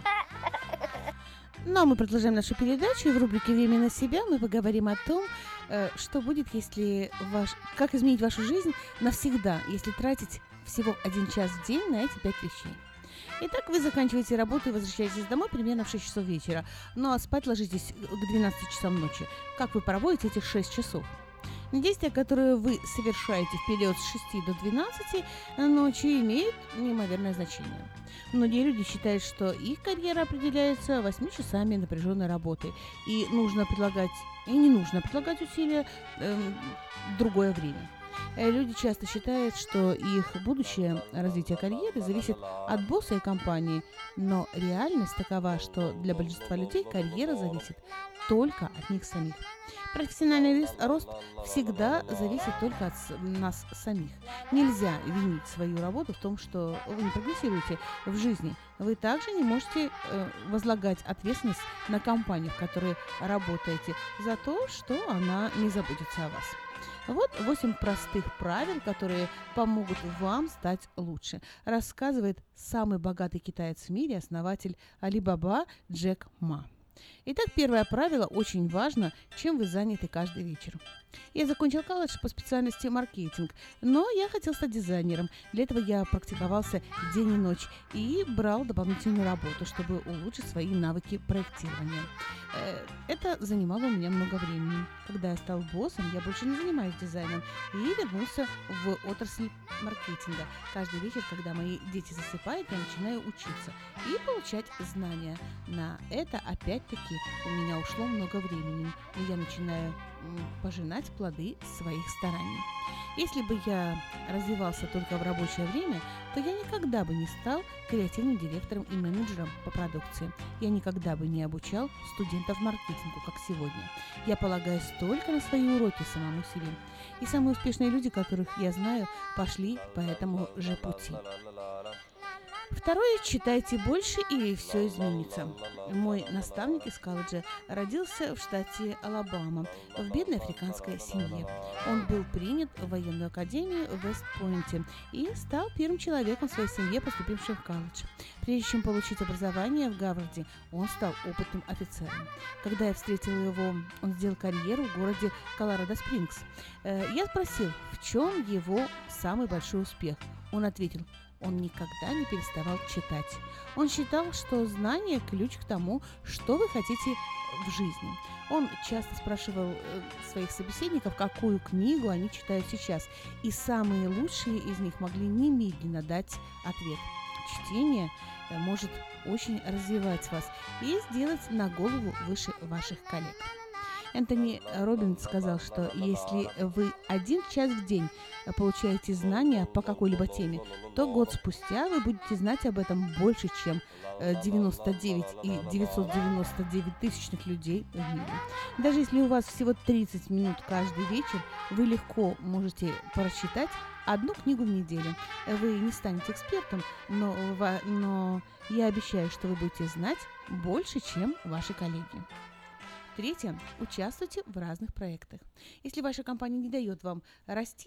Ну, а мы продолжаем нашу передачу, и в рубрике «Время на себя» мы поговорим о том, что будет, если ваш... как изменить вашу жизнь навсегда, если тратить всего один час в день на эти пять вещей. Итак, вы заканчиваете работу и возвращаетесь домой примерно в шесть часов вечера, ну а спать ложитесь к двенадцати часам ночи. Как вы проводите этих шесть часов? Действия, которые вы совершаете в период с шести до двенадцати ночи, имеют неимоверное значение. Многие люди считают, что их карьера определяется восьми часами напряженной работы, и нужно предлагать, и не нужно предлагать усилия э, в другое время. Люди часто считают, что их будущее развитие карьеры зависит от босса и компании, но реальность такова, что для большинства людей карьера зависит только от них самих. Профессиональный рост всегда зависит только от нас самих. Нельзя винить свою работу в том, что вы не прогрессируете в жизни. Вы также не можете э, возлагать ответственность на компанию, в которой работаете, за то, что она не заботится о вас. Вот восемь простых правил, которые помогут вам стать лучше, рассказывает самый богатый китаец в мире, основатель Alibaba Джек Ма. Итак, первое правило: очень важно, чем вы заняты каждый вечер. Я закончил колледж по специальности маркетинг, но я хотел стать дизайнером. Для этого я практиковался день и ночь и брал дополнительную работу, чтобы улучшить свои навыки проектирования. Это занимало у меня много времени. Когда я стал боссом, я больше не занимаюсь дизайном и вернулся в отрасль маркетинга. Каждый вечер, когда мои дети засыпают, я начинаю учиться и получать знания. На это опять-таки у меня ушло много времени, и я начинаю пожинать плоды своих стараний. Если бы я развивался только в рабочее время, то я никогда бы не стал креативным директором и менеджером по продукции. Я никогда бы не обучал студентов маркетингу, как сегодня. Я полагаюсь только на свои уроки самому себе. И самые успешные люди, которых я знаю, пошли по этому же пути. Второе: читайте больше, и все изменится. Мой наставник из колледжа родился в штате Алабама, в бедной африканской семье. Он был принят в военную академию в Вест-Пойнте и стал первым человеком в своей семье, поступившим в колледж. Прежде чем получить образование в Гарварде, он стал опытным офицером. Когда я встретил его, он сделал карьеру в городе Колорадо-Спрингс. Я спросил, в чем его самый большой успех. Он ответил: он никогда не переставал читать. Он считал, что знание – ключ к тому, что вы хотите в жизни. Он часто спрашивал своих собеседников, какую книгу они читают сейчас, и самые лучшие из них могли немедленно дать ответ: чтение может очень развивать вас и сделать на голову выше ваших коллег. Энтони Роббинс сказал, что если вы один час в день получаете знания по какой-либо теме, то год спустя вы будете знать об этом больше, чем девяносто девять и девятьсот девяносто девять тысячных людей в мире. Даже если у вас всего тридцать минут каждый вечер, вы легко можете прочитать одну книгу в неделю. Вы не станете экспертом, но, но я обещаю, что вы будете знать больше, чем ваши коллеги. Третье. Участвуйте в разных проектах. Если ваша компания не дает вам расти,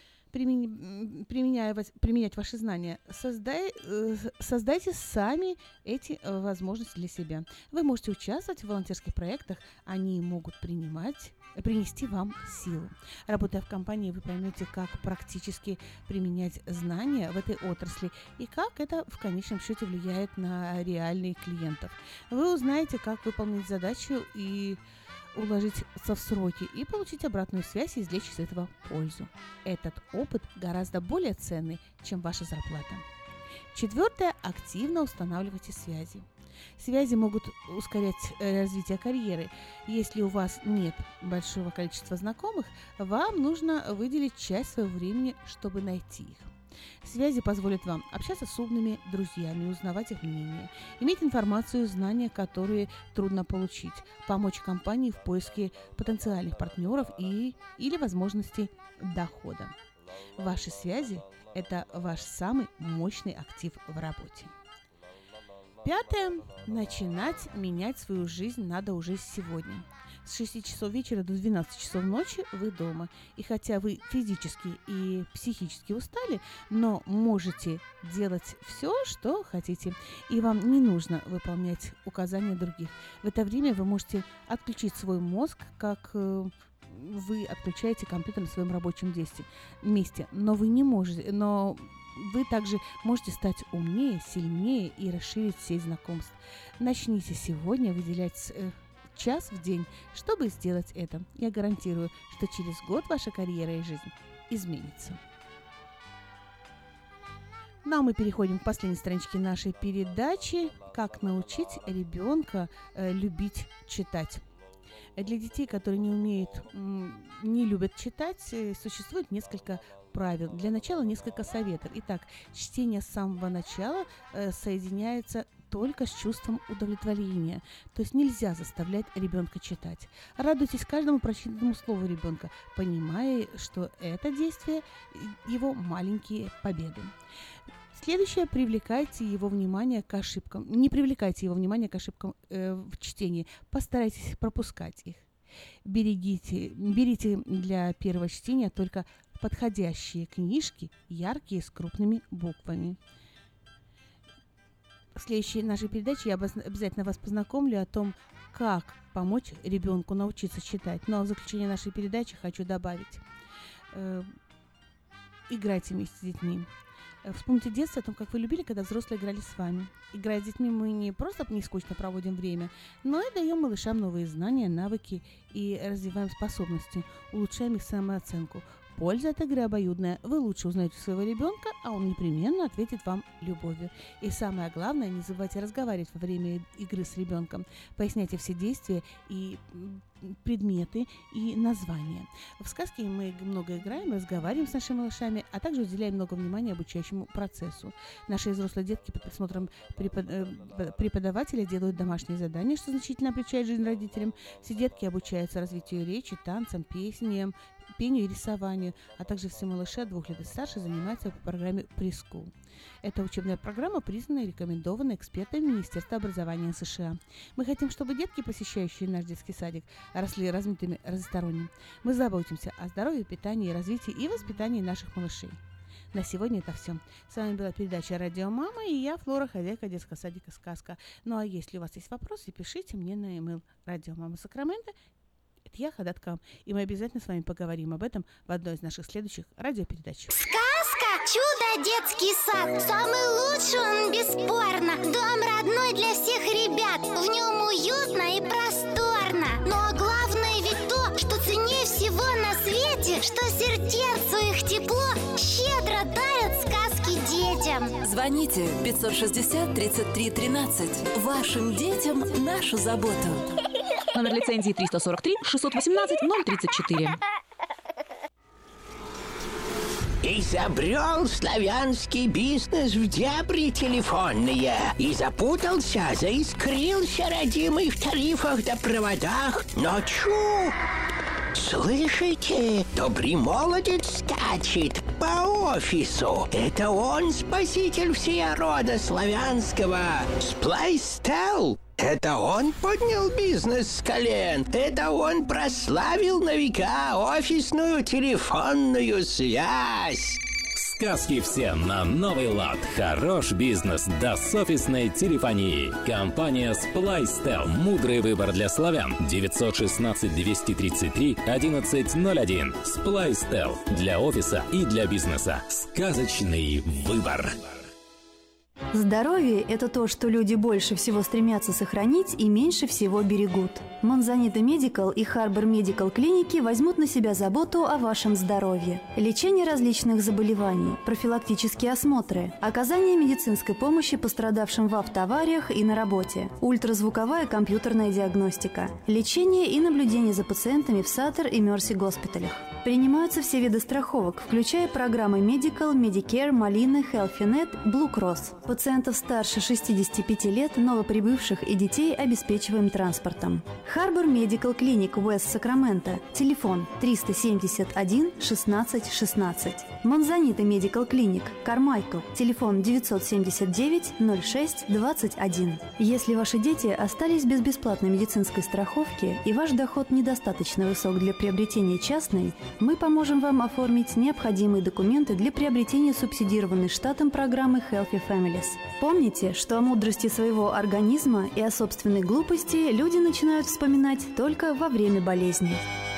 применяя, применять ваши знания, создай, создайте сами эти возможности для себя. Вы можете участвовать в волонтерских проектах, они могут принимать, принести вам силу. Работая в компании, вы поймете, как практически применять знания в этой отрасли и как это в конечном счете влияет на реальных клиентов. Вы узнаете, как выполнить задачу и уложиться в сроки и получить обратную связь и извлечь из этого пользу. Этот опыт гораздо более ценный, чем ваша зарплата. Четвертое. Активно устанавливайте связи. Связи могут ускорять развитие карьеры. Если у вас нет большого количества знакомых, вам нужно выделить часть своего времени, чтобы найти их. Связи позволят вам общаться с умными друзьями, узнавать их мнение, иметь информацию и знания, которые трудно получить, помочь компании в поиске потенциальных партнеров и, или возможностей дохода. Ваши связи – это ваш самый мощный актив в работе. Пятое. Начинать менять свою жизнь надо уже сегодня. С шести часов вечера до двенадцати часов ночи вы дома. И хотя вы физически и психически устали, но можете делать все, что хотите. И вам не нужно выполнять указания других. В это время вы можете отключить свой мозг, как вы отключаете компьютер на своем рабочем месте. Но вы не можете... Но вы также можете стать умнее, сильнее и расширить сеть знакомств. Начните сегодня выделять э, час в день, чтобы сделать это. Я гарантирую, что через год ваша карьера и жизнь изменится. Ну а мы переходим к последней страничке нашей передачи «Как научить ребенка э, любить читать». Для детей, которые не умеют, не любят читать, существует несколько правил. Для начала несколько советов. Итак, чтение с самого начала э, соединяется только с чувством удовлетворения. То есть нельзя заставлять ребенка читать. Радуйтесь каждому прочитанному слову ребенка, понимая, что это действие его маленькие победы. Следующее. Привлекайте его внимание к ошибкам. Не привлекайте его внимание к ошибкам э, в чтении. Постарайтесь пропускать их. Берегите, берите для первого чтения только подходящие книжки, яркие, с крупными буквами. В следующей нашей передаче я обязательно вас познакомлю о том, как помочь ребенку научиться читать. Но в заключение нашей передачи хочу добавить. Э, играйте вместе с детьми. Вспомните детство о том, как вы любили, когда взрослые играли с вами. Играя с детьми, мы не просто не скучно проводим время, но и даем малышам новые знания, навыки и развиваем способности, улучшаем их самооценку. Польза от игры обоюдная. Вы лучше узнаете своего ребенка, а он непременно ответит вам любовью. И самое главное, не забывайте разговаривать во время игры с ребенком. Поясняйте все действия и предметы и названия. В сказке мы много играем, разговариваем с нашими малышами, а также уделяем много внимания обучающему процессу. Наши взрослые детки под присмотром преподавателя делают домашние задания, что значительно облегчает жизнь родителям. Все детки обучаются развитию речи, танцам, песням, пению и рисованию, а также все малыши от двух лет и старше занимаются по программе Preschool. Эта учебная программа признана и рекомендована экспертами Министерства образования США. Мы хотим, чтобы детки, посещающие наш детский садик, росли развитыми разносторонне. Мы заботимся о здоровье, питании, развитии и воспитании наших малышей. На сегодня это все. С вами была передача «Радио Мама» и я, Флора, хозяйка детского садика «Сказка». Ну а если у вас есть вопросы, пишите мне на e-mail радиомама Сакраменто. Это я, Хадат Кам, и мы обязательно с вами поговорим об этом в одной из наших следующих радиопередач. Сказка «Чудо детский сад». Самый лучший он, бесспорно. Дом родной для всех ребят. В нем уютно и просторно. Но главное ведь то, что ценнее всего на свете, что сердцу их тепло щедро дарят сказки детям. Звоните пятьсот шестьдесят тридцать три тринадцать. Вашим детям нашу заботу. Номер лицензии триста сорок три шестьсот восемнадцать ноль тридцать четыре. Изобрел славянский бизнес в дебри телефонные и запутался, заискрился родимый в тарифах да проводах. Но чу! Слышите? Добрый молодец скачет по офису. Это он спаситель всея рода славянского. Сплайстел. Это он поднял бизнес с колен. Это он прославил на века офисную телефонную связь. Сказки все на новый лад. Хорош бизнес да с офисной телефонии. Компания Splystel. Мудрый выбор для славян. девятьсот шестнадцать двести тридцать три одиннадцать ноль один. Splystel. Для офиса и для бизнеса. Сказочный выбор. Здоровье – это то, что люди больше всего стремятся сохранить и меньше всего берегут. Монзанита Медикал и Харбор Медикал клиники возьмут на себя заботу о вашем здоровье. Лечение различных заболеваний, профилактические осмотры, оказание медицинской помощи пострадавшим в автоавариях и на работе, ультразвуковая компьютерная диагностика, лечение и наблюдение за пациентами в Саттер и Мерси госпиталях. Принимаются все виды страховок, включая программы Medical, Medicare, Molina, HealthyNet, Blue Cross. Пациентов старше шестидесяти пяти лет, новоприбывших и детей обеспечиваем транспортом. Харбор Медикал Клиник, Уэст Сакраменто. Телефон триста семьдесят один шестнадцать шестнадцать. Монзанита Медикал Клиник, Кармайкл. Телефон девятьсот семьдесят девять ноль шесть двадцать один. Если ваши дети остались без бесплатной медицинской страховки и ваш доход недостаточно высок для приобретения частной, мы поможем вам оформить необходимые документы для приобретения субсидированной штатом программы Healthy Families. Помните, что о мудрости своего организма и о собственной глупости люди начинают вспоминать только во время болезни.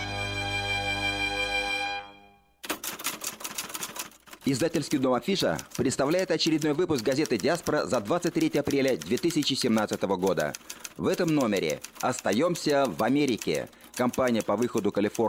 Издательский дом «Афиша» представляет очередной выпуск газеты «Диаспора» за двадцать третье апреля две тысячи семнадцатого года. В этом номере «Остаемся в Америке». Компания по выходу Калифорнии